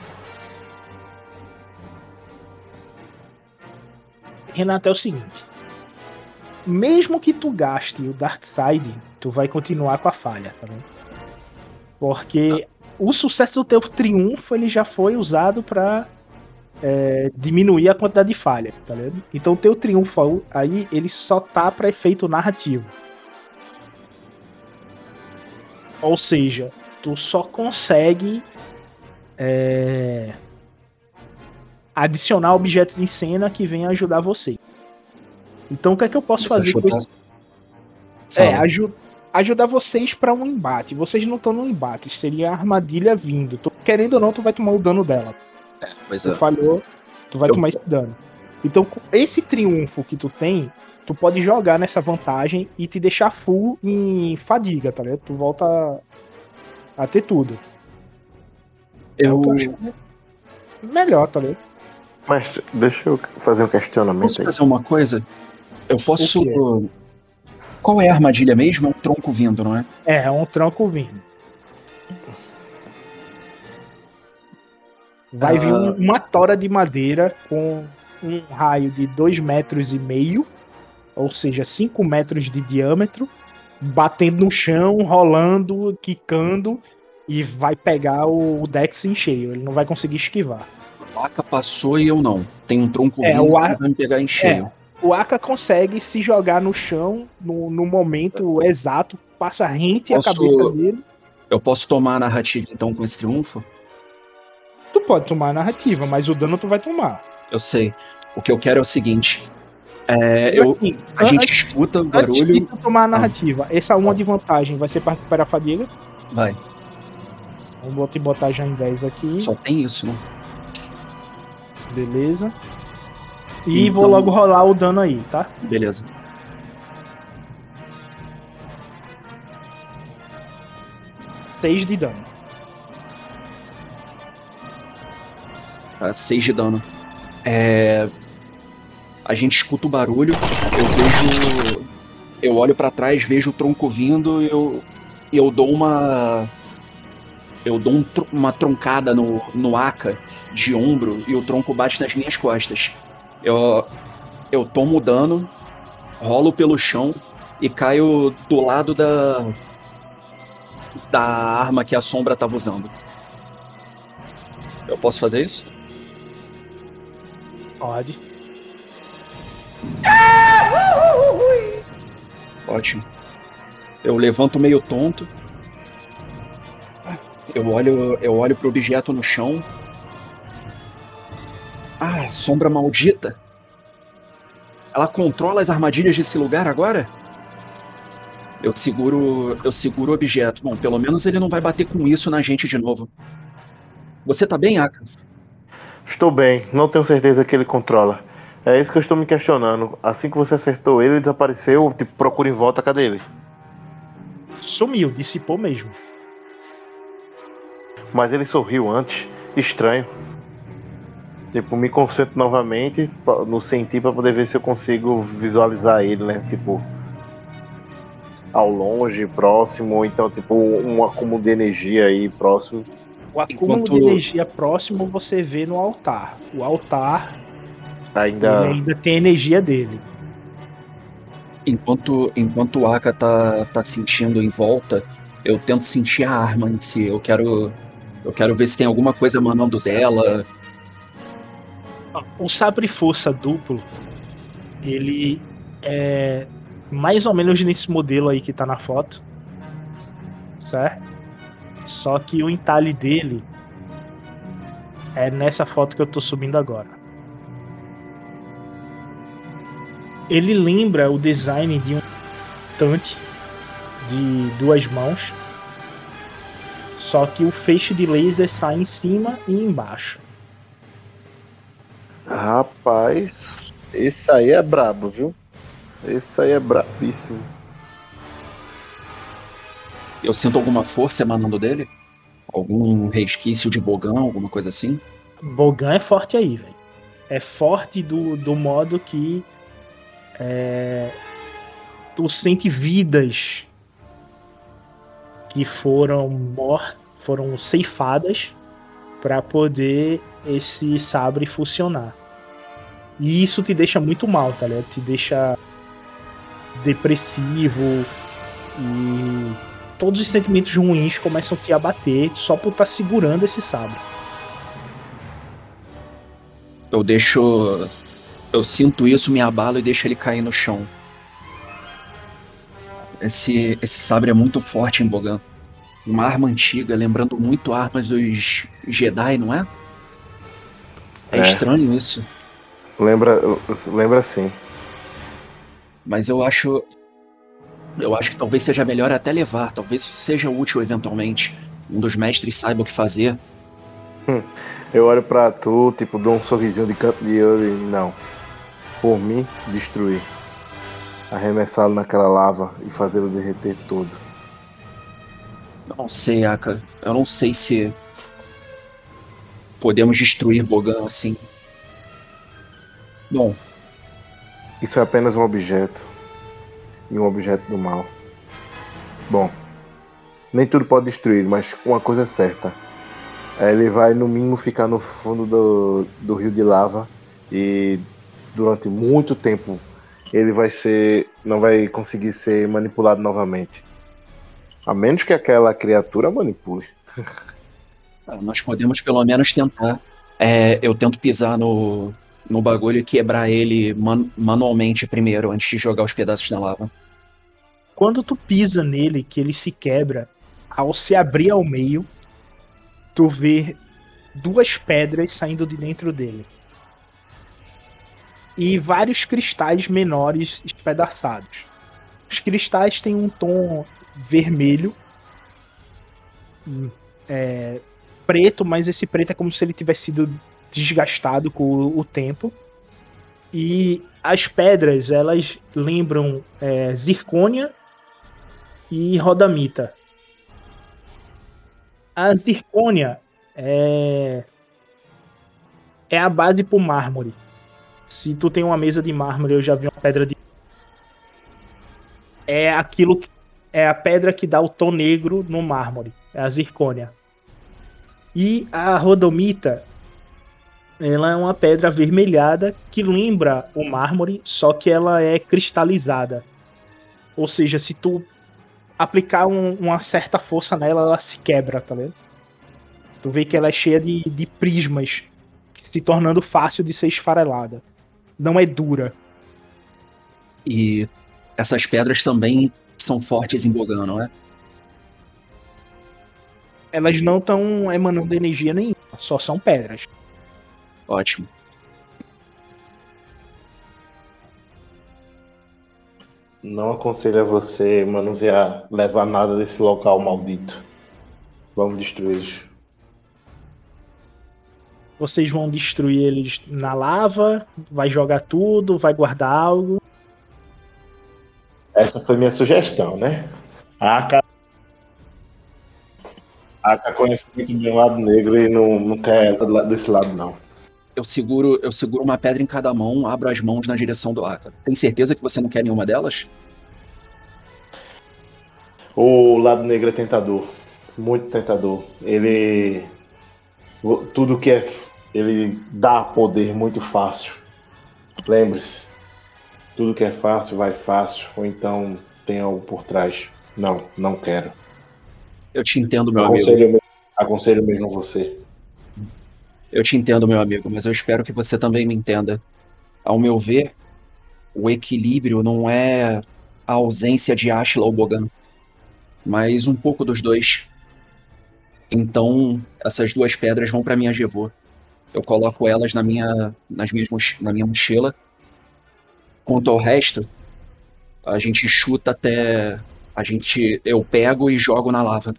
Renato, é o seguinte. Mesmo que tu gaste o Dark Side, tu vai continuar com a falha, tá vendo? Porque o sucesso do teu triunfo ele já foi usado pra diminuir a quantidade de falha, tá vendo? Então o teu triunfo aí, ele só tá pra efeito narrativo. Ou seja, tu só consegue adicionar objetos em cena que venham ajudar você. Então o que é que eu posso fazer com isso? Ajudar vocês pra um embate. Vocês não estão no embate, seria a armadilha vindo. Querendo ou não, tu vai tomar o dano dela. Tu falhou, tu vai tomar esse dano. Então, esse triunfo que tu tem, tu pode jogar nessa vantagem e te deixar full em fadiga, tá ligado? Tu volta a ter tudo. Eu acho melhor, tá ligado? Mas deixa eu fazer um questionamento. Posso fazer uma coisa? Eu posso... Qual é a armadilha mesmo? É um tronco vindo, não é? É um tronco vindo. Vai vir uma tora de madeira com um raio de 2,5 metros, ou seja, 5 metros de diâmetro, batendo no chão, rolando, quicando, e vai pegar o Dex em cheio. Ele não vai conseguir esquivar. O Aka passou e eu não. Tem um tronco vindo que vai me pegar em cheio. O Aka consegue se jogar no chão no momento exato, passa rente a cabeça dele. Eu posso tomar a narrativa então com esse triunfo? Tu pode tomar a narrativa, mas o dano tu vai tomar. Eu sei. O que eu quero é o seguge. A gente escuta o barulho. Antes de tu tomar a narrativa, essa uma de vantagem vai ser pra recuperar a fadiga? Vai. Vamos botar já em 10 aqui. Só tem isso, né? Beleza. E então, vou logo rolar o dano aí, tá? Beleza. Seis de dano. 6 de dano. A gente escuta o barulho, eu olho pra trás, vejo o tronco vindo, eu dou uma troncada no Aka de ombro e o tronco bate nas minhas costas. Eu tomo o dano, rolo pelo chão e caio do lado da arma que a sombra estava usando. Eu posso fazer isso? Pode. Ótimo. Eu levanto meio tonto. Eu olho pro objeto no chão. Ah, sombra maldita. Ela controla as armadilhas desse lugar agora? Eu seguro o objeto. Bom, pelo menos ele não vai bater com isso na gente de novo. Você tá bem, Aka? Estou bem, não tenho certeza que ele controla. É isso que eu estou me questionando. Assim que você acertou ele desapareceu, tipo, procura em volta, cadê ele? Sumiu, dissipou mesmo. Mas ele sorriu antes. Estranho. Tipo, me concentro novamente no sentir pra poder ver se eu consigo visualizar ele, né? Tipo, ao longe, próximo, ou então, tipo, um acúmulo de energia aí próximo. O acúmulo de energia próximo você vê no altar. O altar ainda tem energia dele. Enquanto o Aka tá sentindo em volta, eu tento sentir a arma em si. Eu quero ver se tem alguma coisa emanando dela. O sabre força duplo, ele é mais ou menos nesse modelo aí que tá na foto, certo? Só que o entalhe dele é nessa foto que eu tô subindo agora. Ele lembra o design de um tante de 2 mãos, só que o feixe de laser sai em cima e embaixo. Rapaz, esse aí é brabo, viu? Esse aí é brabíssimo. Eu sinto alguma força emanando dele? Algum resquício de Bogan, alguma coisa assim? Bogan é forte aí, velho. É forte do modo que tu sente vidas que foram ceifadas para poder esse sabre funcionar. E isso te deixa muito mal, tá ligado? Te deixa depressivo e todos os sentimentos ruins começam a te abater só por estar segurando esse sabre. Eu sinto isso, me abalo e deixo ele cair no chão. Esse sabre é muito forte em Bogan. Uma arma antiga, lembrando muito armas dos Jedi, não é? É estranho isso. Lembra sim. Mas eu acho que talvez seja melhor até levar. Talvez seja útil eventualmente. Um dos mestres saiba o que fazer. Eu olho pra tu, tipo, dou um sorrisinho de canto de olho e não. Por mim, destruir. Arremessá-lo naquela lava e fazê-lo derreter todo. Não sei, Aka. Eu não sei se podemos destruir Bogan assim. Bom. Isso é apenas um objeto. E um objeto do mal. Bom. Nem tudo pode destruir, mas uma coisa é certa. Ele vai no mínimo ficar no fundo do rio de lava. E durante muito tempo ele não vai conseguir ser manipulado novamente. A menos que aquela criatura manipule. Nós podemos pelo menos tentar. Eu tento pisar no bagulho e quebrar ele manualmente primeiro, antes de jogar os pedaços na lava. Quando tu pisa nele, que ele se quebra, ao se abrir ao meio, tu vê 2 pedras saindo de dentro dele. E vários cristais menores espedaçados. Os cristais têm um tom vermelho, preto, mas esse preto é como se ele tivesse sido desgastado com o tempo. E as pedras, elas lembram zircônia e rodamita. A zircônia é a base pro mármore. Se tu tem uma mesa de mármore, eu já vi uma pedra de... É a pedra que dá o tom negro no mármore. É a zircônia. E a rodomita, ela é uma pedra avermelhada que lembra o mármore, só que ela é cristalizada. Ou seja, se tu aplicar uma certa força nela, ela se quebra, tá vendo? Tu vê que ela é cheia de prismas, se tornando fácil de ser esfarelada. Não é dura. E essas pedras também são fortes em Bogan, não é? Elas não estão emanando energia nenhuma, só são pedras. Ótimo. Não aconselho a você manusear, levar nada desse local maldito. Vamos destruí-los. Vocês vão destruir eles na lava, vai jogar tudo, vai guardar algo. Essa foi minha sugestão, né? A Aka conhece muito bem o lado negro e não quer desse lado, não. Eu seguro uma pedra em cada mão, abro as mãos na direção do Aka. Tem certeza que você não quer nenhuma delas? O lado negro é tentador. Muito tentador. Ele dá poder muito fácil. Lembre-se. Tudo que é fácil vai fácil. Ou então tem algo por trás. Não quero. Eu te entendo, meu amigo. Aconselho mesmo você. Eu te entendo, meu amigo, mas eu espero que você também me entenda. Ao meu ver, o equilíbrio não é a ausência de Ashla ou Bogan, mas um pouco dos dois. Então, essas duas pedras vão para minha Jevô. Eu coloco elas na minha mochila. Quanto ao resto, a gente chuta até... Eu pego e jogo na lava.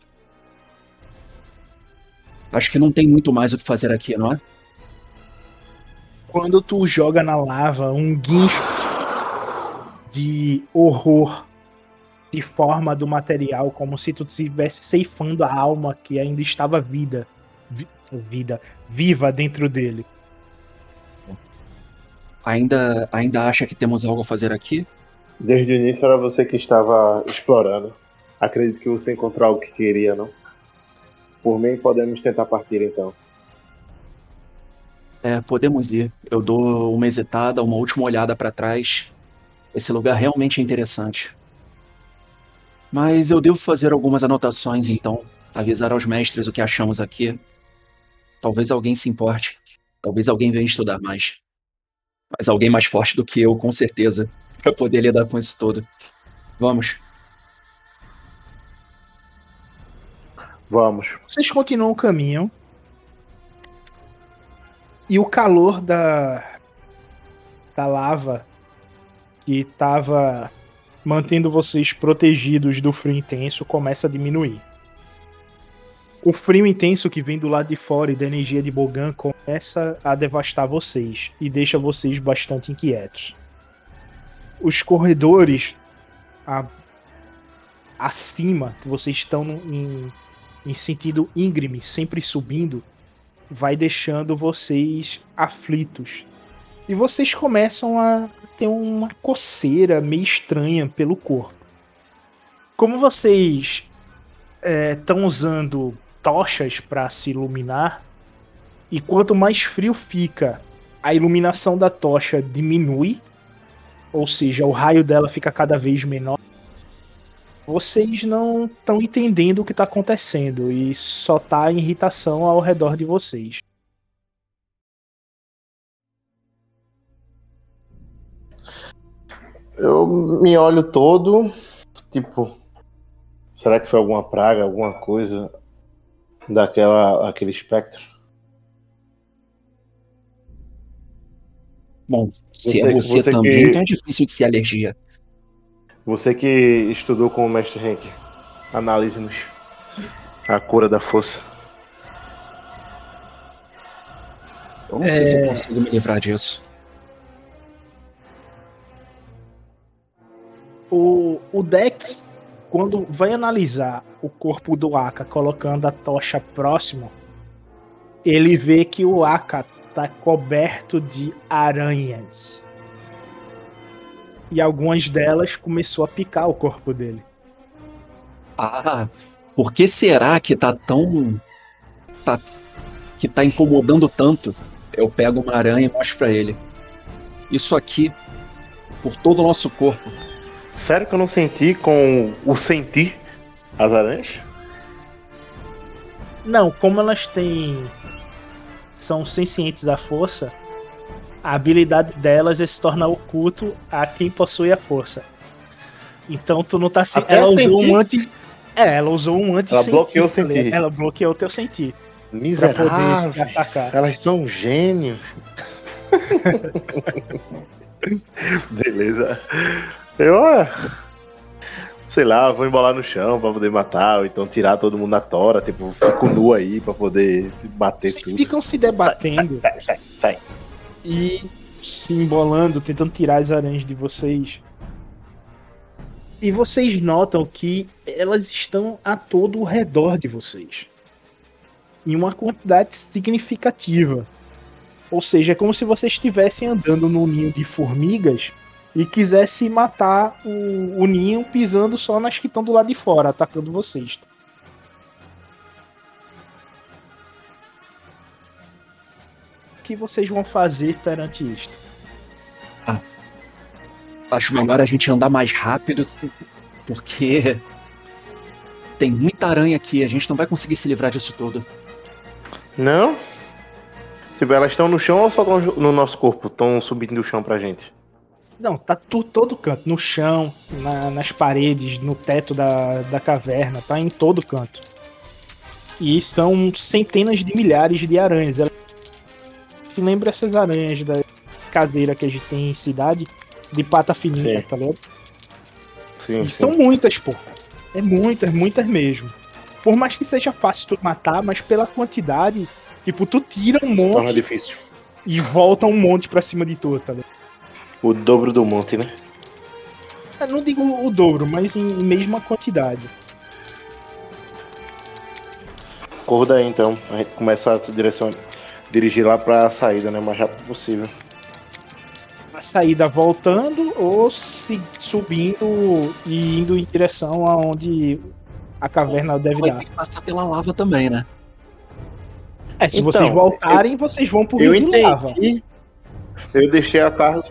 Acho que não tem muito mais o que fazer aqui, não é? Quando tu joga na lava, um guincho de horror se forma do material, como se tu estivesse ceifando a alma que ainda estava viva dentro dele. Ainda acha que temos algo a fazer aqui? Desde o início era você que estava explorando. Acredito que você encontrou algo que queria, não? Por mim, podemos tentar partir então. Podemos ir. Eu dou uma hesitada, uma última olhada para trás. Esse lugar realmente é interessante. Mas eu devo fazer algumas anotações, então. Avisar aos mestres o que achamos aqui. Talvez alguém se importe. Talvez alguém venha estudar mais. Mas alguém mais forte do que eu, com certeza, para poder lidar com isso tudo. Vamos. Vamos. Vocês continuam o caminho. E o calor da lava que estava mantendo vocês protegidos do frio intenso começa a diminuir. O frio intenso que vem do lado de fora e da energia de Bogan começa a devastar vocês e deixa vocês bastante inquietos. Os corredores acima, que vocês estão em sentido íngreme, sempre subindo, vai deixando vocês aflitos. E vocês começam a ter uma coceira meio estranha pelo corpo. Como vocês estão usando tochas para se iluminar, e quanto mais frio fica, a iluminação da tocha diminui, ou seja, o raio dela fica cada vez menor. Vocês não estão entendendo o que está acontecendo e só tá irritação ao redor de vocês. Eu me olho todo, tipo, será que foi alguma praga, alguma coisa aquele espectro? Bom, se é você também, então é difícil de ser alergia. Você que estudou com o mestre Henk, analise-nos a cura da força. Eu não sei se eu consigo me livrar disso. O Dex, quando vai analisar o corpo do Aka colocando a tocha próximo, ele vê que o Aka está coberto de aranhas. E algumas delas começou a picar o corpo dele. Ah, por que será que que tá incomodando tanto? Eu pego uma aranha e mostro pra ele. Isso aqui, por todo o nosso corpo, Sério que eu não senti com o sentir as aranhas? Não, como elas são sencientes à força, a habilidade delas é se tornar oculto a quem possui a força. Então tu não tá se... Até Ela usou sentir? um anti... ela usou um anti. Ela bloqueou o sentir. Ela bloqueou o teu sentir. Miseráveis. Pra poder te atacar. Elas são gênios. Beleza. Sei lá, vou embolar no chão pra poder matar, ou então tirar todo mundo da tora, tipo, fico nu aí pra poder bater Vocês tudo. ficam se debatendo Sai. e se embolando, tentando tirar as aranhas de vocês. E vocês notam que elas estão a todo o redor de vocês. Em uma quantidade significativa. Ou seja, é como se vocês estivessem andando num ninho de formigas e quisesse matar o ninho pisando só nas que estão do lado de fora, atacando vocês. O que vocês vão fazer perante isto? Acho melhor a gente andar mais rápido, porque tem muita aranha aqui, a gente não vai conseguir se livrar disso tudo. Não? Tipo, elas estão no chão ou só estão no nosso corpo? Estão subindo do chão pra gente? Não, tá todo canto, no chão, nas paredes, no teto da caverna, tá em todo canto. E são centenas de milhares de aranhas. Se lembra essas aranhas da caseira que a gente tem em cidade, de pata fininha, Sim. tá ligado? Sim. São muitas, pô. É muitas mesmo. Por mais que seja fácil tu matar, mas pela quantidade, tipo, tu tira um Torna monte difícil. e volta um monte pra cima de tu, tá ligado? O dobro do monte, né? Eu não digo o dobro, mas em mesma quantidade. Corro daí então. A gente começa a dirigir lá pra saída, né? O mais rápido possível. A saída voltando ou subindo e indo em direção aonde a caverna deve Vai dar. ter que passar pela lava também, né? Se Então, vocês voltarem, vocês vão pro Eu rio de lava. entendi. Eu deixei a cargo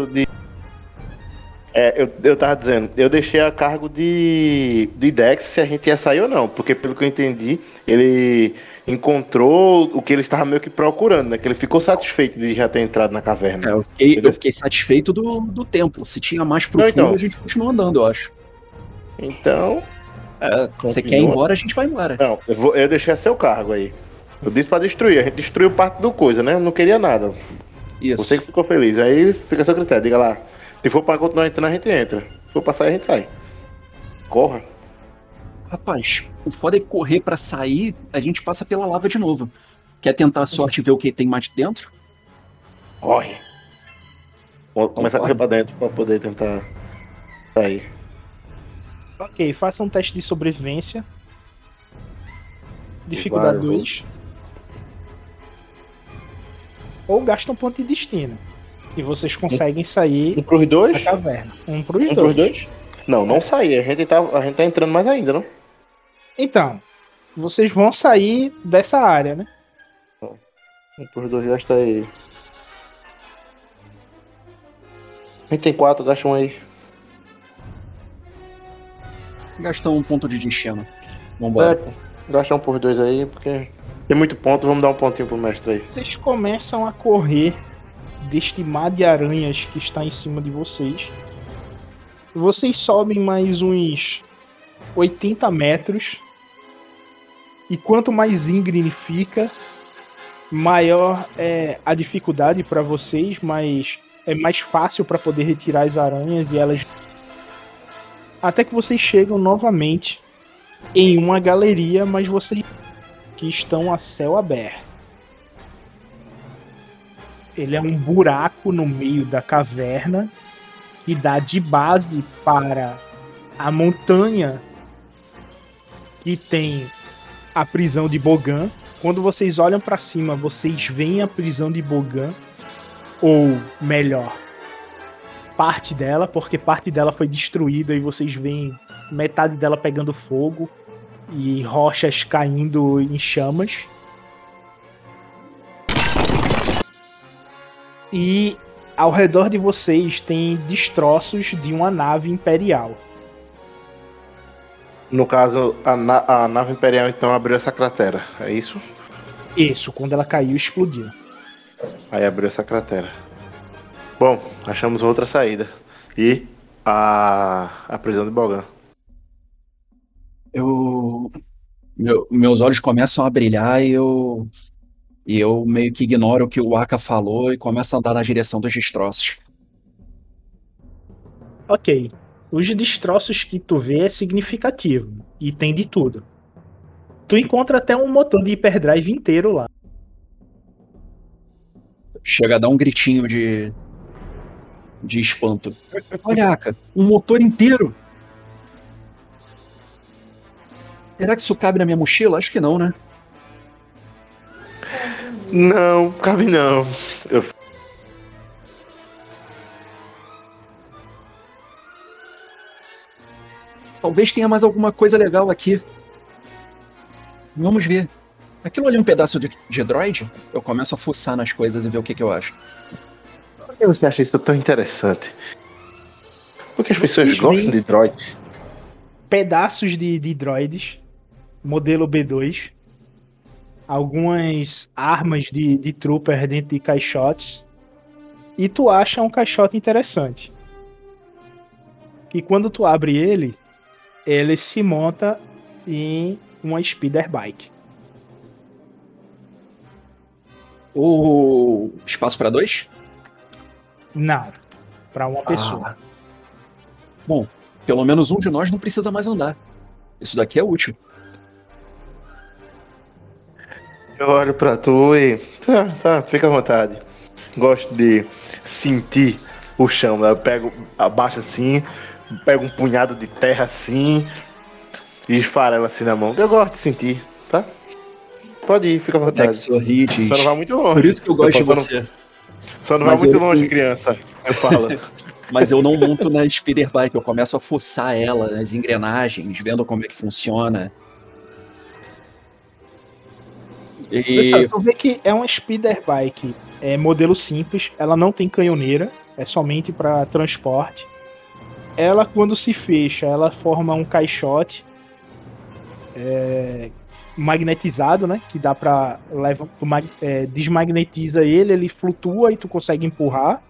eu tava dizendo, eu deixei a cargo do Idex se a gente ia sair ou não, porque pelo que eu entendi, ele encontrou o que ele estava meio que procurando, né? Que ele ficou satisfeito de já ter entrado na caverna. Eu fiquei satisfeito do tempo. Se tinha mais pro fundo, então. a gente continua andando, eu acho. Então, Você quer ir embora, a gente vai embora. não, eu deixei a seu cargo aí. Eu disse pra destruir, a gente destruiu parte do coisa, né? Eu não queria nada. Isso. Você que ficou feliz. Aí fica a seu critério, diga lá. Se for pra continuar entrando, a gente entra. Se for pra sair, a gente sai. Corra. Rapaz, o foda é que correr pra sair, a gente passa pela lava de novo. Quer tentar a sorte e ver o que tem mais dentro? Corre. Vou começar a correr pra dentro pra poder tentar sair. Ok, faça um teste de sobrevivência. Dificuldade Vai, 2. Ou gasta um ponto de destino. E vocês conseguem sair Um pros da dois? caverna. Um pros Um dois. pros dois? Não sair. A gente tá entrando mais ainda, não? Então, vocês vão sair dessa área, né? Um pros dois, gasta aí. A gente tem 4, gasta um aí. Gastou um ponto de destino. Vambora. Gasta um por dois aí, porque tem muito ponto, vamos dar um pontinho pro mestre aí. Vocês começam a correr deste mar de aranhas que está em cima de vocês. Vocês sobem mais uns 80 metros. E quanto mais íngreme fica, maior é a dificuldade para vocês, mas é mais fácil para poder retirar as aranhas e elas. Até que vocês chegam novamente em uma galeria, mas vocês que estão a céu aberto. Ele é um buraco no meio da caverna que dá de base para a montanha que tem a prisão de Bogan. Quando vocês olham para cima, vocês veem a prisão de Bogan, ou melhor, parte dela, porque parte dela foi destruída e vocês veem metade dela pegando fogo e rochas caindo em chamas. E Ao redor de vocês tem destroços de uma nave imperial. No caso, a nave imperial então abriu essa cratera, é isso? Isso, quando ela caiu, explodiu. Aí abriu essa cratera. Bom, achamos outra saída. E a prisão de Bogan. Meus olhos começam a brilhar e eu meio que ignoro o que o Aka falou e começo a andar na direção dos destroços. Ok. Os destroços que tu vê é significativo. E tem de tudo. Tu encontra até um motor de hiperdrive inteiro lá. Chega a dar um gritinho de espanto. Olha, Aka, um motor inteiro! Será que isso cabe na minha mochila? Acho que não, né? Não, cabe não. Talvez tenha mais alguma coisa legal aqui. Vamos ver. Aquilo ali é um pedaço de droid? Eu começo a fuçar nas coisas e ver o que eu acho. Por que você acha isso tão interessante? Porque as pessoas gostam de droid. Pedaços de droids, modelo B2, algumas armas de trooper dentro de caixotes, e tu acha um caixote interessante. E quando tu abre ele se monta em uma speeder bike. O espaço para 2? Não, para uma pessoa. Bom, pelo menos um de nós não precisa mais andar. Isso daqui é útil. Eu olho pra tu e... Tá, fica à vontade. Gosto de sentir o chão, né? Eu pego, abaixo assim, pego um punhado de terra assim e esfarelo assim na mão. Eu gosto de sentir, tá? Pode ir, fica à vontade. Sorri, diz. Só não vai muito longe. Por isso que eu gosto de você. Só não vai muito longe, criança. Eu falo. Mas eu não monto na speeder bike, eu começo a fuçar ela, as engrenagens, vendo como é que funciona. Pessoal, tu vê que é uma speeder bike, é modelo simples, ela não tem canhoneira, é somente para transporte. Ela, quando se fecha, ela forma um caixote magnetizado, né? Que dá pra desmagnetiza ele flutua e tu consegue empurrar.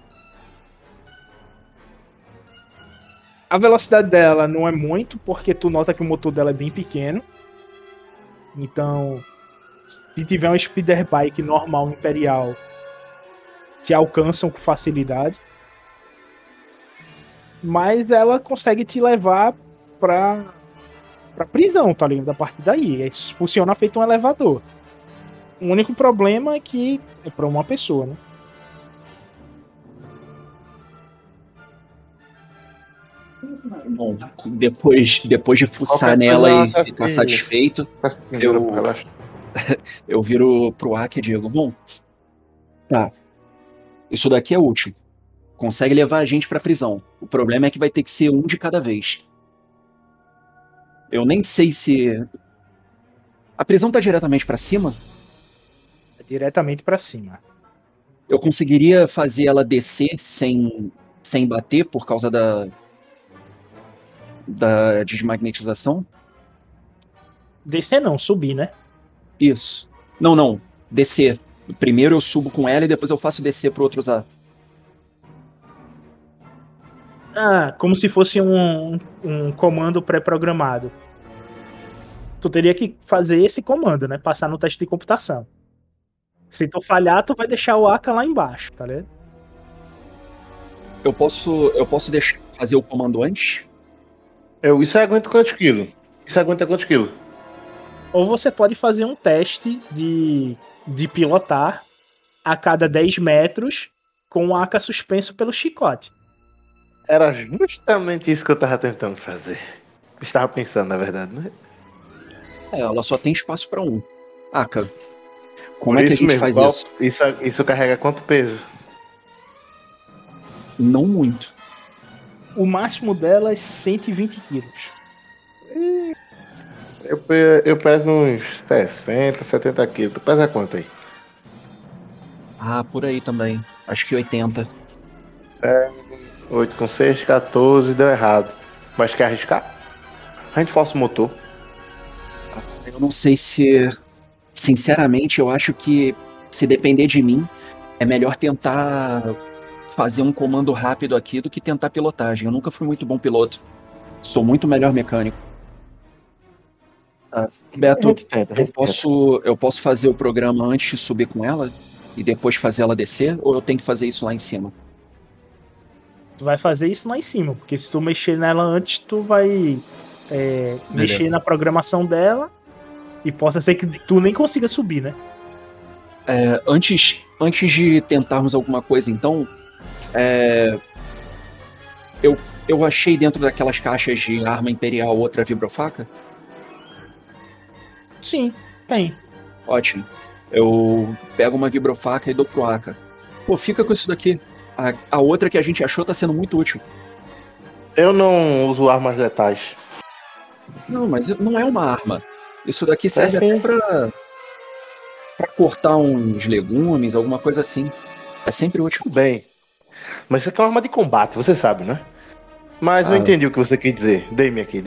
A velocidade dela não é muito, porque tu nota que o motor dela é bem pequeno. Então, se tiver uma speeder bike normal imperial, te alcançam com facilidade. Mas ela consegue te levar pra prisão, tá ligado? A partir daí. Isso funciona feito um elevador. O único problema é que é pra uma pessoa, né? Bom, depois de fuçar nela e ficar satisfeito, eu viro pro Aka e digo, bom, tá, isso daqui é útil. Consegue levar a gente pra prisão. O problema é que vai ter que ser um de cada vez. Eu nem sei se... A prisão tá diretamente pra cima? É diretamente pra cima. Eu conseguiria fazer ela descer sem bater por causa da desmagnetização? Descer não, subir, né? Isso. Não, descer. Primeiro eu subo com ela e depois eu faço descer pro outro usar. Ah, como se fosse um comando pré-programado. Tu teria que fazer esse comando, né? Passar no teste de computação. Se tu falhar, tu vai deixar o Aka lá embaixo, tá ligado? Eu posso fazer o comando antes? Isso aguenta quantos quilos? Isso aguenta quantos quilos? Ou você pode fazer um teste de pilotar a cada 10 metros com o Aka suspenso pelo chicote. Era justamente isso que eu tava tentando fazer. Estava pensando, na verdade, né? Ela só tem espaço pra um. Aka, como é que a gente faz isso? Isso carrega quanto peso? Não muito. O máximo dela é 120 quilos. Eu peso uns 60, 70 quilos. Tu pesa quanto aí? Ah, por aí também. Acho que 80. 8 com 6, 14, deu errado. Mas quer arriscar? A gente força o motor. Eu não sei se... Sinceramente, eu acho que se depender de mim, é melhor tentar fazer um comando rápido aqui do que tentar pilotagem. Eu nunca fui muito bom piloto. Sou muito melhor mecânico. Beto, eu posso fazer o programa antes de subir com ela e depois fazer ela descer? Ou eu tenho que fazer isso lá em cima? Tu vai fazer isso lá em cima, porque se tu mexer nela antes, tu vai mexer na programação dela e possa ser que tu nem consiga subir, né? Antes de tentarmos alguma coisa, então, eu achei dentro daquelas caixas de arma imperial outra vibrofaca? Sim, tem. Ótimo. Eu pego uma vibrofaca e dou pro Aka. Pô, fica com isso daqui. A outra que a gente achou tá sendo muito útil. Eu não uso armas letais. Não, mas não é uma arma. Isso daqui serve até pra cortar uns legumes, alguma coisa assim. É sempre útil. Bem, mas isso aqui é uma arma de combate, você sabe, né? Mas eu entendi o que você quis dizer. Dê-me aqui.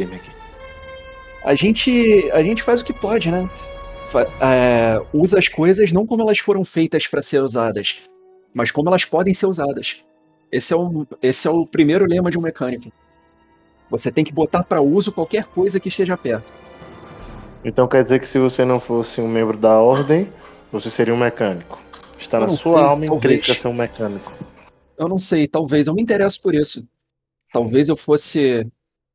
A gente faz o que pode, né? Usa as coisas não como elas foram feitas para ser usadas, mas como elas podem ser usadas. Esse é o primeiro lema de um mecânico. Você tem que botar para uso qualquer coisa que esteja perto. Então quer dizer que se você não fosse um membro da ordem, você seria um mecânico. Está na sua alma intrínseca ser um mecânico. Eu não sei, talvez. Eu me interesso por isso. Talvez eu fosse...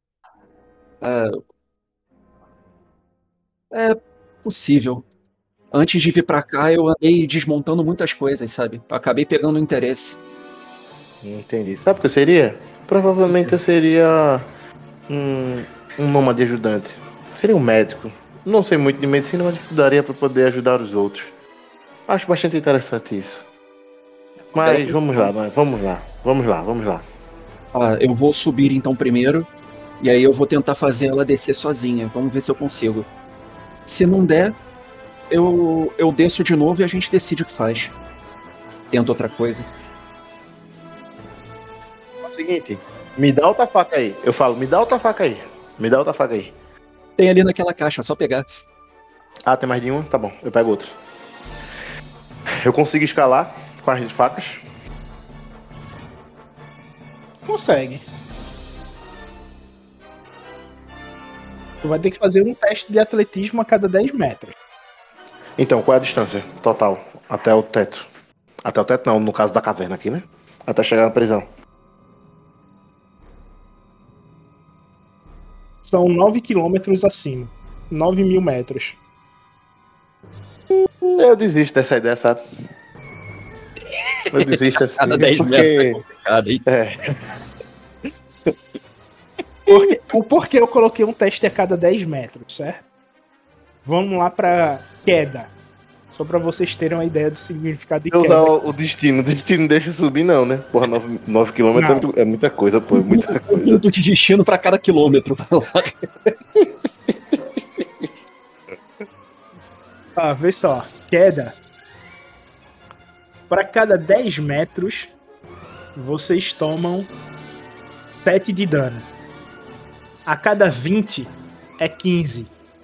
É possível. Antes de vir pra cá, eu andei desmontando muitas coisas, sabe? Acabei pegando um interesse. Entendi. Sabe o que eu seria? Provavelmente eu seria um nômade ajudante. Seria um médico. Não sei muito de medicina, mas estudaria para poder ajudar os outros. Acho bastante interessante isso. Mas vamos lá. Eu vou subir então primeiro, e aí eu vou tentar fazer ela descer sozinha. Vamos ver se eu consigo. Se não der, eu desço de novo e a gente decide o que faz. Tenta outra coisa. É o seguinte, me dá outra faca aí. Eu falo, me dá outra faca aí. Tem ali naquela caixa, é só pegar. Ah, tem mais de uma? Tá bom, eu pego outra. Eu consigo escalar com as facas? Consegue. Tu vai ter que fazer um teste de atletismo a cada 10 metros. Então, qual é a distância total até o teto? Até o teto não, no caso da caverna aqui, né? Até chegar na prisão. São 9 quilômetros acima. 9.000 metros. Eu desisto dessa ideia, sabe? Eu desisto assim. Cada 10 metros é complicado, hein? O porquê eu coloquei um teste a cada 10 metros, certo? Vamos lá pra queda. Só pra vocês terem uma ideia do significado de eu queda. usar o destino. O destino deixa subir, não, né? Porra, 9 km é muita coisa, pô. É muita coisa. Um ponto de destino pra cada quilômetro. Vê só. Queda. Para cada 10 metros, vocês tomam 7 de dano. A cada 20 é 15.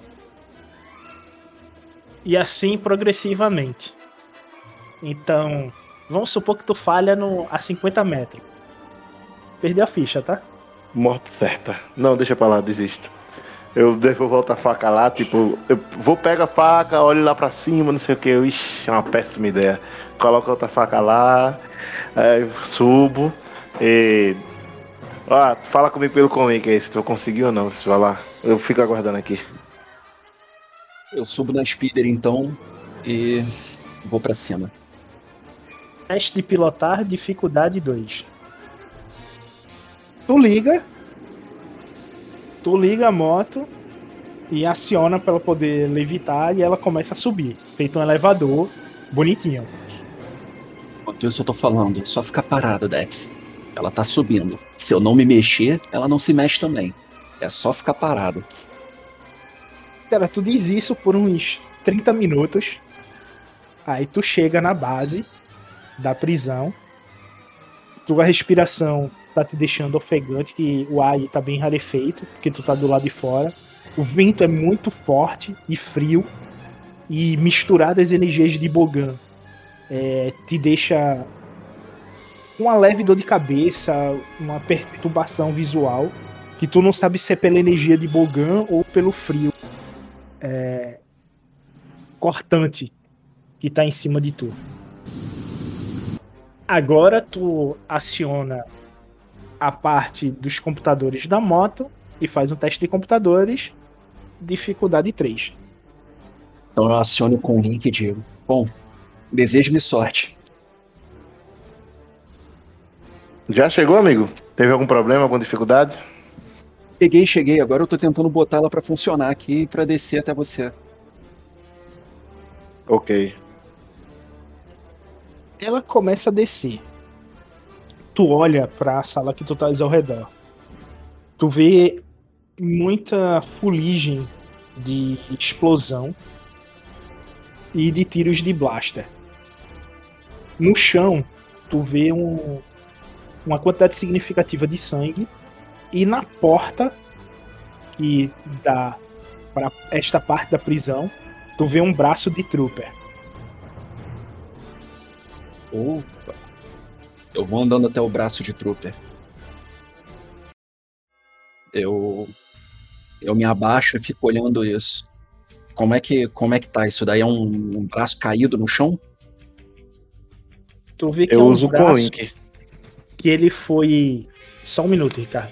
E assim progressivamente. Então, vamos supor que tu falha a 50 metros. Perdeu a ficha, tá? Morte certa. Não, deixa pra lá, desisto. Eu volto a faca lá, tipo, eu vou pegar a faca, olho lá pra cima, não sei o que. Ixi, é uma péssima ideia. Coloco outra faca lá, subo e... fala comigo pelo comic aí, se tu conseguiu ou não, se vai lá. Eu fico aguardando aqui. Eu subo na speeder então e vou pra cima. Teste de pilotar, dificuldade 2. Tu liga a moto e aciona pra ela poder levitar e ela começa a subir. Feito um elevador bonitinho. Enquanto isso eu tô falando, só ficar parado, Dex. Ela tá subindo. Se eu não me mexer, ela não se mexe também. É só ficar parado. Cara, tu diz isso por uns 30 minutos. Aí tu chega na base da prisão. tua respiração tá te deixando ofegante, que o ar aí tá bem rarefeito, porque tu tá do lado de fora. O vento é muito forte e frio, e misturado às energias de Bogan, te deixa com uma leve dor de cabeça, uma perturbação visual, que tu não sabe se é pela energia de Bogan ou pelo frio cortante que tá em cima de tu. Agora tu aciona a parte dos computadores da moto e faz um teste de computadores, dificuldade 3. Então eu aciono com o link e digo: bom, desejo-me sorte. Já chegou, amigo? Teve algum problema, alguma dificuldade? Cheguei. Agora eu tô tentando botar ela pra funcionar aqui pra descer até você. Ok. Ela começa a descer. Tu olha pra sala que tu tá ao redor. Tu vê muita fuligem de explosão e de tiros de blaster. No chão, tu vê uma quantidade significativa de sangue, e na porta que dá para esta parte da prisão, tu vê um braço de trooper. Opa. Eu vou andando até o braço de trooper. Eu me abaixo e fico olhando isso. Como é que tá? Isso daí é um braço caído no chão? Tu vê que Eu é um uso com braço link. que ele foi... Só um minuto, Ricardo.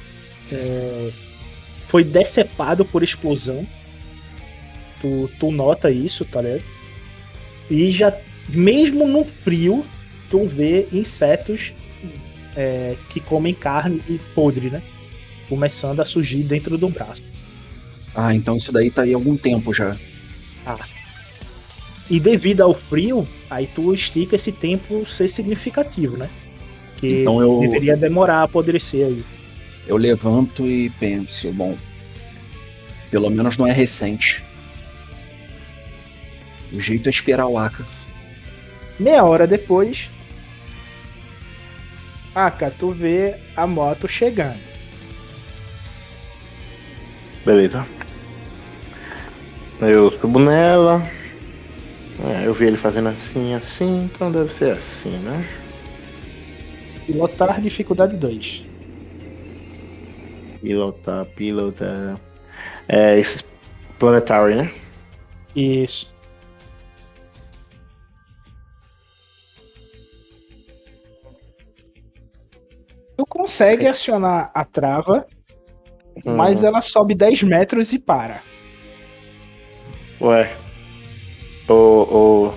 Foi decepado por explosão. Tu nota isso, tá ligado? E já, mesmo no frio, tu vê insetos que comem carne e podre, né? Começando a surgir dentro do braço. Ah, então isso daí tá aí há algum tempo já. E devido ao frio, aí tu estica esse tempo ser significativo, né? Que Então eu- deveria demorar a apodrecer aí. Eu levanto e penso, bom, pelo menos não é recente. O jeito é esperar o Aka. Meia hora depois, Aka, tu vê a moto chegando. Beleza. Eu subo nela. Eu vi ele fazendo assim, então deve ser assim, né? Pilotar dificuldade 2. Pilotar. Esse Planetary, né? Isso. Tu consegue acionar a trava, mas ela sobe 10 metros e para. Ué. O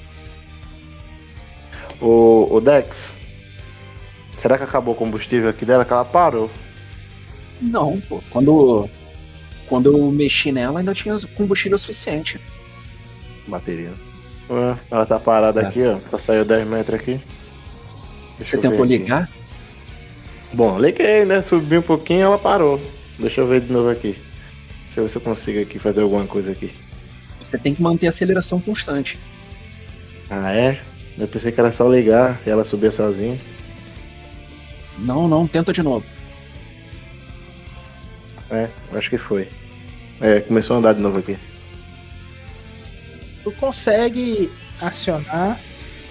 Dex. Será que acabou o combustível aqui dela que ela parou? Não, pô. Quando eu mexi nela, ainda tinha combustível suficiente. Bateria. Ué, ela tá parada aqui, ó. Só saiu 10 metros aqui. Deixa Você eu ver tentou aqui. ligar? Bom, liguei, né? Subi um pouquinho e ela parou. Deixa eu ver de novo aqui. Deixa eu ver se eu consigo aqui fazer alguma coisa aqui. Você tem que manter a aceleração constante. Ah, é? Eu pensei que era só ligar e ela subia sozinha. Não, tenta de novo. Acho que foi. Começou a andar de novo aqui. Tu consegue acionar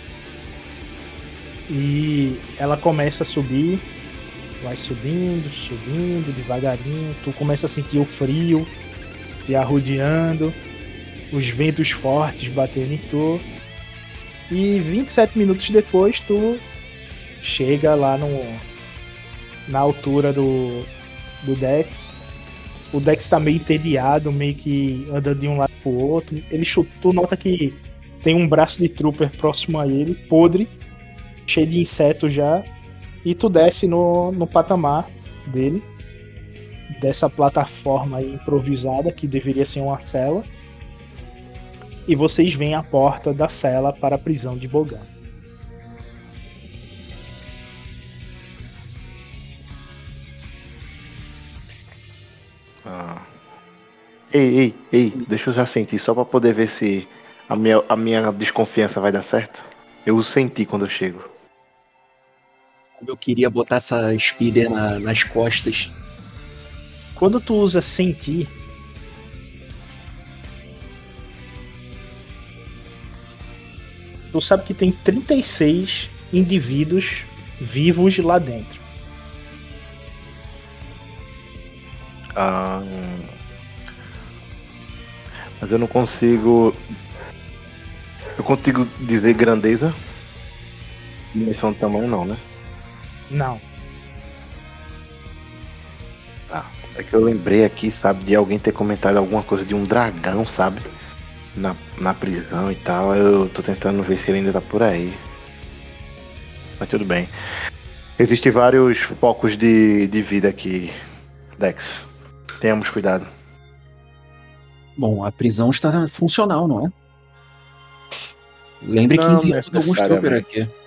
e ela começa a subir, vai subindo devagarinho. Tu começa a sentir o frio te arrodeando, os ventos fortes batendo em tu, e 27 minutos depois tu chega lá na altura do Dex. O Dex tá meio entediado, meio que andando de um lado pro outro. Tu nota que tem um braço de trooper próximo a ele, podre, cheio de insetos já, e tu desce no patamar dele, dessa plataforma aí improvisada, que deveria ser uma cela, e vocês veem a porta da cela para a prisão de Bogan. Ei, deixa eu já sentir, só pra poder ver se a minha desconfiança vai dar certo. Eu o senti quando eu chego. Como eu queria botar essa speeder nas costas. Quando tu usa sentir, tu sabe que tem 36 indivíduos vivos lá dentro. Mas eu não consigo. Eu consigo dizer grandeza? Dimensão de tamanho não, né? Não. Tá. É que eu lembrei aqui, sabe, de alguém ter comentado alguma coisa de um dragão, sabe? Na prisão e tal. Eu tô tentando ver se ele ainda tá por aí. Mas tudo bem. Existem vários focos de vida aqui, Dex. Tenhamos cuidado. Bom, a prisão está funcional, não é? Lembre que Não enviamos alguns troopers aqui.